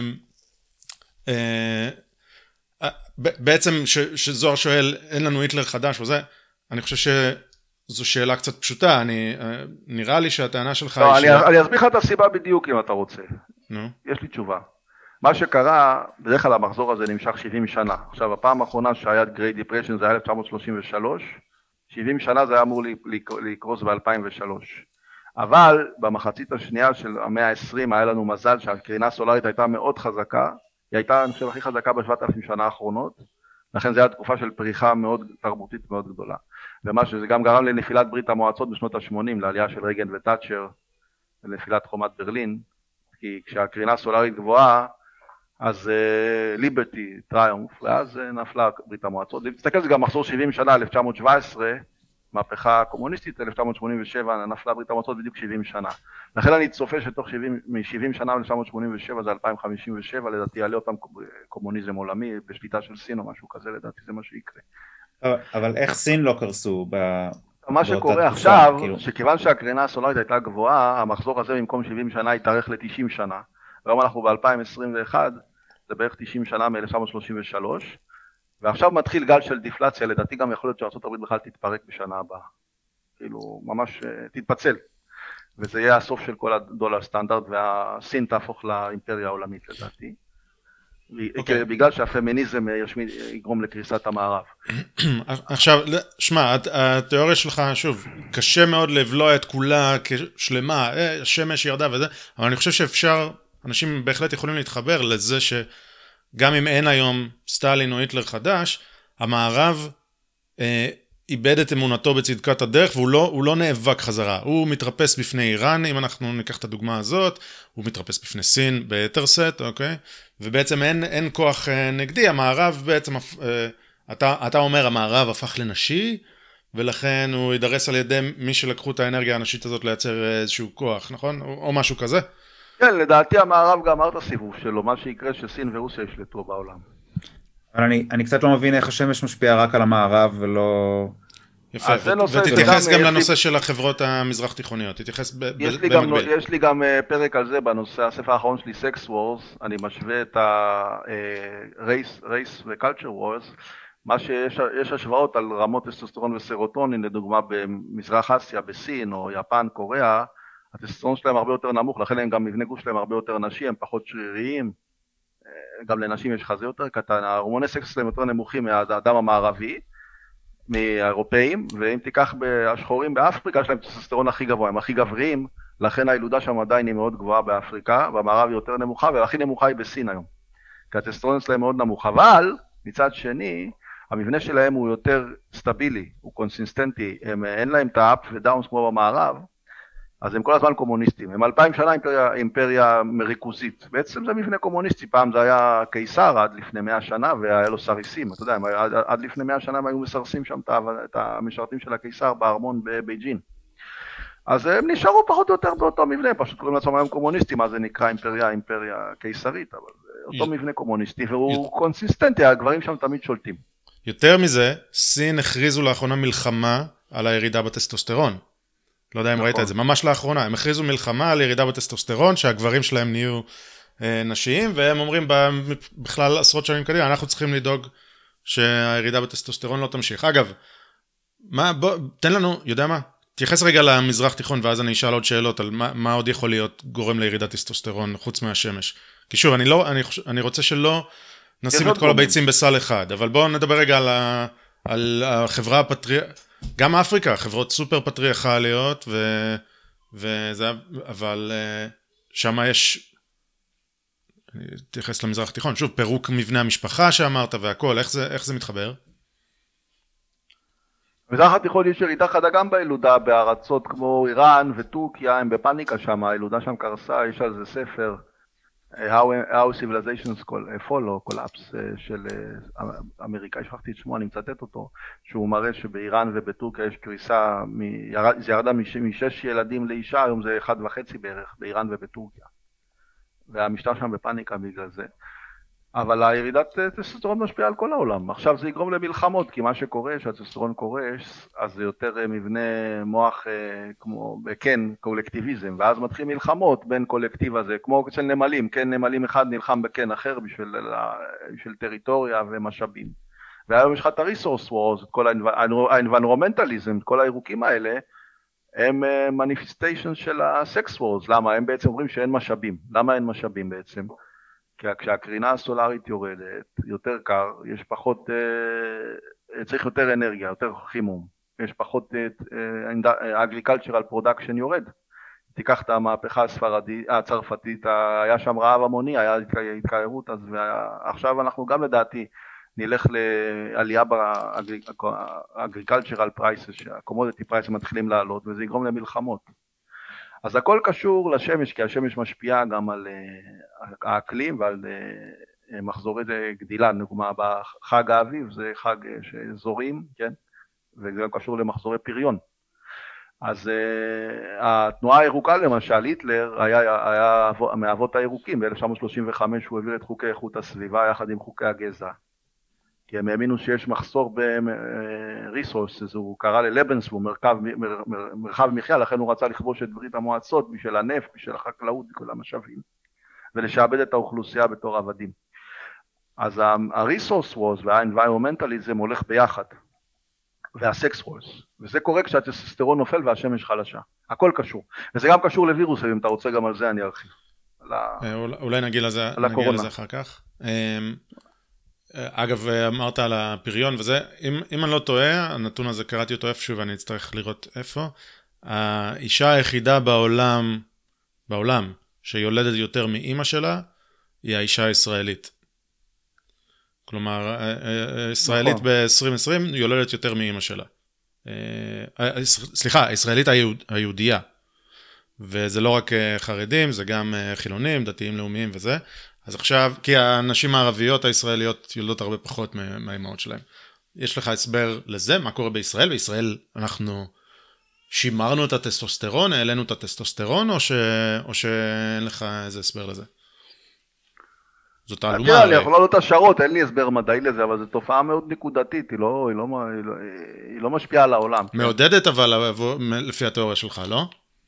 אה, אה, בעצם ש, שזוהר שואל, אין לנו היטלר חדש וזה, אני חושב שזו שאלה קצת פשוטה, אני, אה, נראה לי שהטענה שלך לא, היא... אני, אני אסביר לך את הסיבה בדיוק אם אתה רוצה. נו, יש לי תשובה. מה שקרה, בדרך כלל המחזור הזה נמשך שבעים שנה. עכשיו, הפעם האחרונה שהיה Great Depression זה היה אלף תשע מאות שלושים ושלוש, שבעים שנה זה היה אמור לקרוס ב-אלפיים ושלוש. אבל במחצית השנייה של המאה ה-עשרים היה לנו מזל שהקרינה הסולרית הייתה מאוד חזקה, היא הייתה, אני חושב, הכי חזקה בשבעת אלפים שנה האחרונות, לכן זו הייתה תקופה של פריחה מאוד תרבותית מאוד גדולה. ומה שזה גם גרם לנפילת ברית המועצות בשנות ה-שמונים, לעלייה של רייגן וטאצ'ר, לנפילת חומת ברלין, כי כשהקרינה הסולרית גבוהה, אז ליברטי, טריומף, ואז נפלה ברית המועצות. אם תסתכל, זה גם מחזור שבעים שנה, אלף תשע מאות שבע עשרה, מהפכה קומוניסטית, אלף תשע מאות שמונים ושבע, נפלה ברית המועצות בדיוק שבעים שנה. לכן אני צופה שתוך שבעים שנה, אלף תשע מאות שמונים ושבע, זה אלפיים חמישים ושבע, לדעתי יעלה אותם קומוניזם עולמי, בשליטה של סין או משהו כזה, לדעתי זה מה שיקרה. אבל איך סין לא קרסו ב... מה שקורה עכשיו, שכיוון שהקרינה הסולרית הייתה גבוהה, המחזור הזה במקום שבעים שנה יתארך ל-תשעים שנה. והיום אנחנו ב-אלפיים עשרים ואחת, זה בערך תשעים שנה מ-אלף תשע מאות שלושים ושלוש, ועכשיו מתחיל גל של דיפלציה, לדעתי גם יכול להיות שארצות הברית בכלל תתפרק בשנה הבאה. כאילו, ממש תתפצל. וזה יהיה הסוף של כל הדולר סטנדרט, והסין תהפוך לאימפריה העולמית לדעתי. Okay. בגלל שהפמיניזם יגרום לקריסת המערב. עכשיו, שמע, התיאוריה שלך, שוב, קשה מאוד לבלוע את כולה כשלמה, השמש ירדה וזה, אבל אני חושב שאפשר, אנשים בהחלט יכולים להתחבר לזה שגם אם אין היום סטלין או היטלר חדש, המערב אה, איבד את אמונתו בצדקת הדרך, והוא לא, הוא לא נאבק חזרה. הוא מתרפס בפני איראן, אם אנחנו ניקח את הדוגמה הזאת, הוא מתרפס בפני סין ביתר סט, אוקיי? ובעצם אין, אין כוח אה, נגדי, המערב בעצם, אה, אתה, אתה אומר, המערב הפך לנשי, ולכן הוא יידרס על ידי מי שלקחו את האנרגיה הנשית הזאת לייצר איזשהו כוח, נכון? או, או משהו כזה? כן, לדעתי המערב גם אמר את הסיבוב שלו, מה שיקרה שסין ורוסיה ישלטו בעולם. אבל אני, אני קצת לא מבין איך השמש משפיעה רק על המערב ולא... יפה, ו- ותתייחס גם לנושא של החברות המזרח תיכוניות, תתייחס במקביל. יש לי גם פרק על זה בנושא, הספר האחרון שלי, Sex Wars, אני משווה את ה-Race ו-Culture Wars, מה שיש השוואות על רמות טסטוסטרון וסרוטונין, לדוגמה במזרח אסיה, בסין או יפן, קוריאה, הטסטוסטרון שלהם הרבה יותר נמוך, לכן הם גם מבנה גוף שלהם הרבה יותר נשי, הם פחות שריריים, גם לנשים יש חזה יותר קטן, ההורמוני סקס שלהם יותר נמוכים מהאדם המערבי, מהאירופאים, ואם תיקח השחורים באפריקה, יש להם טסטוסטרון הכי גבוה, הם הכי גבריים, לכן הילודה שם עדיין היא מאוד גבוהה באפריקה, והמערב היא יותר נמוכה, והכי נמוכה היא בסין היום, כי הטסטוסטרון שלהם מאוד נמוך, אבל מצד שני, המבנה שלהם הוא יותר סטבילי, הוא קונסיסטנטי, הם, אין להם את האפ ודאונס כמו במערב, אז הם כל הזמן קומוניסטים, הם אלפיים שנה אימפריה, אימפריה מריכוזית, בעצם זה מבנה קומוניסטי, פעם זה היה קיסר עד לפני מאה שנה והיה לו סריסים, אתה יודע, עד, עד לפני מאה שנה הם היו מסרסים שם את המשרתים של הקיסר בארמון בבייג'ין, אז הם נשארו פחות או יותר באותו מבנה, פשוט קוראים לעצמם היום קומוניסטים, אז זה נקרא אימפריה, אימפריה קיסרית, אבל זה אותו מבנה קומוניסטי והוא קונסיסטנטי, הגברים שם תמיד שולטים. יותר מזה, סין הכריזו לאחרונה מלחמה על הירידה בטסטוסטרון. לא יודע אם נכון. ראית את זה, ממש לאחרונה. הם הכריזו מלחמה על ירידה בטסטוסטרון, שהגברים שלהם נהיו אה, נשיים, והם אומרים בכלל עשרות שנים קדימה, אנחנו צריכים לדאוג שהירידה בטסטוסטרון לא תמשיך. אגב, מה, בוא, תן לנו, יודע מה? תייחס רגע למזרח תיכון, ואז אני אשאל עוד שאלות על מה, מה עוד יכול להיות גורם לירידת טסטוסטרון חוץ מהשמש. כי שוב, אני, לא, אני, אני רוצה שלא נשים את כל הביצים בסל אחד, אבל בואו נדבר רגע על, ה, על החברה הפטריארכלית, גם אפריקה, חברות סופר פטריארכליות, ו, וזה, אבל שם יש, אני אתייחס למזרח התיכון, שוב, פירוק מבנה המשפחה שאמרת והכל, איך זה, איך זה מתחבר? במזרח התיכון יש ירידה חדה גם בילודה, בארצות כמו איראן וטורקיה, הם בפאניקה שם, הילודה שם קרסה, יש על זה ספר, How, how Civilizations Follow, Collapse של אמריקאי, שכחתי את שמו, אני מצטט אותו, שהוא מראה שבאיראן ובטורקיה יש קריסה, מ, זה ירדה משש ילדים לאישה, היום זה אחד וחצי בערך, באיראן ובטורקיה. והמשטר שם בפאניקה בגלל זה. אבל הירידת טסטוסטרון משפיעה על כל העולם. עכשיו זה יגרום למלחמות, כי מה שקורה, שהטסטוסטרון קורש, אז זה יותר מבנה מוח כמו, כן, קולקטיביזם, ואז מתחיל מלחמות בין קולקטיב הזה, כמו אצל נמלים, כן, נמלים אחד נלחם בכן אחר בשביל, בשביל טריטוריה ומשאבים. והיום יש לך את ה-resource wars, את כל ה-environmentalism, את כל הירוקים האלה, הם מניפיסטיישן של ה-sex wars. למה? הם בעצם אומרים שאין משאבים. למה אין משאבים בעצם? כי כשהקרינה הסולארית יורדת, יותר קר, יש פחות, צריך יותר אנרגיה, יותר חימום, יש פחות, agricultural production יורד. תיקח את המהפכה הספרדית, הצרפתית, היה שם רעב המוני, היה התקיירות, אז עכשיו אנחנו גם לדעתי נלך לעלייה ב-agricultural prices, שה-commodity prices מתחילים לעלות, וזה יגרום למלחמות. אז הכל קשור לשמש, כי השמש משפיעה גם על האקלים ועל מחזורי גדילה, נגומה בחג האביב, זה חג שזורים, כן? וזה גם קשור למחזורי פריון. אז התנועה הירוקה למשל, היטלר היה, היה מאבות הירוקים, ב-אלף תשע מאות שלושים וחמש הוא העביר את חוקי איכות הסביבה יחד עם חוקי הגזע. כי הם האמינו שיש מחסור ב-resources, הוא קרא ללבנסבו, מרחב, מרחב מחיה, לכן הוא רצה לכבוש את ברית המועצות בשביל הנפט, בשביל החקלאות, כל המשאבים, ולשעבד את האוכלוסייה בתור עבדים. אז ה-resource wars וה-environmentalism הולך ביחד, וה-sex wars, וזה קורה כשהטסטוסטרון נופל והשמש חלשה. הכל קשור, וזה גם קשור לווירוס, אם אתה רוצה גם על זה אני ארחיב. אולי נגיע לזה אחר כך. אגב, אמרת על הפריון וזה, אם, אם אני לא טועה, הנתון הזה קראתי אותו איפשהו ואני אצטרך לראות איפה, האישה היחידה בעולם, בעולם, שיולדת יותר מאמא שלה, היא האישה הישראלית. כלומר, ישראלית ב-עשרים עשרים יולדת יותר מאמא שלה. סליחה, הישראלית היהודייה. וזה לא רק חרדים, זה גם חילונים, דתיים לאומיים וזה. אז עכשיו, כי הנשים הערביות הישראליות יולדות הרבה פחות מהאימהות שלהם. יש לך הסבר לזה? מה קורה בישראל? בישראל אנחנו שימרנו את הטסטוסטרון, העלינו את הטסטוסטרון, או, ש... או שאין לך איזה הסבר לזה? זאת תעלומה. תראה, אני יכול לעלות השערות, אין לי הסבר מדעי לזה, אבל זו תופעה מאוד נקודתית, היא לא, היא לא, היא לא, היא לא משפיעה על העולם. מעודדת אבל, לפי התיאוריה שלך, לא?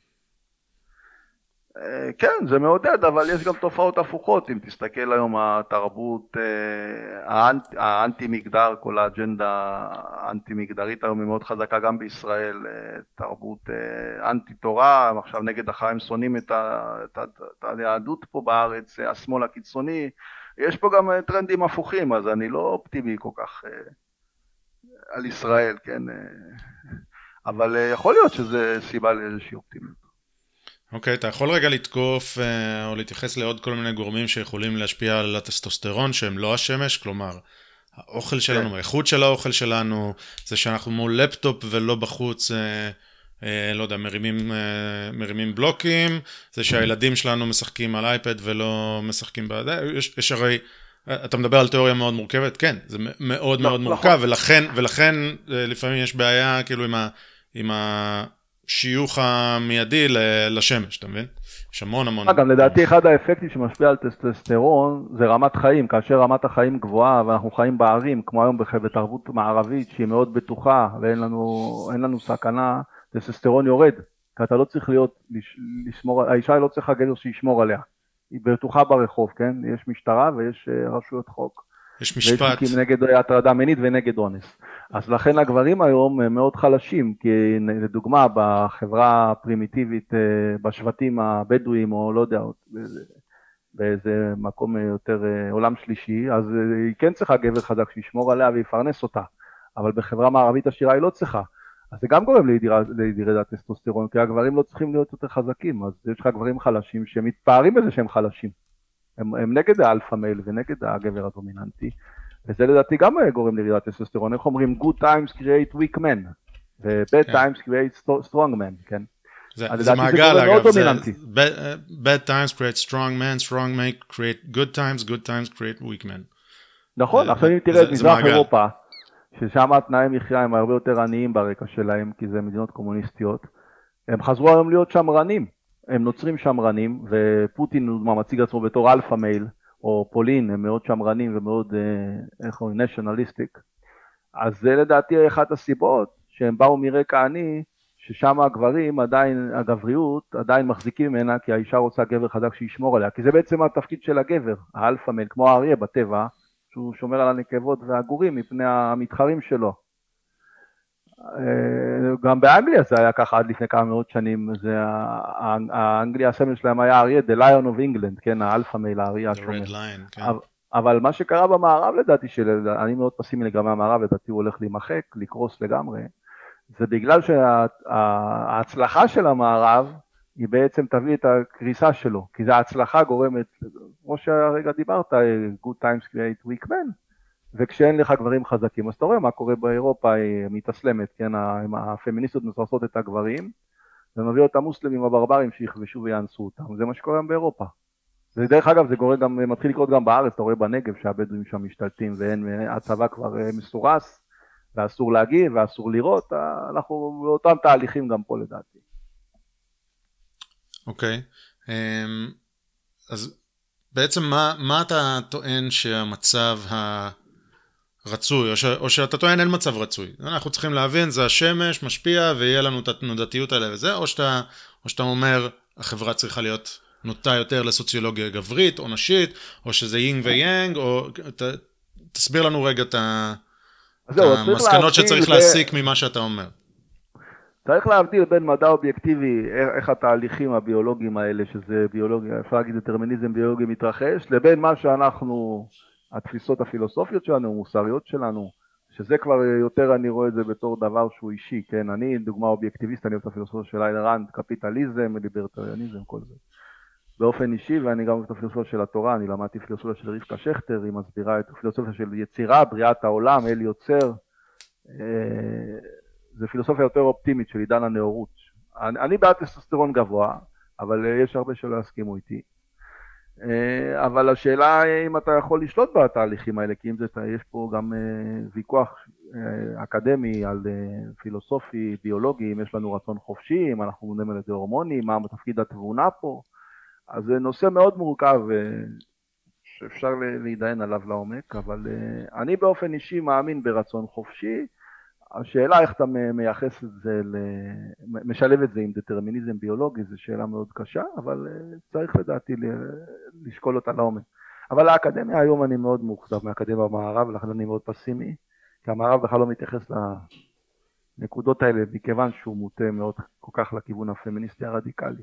כן, זה מעודד, אבל יש גם תופעות הפוכות. אם תסתכל היום התרבות האנטי-מגדר, כל האג'נדה האנטי-מגדרית היום היא מאוד חזקה גם בישראל, תרבות אנטי-תורה, עכשיו נגד החיים שונאים את היהדות פה בארץ, השמאל הקיצוני, יש פה גם טרנדים הפוכים, אז אני לא אופטימי כל כך על ישראל, כן, אבל יכול להיות שזה סיבה לאיזושהי אופטימיות. אוקיי, אתה יכול רגע לתקוף או להתייחס לעוד כל מיני גורמים שיכולים להשפיע על הטסטוסטרון שהם לא השמש, כלומר, האוכל שלנו, האיכות של האוכל שלנו, זה שאנחנו מול לפטופ ולא בחוץ, לא יודע, מרימים, מרימים בלוקים, זה שהילדים שלנו משחקים על אייפד ולא משחקים ב... יש, יש הרי, אתה מדבר על תיאוריה מאוד מורכבת, כן, זה מאוד מאוד מורכב, ולכן, ולכן לפעמים יש בעיה כאילו עם ה... עם ה שיוך המיידי לשמש, אתה מבין? יש המון המון. גם לדעתי אחד האפקטים שמשפיע על טסטוסטרון זה רמת חיים, כאשר רמת החיים גבוהה ואנחנו חיים בערים, כמו היום בתרבות מערבית שהיא מאוד בטוחה ואין לנו, אין לנו סכנה, טסטוסטרון יורד, כי אתה לא צריך להיות, לשמור, האישה לא צריכה גבר שישמור עליה, היא בטוחה ברחוב, כן? יש משטרה ויש רשויות חוק. יש משפט. ויש חוקים נגד הטרדה מינית ונגד אונס. אז לכן הגברים היום הם מאוד חלשים, כי לדוגמה בחברה הפרימיטיבית, בשבטים הבדואים או לא יודע, באיזה, באיזה מקום יותר עולם שלישי, אז היא כן צריכה גבר חזק שישמור עליה ויפרנס אותה, אבל בחברה מערבית עשירה היא לא צריכה. אז זה גם גורם לירידת טסטוסטרון, כי הגברים לא צריכים להיות יותר חזקים, אז יש לך גברים חלשים שהם מתפארים בזה שהם חלשים. הם, הם נגד האלפא מייל ונגד הגבר הדומיננטי, וזה לדעתי גם גורם לירידת טסטוסטרון. איך אומרים? Good times create weak men, ו-bad times create strong men, כן? זה מעגל אגב, bad times create strong men, strong men create good times, good times create weak men. נכון, עכשיו אם תראה את מזרח אירופה, ששם התנאי מחיה הם הרבה יותר עניים ברקע שלהם, כי זה מדינות קומוניסטיות, הם חזרו היום להיות שמרנים, הם נוצרים שמרנים, ופוטין מציג עצמו בתור אלפא מייל, או פולין, הם מאוד שמרנים ומאוד, איך אומרים, נשיונליסטיק. אז זה לדעתי אחת הסיבות, שהם באו מרקע עני, ששם הגברים עדיין, הגבריות עדיין מחזיקים ממנה, כי האישה רוצה גבר חזק שישמור עליה, כי זה בעצם התפקיד של הגבר, האלפא מייל, כמו האריה בטבע, שהוא שומר על הנקבות והגורים מפני המתחרים שלו. גם באנגליה זה היה ככה עד לפני כמה מאות שנים, זה האנגליה הסמל שלהם היה אריה, The Lion of England, כן, האלפא מייל, האריה השומר. כן. אבל מה שקרה במערב לדעתי, שאני מאוד פסימי לגמרי המערב, לדעתי הוא הולך להימחק, לקרוס לגמרי, זה בגלל שההצלחה של המערב, היא בעצם תביא את הקריסה שלו, כי זה ההצלחה גורמת, כמו שהרגע דיברת, good times create weak men, וכשאין לך גברים חזקים, אז אתה רואה מה קורה באירופה, היא מתאסלמת, כן, הפמיניסטות מסרסות את הגברים, ומביאות את המוסלמים הברברים שיכבשו ויאנסו אותם, זה מה שקורה גם באירופה. ודרך אגב, זה קורה גם, מתחיל לקרות גם בארץ, אתה רואה בנגב שהבדואים שם משתלטים, ואין, הצבא כבר מסורס, ואסור להגיב, ואסור לראות, אנחנו באותם תהליכים גם פה לדעתי. אוקיי, אז בעצם מה, מה אתה טוען שהמצב הרצוי, או, ש, או שאתה טוען אין מצב רצוי? אנחנו צריכים להבין, זה השמש משפיע ויהיה לנו את התנודתיות האלה וזה, או שאתה, או שאתה אומר, החברה צריכה להיות נוטה יותר לסוציולוגיה גברית או נשית, או שזה יינג ויאנג, או ת, תסביר לנו רגע את המסקנות שצריך להסיק ממה שאתה אומר. צריך להבדיל בין מדע אובייקטיבי, איך התהליכים הביולוגיים האלה, שזה ביולוגיה, אפשר להגיד דטרמיניזם ביולוגי מתרחש, לבין מה שאנחנו, התפיסות הפילוסופיות שלנו, המוסריות שלנו, שזה כבר יותר אני רואה את זה בתור דבר שהוא אישי, כן? אני דוגמה אובייקטיביסט, אני אוהב את הפילוסופיה של איין ראנד, קפיטליזם, ליברטריאניזם, כל זה. באופן אישי, ואני גם אוהב את הפילוסופיה של התורה, אני למדתי פילוסופיה של רבקה שכטר, היא מסבירה את הפילוסופיה של יצירה, בריאת העולם, אל יוצר, זה פילוסופיה יותר אופטימית של עידן הנאורות. אני, אני בעד טסטוסטרון גבוה, אבל יש הרבה שלא יסכימו איתי. אבל השאלה היא אם אתה יכול לשלוט בתהליכים האלה, כי אם זה, יש פה גם ויכוח אקדמי על פילוסופי, ביולוגי, אם יש לנו רצון חופשי, אם אנחנו מודעים על ידי הורמונים, מה תפקיד התבונה פה. אז זה נושא מאוד מורכב שאפשר להידיין עליו לעומק, אבל אני באופן אישי מאמין ברצון חופשי. השאלה איך אתה מייחס את זה, משלב את זה עם דטרמיניזם ביולוגי, זו שאלה מאוד קשה, אבל צריך לדעתי לשקול אותה לעומק. אבל האקדמיה היום אני מאוד מוכתב מהאקדמיה במערב, ולכן אני מאוד פסימי, כי המערב בכלל לא מתייחס לנקודות האלה, מכיוון שהוא מוטה מאוד כל כך לכיוון הפמיניסטי הרדיקלי.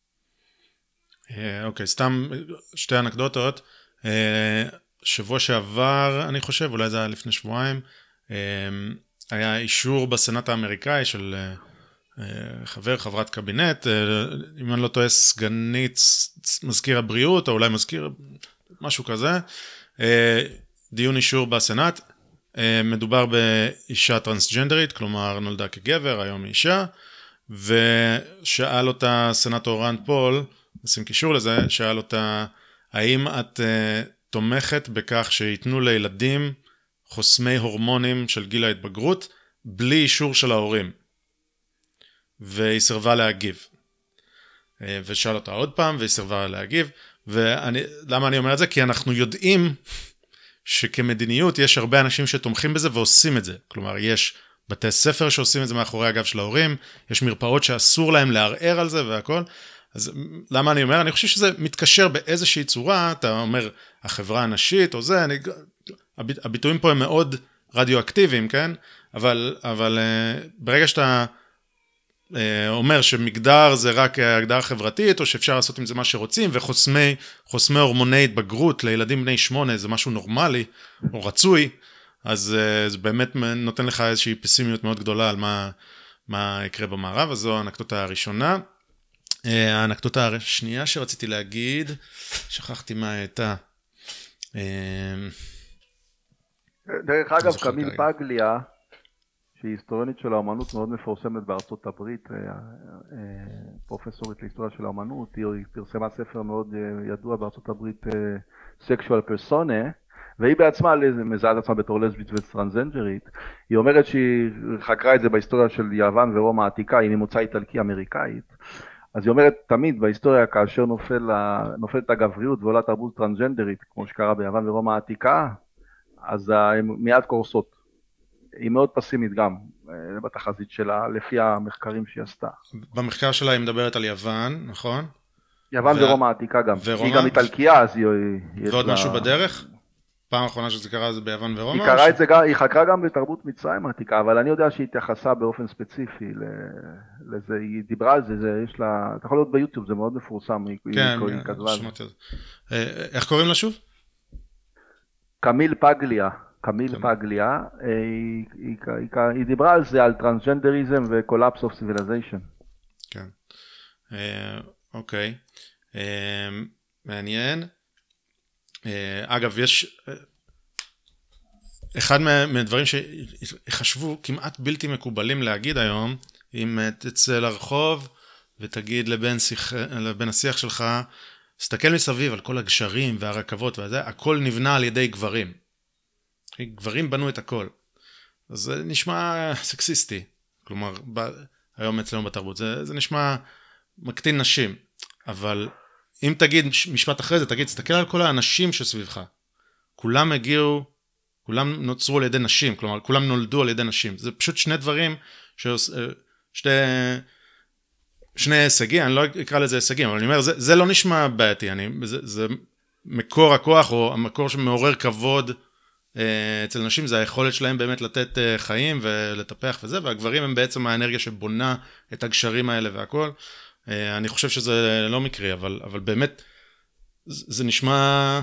אוקיי, סתם שתי אנקדוטות. שבוע שעבר, אני חושב, אולי זה היה לפני שבועיים, היה אישור בסנאט האמריקאי של חבר, חברת קבינט, אם אני לא טועה, סגנית מזכיר הבריאות, או אולי מזכיר, משהו כזה, דיון אישור בסנאט, מדובר באישה טרנסג'נדרית, כלומר נולדה כגבר, היום היא אישה, ושאל אותה סנאטור רנד פול, נשים קישור לזה, שאל אותה, האם את תומכת בכך שיתנו לילדים חוסמי הורמונים של גיל ההתבגרות, בלי אישור של ההורים. והיא סרבה להגיב. ושאל אותה עוד פעם, והיא סרבה להגיב. ולמה אני אומר את זה? כי אנחנו יודעים שכמדיניות יש הרבה אנשים שתומכים בזה ועושים את זה. כלומר, יש בתי ספר שעושים את זה מאחורי הגב של ההורים, יש מרפאות שאסור להם לערער על זה והכל. אז למה אני אומר? אני חושב שזה מתקשר באיזושהי צורה, אתה אומר, החברה הנשית או זה, אני... הביטויים פה הם מאוד רדיואקטיביים, כן? אבל, אבל ברגע שאתה אומר שמגדר זה רק הגדרה חברתית, או שאפשר לעשות עם זה מה שרוצים, וחוסמי חוסמי הורמוני התבגרות לילדים בני שמונה, זה משהו נורמלי או רצוי, אז זה באמת נותן לך איזושהי פסימיות מאוד גדולה על מה, מה יקרה במערב, אז זו האנקדוטה הראשונה. האנקדוטה השנייה שרציתי להגיד, שכחתי מה הייתה. דרך אגב, קמיל פגליה, שהיא היסטוריונית של האמנות מאוד מפורסמת בארצות הברית, פרופסורית להיסטוריה של האמנות, היא פרסמה ספר מאוד ידוע בארצות הברית, Sexual Persona, והיא בעצמה מזהה את עצמה בתור לסבית וטרנסג'נדרית. היא אומרת שהיא חקרה את זה בהיסטוריה של יוון ורומא העתיקה, היא ממוצא איטלקי אמריקאית. אז היא אומרת תמיד בהיסטוריה כאשר נופל, נופלת הגבריות ועולה תרבות טרנסג'נדרית, כמו שקרה ביוון ורומא העתיקה, אז הן מיד קורסות. היא מאוד פסימית גם בתחזית שלה, לפי המחקרים שהיא עשתה. במחקר שלה היא מדברת על יוון, נכון? יוון ו... ורומא העתיקה גם. ורומא? היא גם איטלקיה, אז היא... ועוד לה... משהו בדרך? פעם האחרונה שזה קרה זה ביוון ורומא? היא, קרא ש... את זה, היא חקרה גם בתרבות מצרים העתיקה, אבל אני יודע שהיא התייחסה באופן ספציפי לזה, היא דיברה על זה, זה יש לה... אתה יכול להיות ביוטיוב, זה מאוד מפורסם, כן, היא כתבה. איך קוראים לה שוב? קמיל פגליה. קמיל פגליה, היא דיברה על זה, על טרנסג'נדריזם וקולאפס אוף סיביליזיישן. כן, אוקיי, מעניין. אגב, יש אחד מהדברים שחשבו כמעט בלתי מקובלים להגיד היום, אם תצא לרחוב ותגיד לבן השיח שלך, תסתכל מסביב על כל הגשרים והרכבות וזה, הכל נבנה על ידי גברים. גברים בנו את הכל. אז זה נשמע סקסיסטי. כלומר, ב... היום אצלנו בתרבות, זה, זה נשמע מקטין נשים. אבל אם תגיד משפט אחרי זה, תגיד, תסתכל על כל האנשים שסביבך. כולם הגיעו, כולם נוצרו על ידי נשים. כלומר, כולם נולדו על ידי נשים. זה פשוט שני דברים, שעוש... שתי... שני הישגים, אני לא אקרא לזה הישגים, אבל אני אומר, זה, זה לא נשמע בעייתי. אני... זה, זה מקור הכוח, או המקור שמעורר כבוד, אצל נשים זה היכולת שלהם באמת לתת חיים ולטפח וזה, והגברים הם בעצם האנרגיה שבונה את הגשרים האלה והכל. אני חושב שזה לא מקרי, אבל, אבל באמת זה נשמע,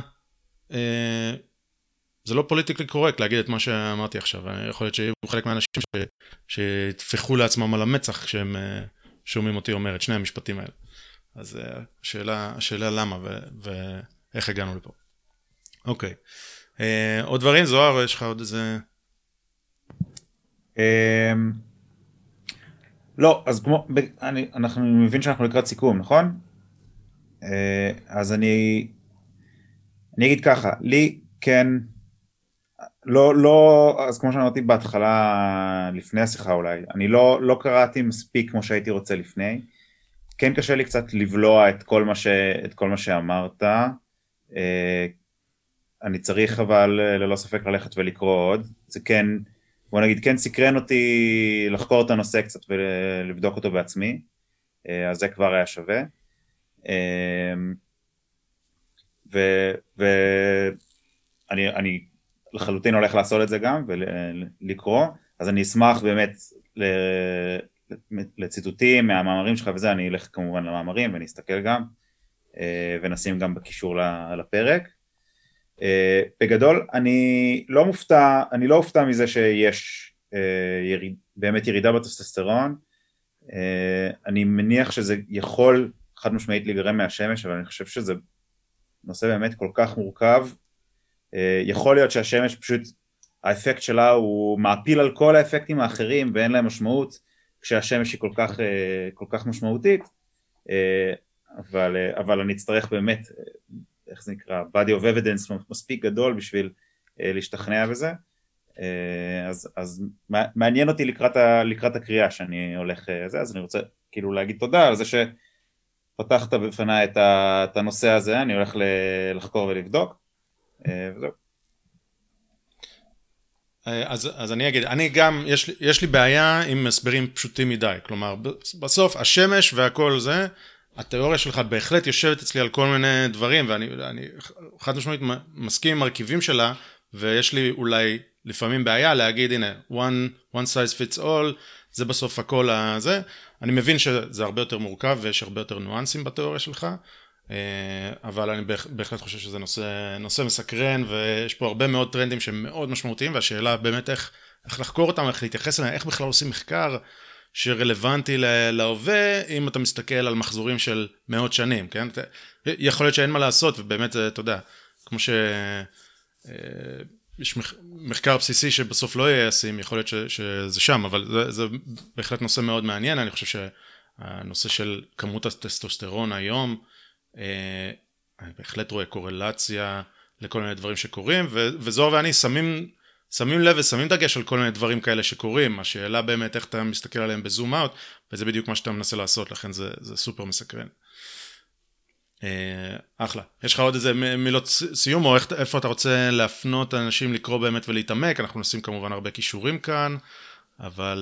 זה לא פוליטיקלי קורקט להגיד את מה שאמרתי עכשיו. יכול להיות שיהיו חלק מהאנשים ש, שתפחו לעצמם על המצח כשהם שומעים אותי אומר את שני המשפטים האלה. אז השאלה, השאלה למה ו, ואיך הגענו לפה. אוקיי. Uh, עוד דברים, זוהר, יש לך עוד איזה... Um, לא, אז כמו, אני, אנחנו מבין שאנחנו לקראת סיכום, נכון? Uh, אז אני, אני אגיד ככה, לי כן, לא, לא, אז כמו שאמרתי בהתחלה, לפני השיחה אולי, אני לא, לא קראתי מספיק כמו שהייתי רוצה לפני, כן קשה לי קצת לבלוע את כל מה, ש, את כל מה שאמרת, uh, אני צריך אבל ללא ספק ללכת ולקרוא עוד, זה כן, בוא נגיד, כן סקרן אותי לחקור את הנושא קצת ולבדוק אותו בעצמי, אז זה כבר היה שווה, ואני אני לחלוטין הולך לעשות את זה גם ולקרוא, אז אני אשמח באמת לציטוטים מהמאמרים שלך וזה, אני אלך כמובן למאמרים ונסתכל גם, ונשים גם בקישור לפרק, Uh, בגדול אני לא מופתע, אני לא מופתע מזה שיש uh, יריד, באמת ירידה בטסטוסטרון, uh, אני מניח שזה יכול חד משמעית להיגרם מהשמש, אבל אני חושב שזה נושא באמת כל כך מורכב, uh, יכול להיות שהשמש פשוט, האפקט שלה הוא מעפיל על כל האפקטים האחרים ואין להם משמעות, כשהשמש היא כל כך, uh, כל כך משמעותית, uh, אבל, uh, אבל אני אצטרך באמת, איך זה נקרא, body of evidence מספיק גדול בשביל אה, להשתכנע בזה, אה, אז, אז מעניין אותי לקראת, ה, לקראת הקריאה שאני הולך אה, זה, אז אני רוצה כאילו להגיד תודה על זה שפתחת בפני את, ה, את הנושא הזה, אני הולך ל, לחקור ולבדוק, אה, וזהו. אז, אז אני אגיד, אני גם, יש לי, יש לי בעיה עם הסברים פשוטים מדי, כלומר, בסוף השמש והכל זה, התיאוריה שלך בהחלט יושבת אצלי על כל מיני דברים, ואני אני, חד משמעית מסכים עם מרכיבים שלה, ויש לי אולי לפעמים בעיה להגיד, הנה, one, one size fits all, זה בסוף הכל הזה. אני מבין שזה הרבה יותר מורכב, ויש הרבה יותר ניואנסים בתיאוריה שלך, אבל אני בהחלט חושב שזה נושא, נושא מסקרן, ויש פה הרבה מאוד טרנדים שהם מאוד משמעותיים, והשאלה באמת איך, איך לחקור אותם, איך להתייחס אליהם, איך בכלל עושים מחקר שרלוונטי להווה, אם אתה מסתכל על מחזורים של מאות שנים, כן? יכול להיות שאין מה לעשות, ובאמת, אתה יודע, כמו ש... יש מחקר בסיסי שבסוף לא יהיה ישים, יכול להיות ש, שזה שם, אבל זה, זה בהחלט נושא מאוד מעניין. אני חושב שהנושא של כמות הטסטוסטרון היום, אה, אני בהחלט רואה קורלציה לכל מיני דברים שקורים, ו, וזוהר ואני שמים, שמים לב ושמים דגש על כל מיני דברים כאלה שקורים. השאלה באמת איך אתה מסתכל עליהם בזום אאוט, וזה בדיוק מה שאתה מנסה לעשות, לכן זה, זה סופר מסקרן. אחלה. יש לך עוד איזה מילות סיום, או איפה אתה רוצה להפנות אנשים לקרוא באמת ולהתעמק? אנחנו נשים כמובן הרבה קישורים כאן, אבל...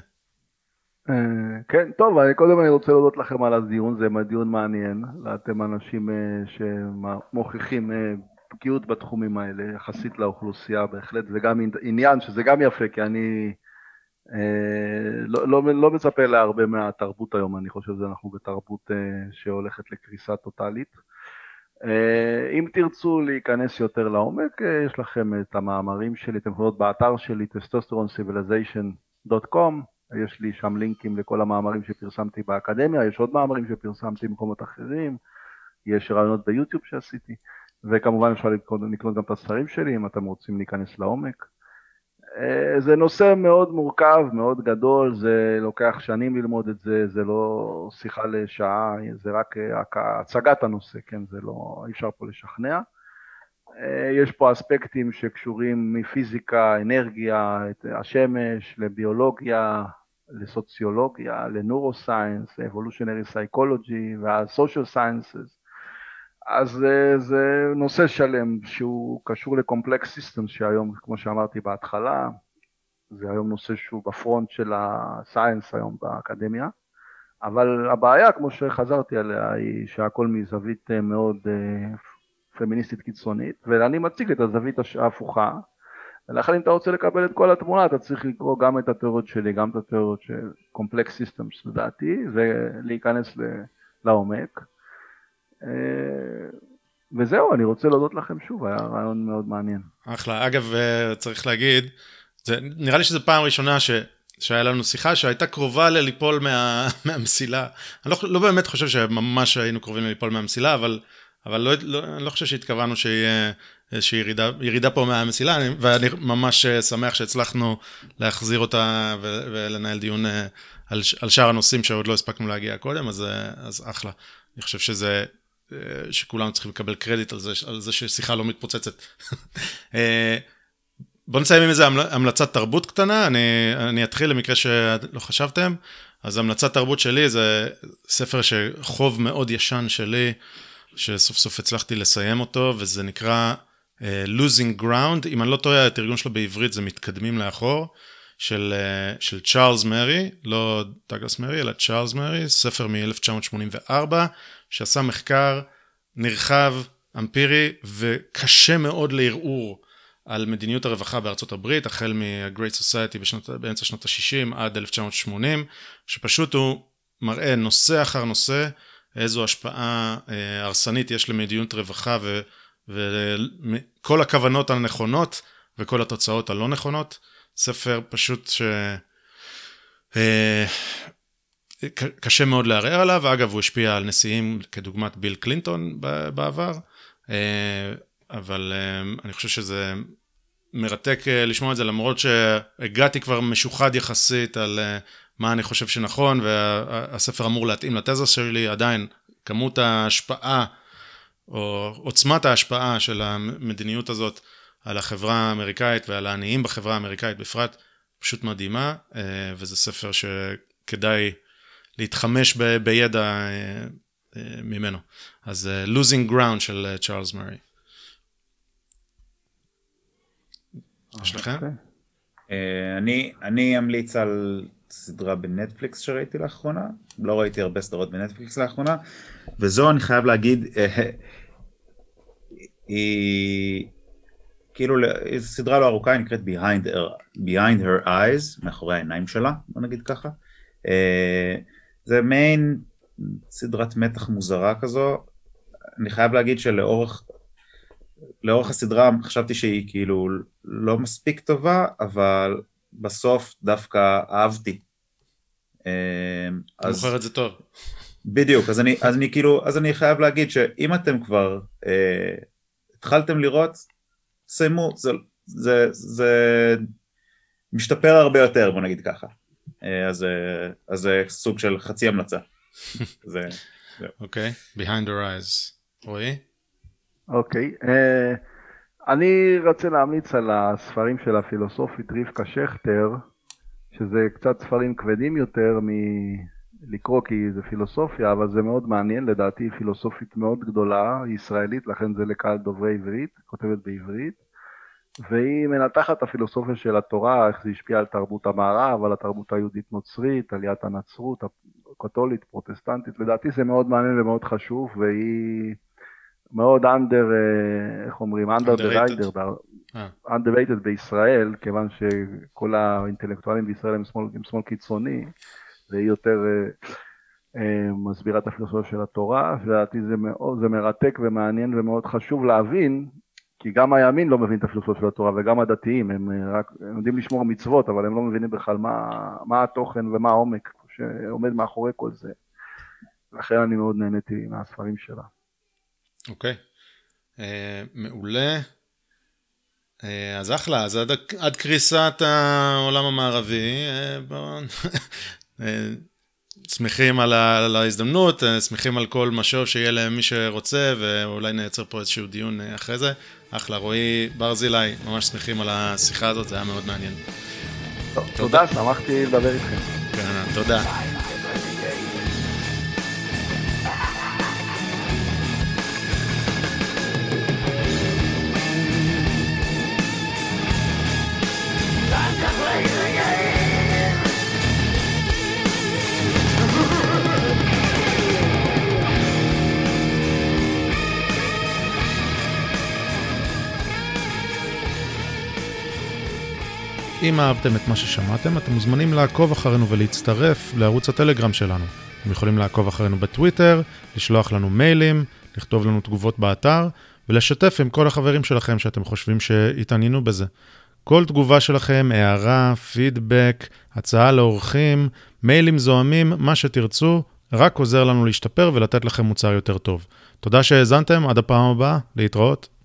כן, טוב, קודם אני רוצה להודות לכם על הדיון, זה דיון מעניין, אתם אנשים שמוכיחים בקיאות בתחומים האלה, יחסית לאוכלוסייה, בהחלט זה גם עניין, שזה גם יפה, כי אני... לא, לא, לא מצפה להרבה מהתרבות היום, אני חושב שאנחנו בתרבות שהולכת לקריסה טוטלית. אם תרצו להיכנס יותר לעומק, יש לכם את המאמרים שלי, אתם יכולים באתר שלי, טסטוסטרון סיביליזיישן דוט קום, יש לי שם לינקים לכל המאמרים שפרסמתי באקדמיה, יש עוד מאמרים שפרסמתי במקומות אחרים, יש רעיונות ביוטיוב שעשיתי, וכמובן אפשר לקנות, לקנות גם את הספרים שלי, אם אתם רוצים להיכנס לעומק. זה נושא מאוד מורכב, מאוד גדול, זה לוקח שנים ללמוד את זה, זה לא שיחה לשעה, זה רק הצגת הנושא, כן, זה לא, אי אפשר פה לשכנע. יש פה אספקטים שקשורים מפיזיקה, אנרגיה, השמש, לביולוגיה, לסוציולוגיה, לנורוסיינס, אבולושיונרי סייקולוגי והסושיאל סיינסס. אז זה, זה נושא שלם שהוא קשור לקומפלקס סיסטמס שהיום, כמו שאמרתי בהתחלה, זה היום נושא שהוא בפרונט של הסיינס היום באקדמיה, אבל הבעיה, כמו שחזרתי עליה, היא שהכל מזווית מאוד פמיניסטית קיצונית, ואני מציג את הזווית ההפוכה, ולכן אם אתה רוצה לקבל את כל התמונה, אתה צריך לקרוא גם את התיאוריות שלי, גם את התיאוריות של קומפלקס סיסטמס לדעתי, ולהיכנס לעומק. וזהו, אני רוצה להודות לכם שוב, היה רעיון מאוד מעניין. אחלה, אגב, צריך להגיד, זה, נראה לי שזו פעם ראשונה ש, שהיה לנו שיחה שהייתה קרובה לליפול מה, מהמסילה. אני לא, לא באמת חושב שממש היינו קרובים לליפול מהמסילה, אבל, אבל לא, לא, אני לא חושב שהתכוונו שיהיה איזושהי ירידה, ירידה פה מהמסילה, ואני ממש שמח שהצלחנו להחזיר אותה ו, ולנהל דיון על, על שאר הנושאים שעוד לא הספקנו להגיע קודם, אז, אז אחלה. אני חושב שזה... שכולנו צריכים לקבל קרדיט על זה, על זה ששיחה לא מתפוצצת. בוא נסיים עם איזה המלצת תרבות קטנה, אני, אני אתחיל למקרה שלא חשבתם, אז המלצת תרבות שלי זה ספר שחוב מאוד ישן שלי, שסוף סוף הצלחתי לסיים אותו, וזה נקרא uh, Losing Ground, אם אני לא טועה, התרגום שלו בעברית זה מתקדמים לאחור, של, uh, של צ'ארלס מרי, לא דאגלס מרי, אלא צ'ארלס מרי, ספר מ-אלף תשע מאות שמונים וארבע, שעשה מחקר נרחב, אמפירי, וקשה מאוד לערעור על מדיניות הרווחה בארצות הברית, החל מ-Great Society בשנות, באמצע שנות ה-שישים עד אלף תשע מאות שמונים, שפשוט הוא מראה נושא אחר נושא, איזו השפעה אה, הרסנית יש למדיניות רווחה, ו, וכל הכוונות הנכונות, וכל התוצאות הלא נכונות. ספר פשוט ש... אה, קשה מאוד לערער עליו, ואגב הוא השפיע על נשיאים כדוגמת ביל קלינטון בעבר, אבל אני חושב שזה מרתק לשמוע את זה, למרות שהגעתי כבר משוחד יחסית על מה אני חושב שנכון, והספר אמור להתאים לתזה שלי, עדיין כמות ההשפעה, או עוצמת ההשפעה של המדיניות הזאת על החברה האמריקאית ועל העניים בחברה האמריקאית בפרט, פשוט מדהימה, וזה ספר שכדאי להתחמש ב- בידע אה, אה, ממנו. אז uh, Losing Ground של uh, צ'ארלס מרי. יש לכם? Uh, אני, אני אמליץ על סדרה בנטפליקס שראיתי לאחרונה, לא ראיתי הרבה סדרות בנטפליקס לאחרונה, וזו אני חייב להגיד, uh, היא כאילו, זו סדרה לא ארוכה, היא נקראת Behind Her, Behind Her Eyes, מאחורי העיניים שלה, בוא נגיד ככה. Uh, זה מעין סדרת מתח מוזרה כזו, אני חייב להגיד שלאורך לאורך הסדרה חשבתי שהיא כאילו לא מספיק טובה, אבל בסוף דווקא אהבתי אז... מוכר את זה טוב. בדיוק, אז אני, אז אני כאילו, אז אני חייב להגיד שאם אתם כבר אה, התחלתם לראות, סיימו, זה, זה, זה משתפר הרבה יותר, בוא נגיד ככה. אה, אז, אז זה סוג של חצי המלצה. זה, אוקיי, okay. Behind the Rise. רועי? אוקיי, okay. uh, אני רוצה להמליץ על הספרים של הפילוסופית רבקה שכטר, שזה קצת ספרים כבדים יותר מלקרוא כי זה פילוסופיה, אבל זה מאוד מעניין, לדעתי פילוסופית מאוד גדולה, ישראלית, לכן זה לקהל דוברי עברית, כותבת בעברית, והיא מנתחת את הפילוסופיה של התורה, איך זה השפיע על תרבות המערב, על התרבות היהודית נוצרית, עליית הנצרות, הקתולית, פרוטסטנטית, לדעתי זה מאוד מעניין ומאוד חשוב, והיא מאוד under, איך אומרים, under the rider, underrated בישראל, כיוון שכל האינטלקטואלים בישראל הם שמאל, הם שמאל קיצוני, והיא יותר מסבירה את הפילוסופיה של התורה, ולדעתי זה מאוד, זה מרתק ומעניין ומאוד חשוב להבין, כי גם הימין לא מבין את הפילוסופיה של התורה, וגם הדתיים, הם רק, הם יודעים לשמור מצוות, אבל הם לא מבינים בכלל מה, מה התוכן ומה העומק שעומד מאחורי כל זה. לכן אני מאוד נהניתי מהספרים שלה. אוקיי, uh, מעולה. Uh, אז אחלה, אז עד, עד קריסת העולם המערבי, uh, בוא, uh, שמחים על, ה, על ההזדמנות, uh, שמחים על כל משהו שיהיה להם מי שרוצה, ואולי נייצר פה איזשהו דיון uh, אחרי זה. אחלה, רועי ברזילי, ממש שמחים על השיחה הזאת, זה היה מאוד מעניין. טוב, תודה, שמחתי לדבר איתכם. כן, תודה. אם אהבתם את מה ששמעתם, אתם מוזמנים לעקוב אחרינו ולהצטרף לערוץ הטלגרם שלנו. אתם יכולים לעקוב אחרינו בטוויטר, לשלוח לנו מיילים, לכתוב לנו תגובות באתר, ולשתף עם כל החברים שלכם שאתם חושבים שהתעניינו בזה. כל תגובה שלכם, הערה, פידבק, הצעה לאורחים, מיילים זוהמים, מה שתרצו, רק עוזר לנו להשתפר ולתת לכם מוצר יותר טוב. תודה שהאזנתם, עד הפעם הבאה, להתראות.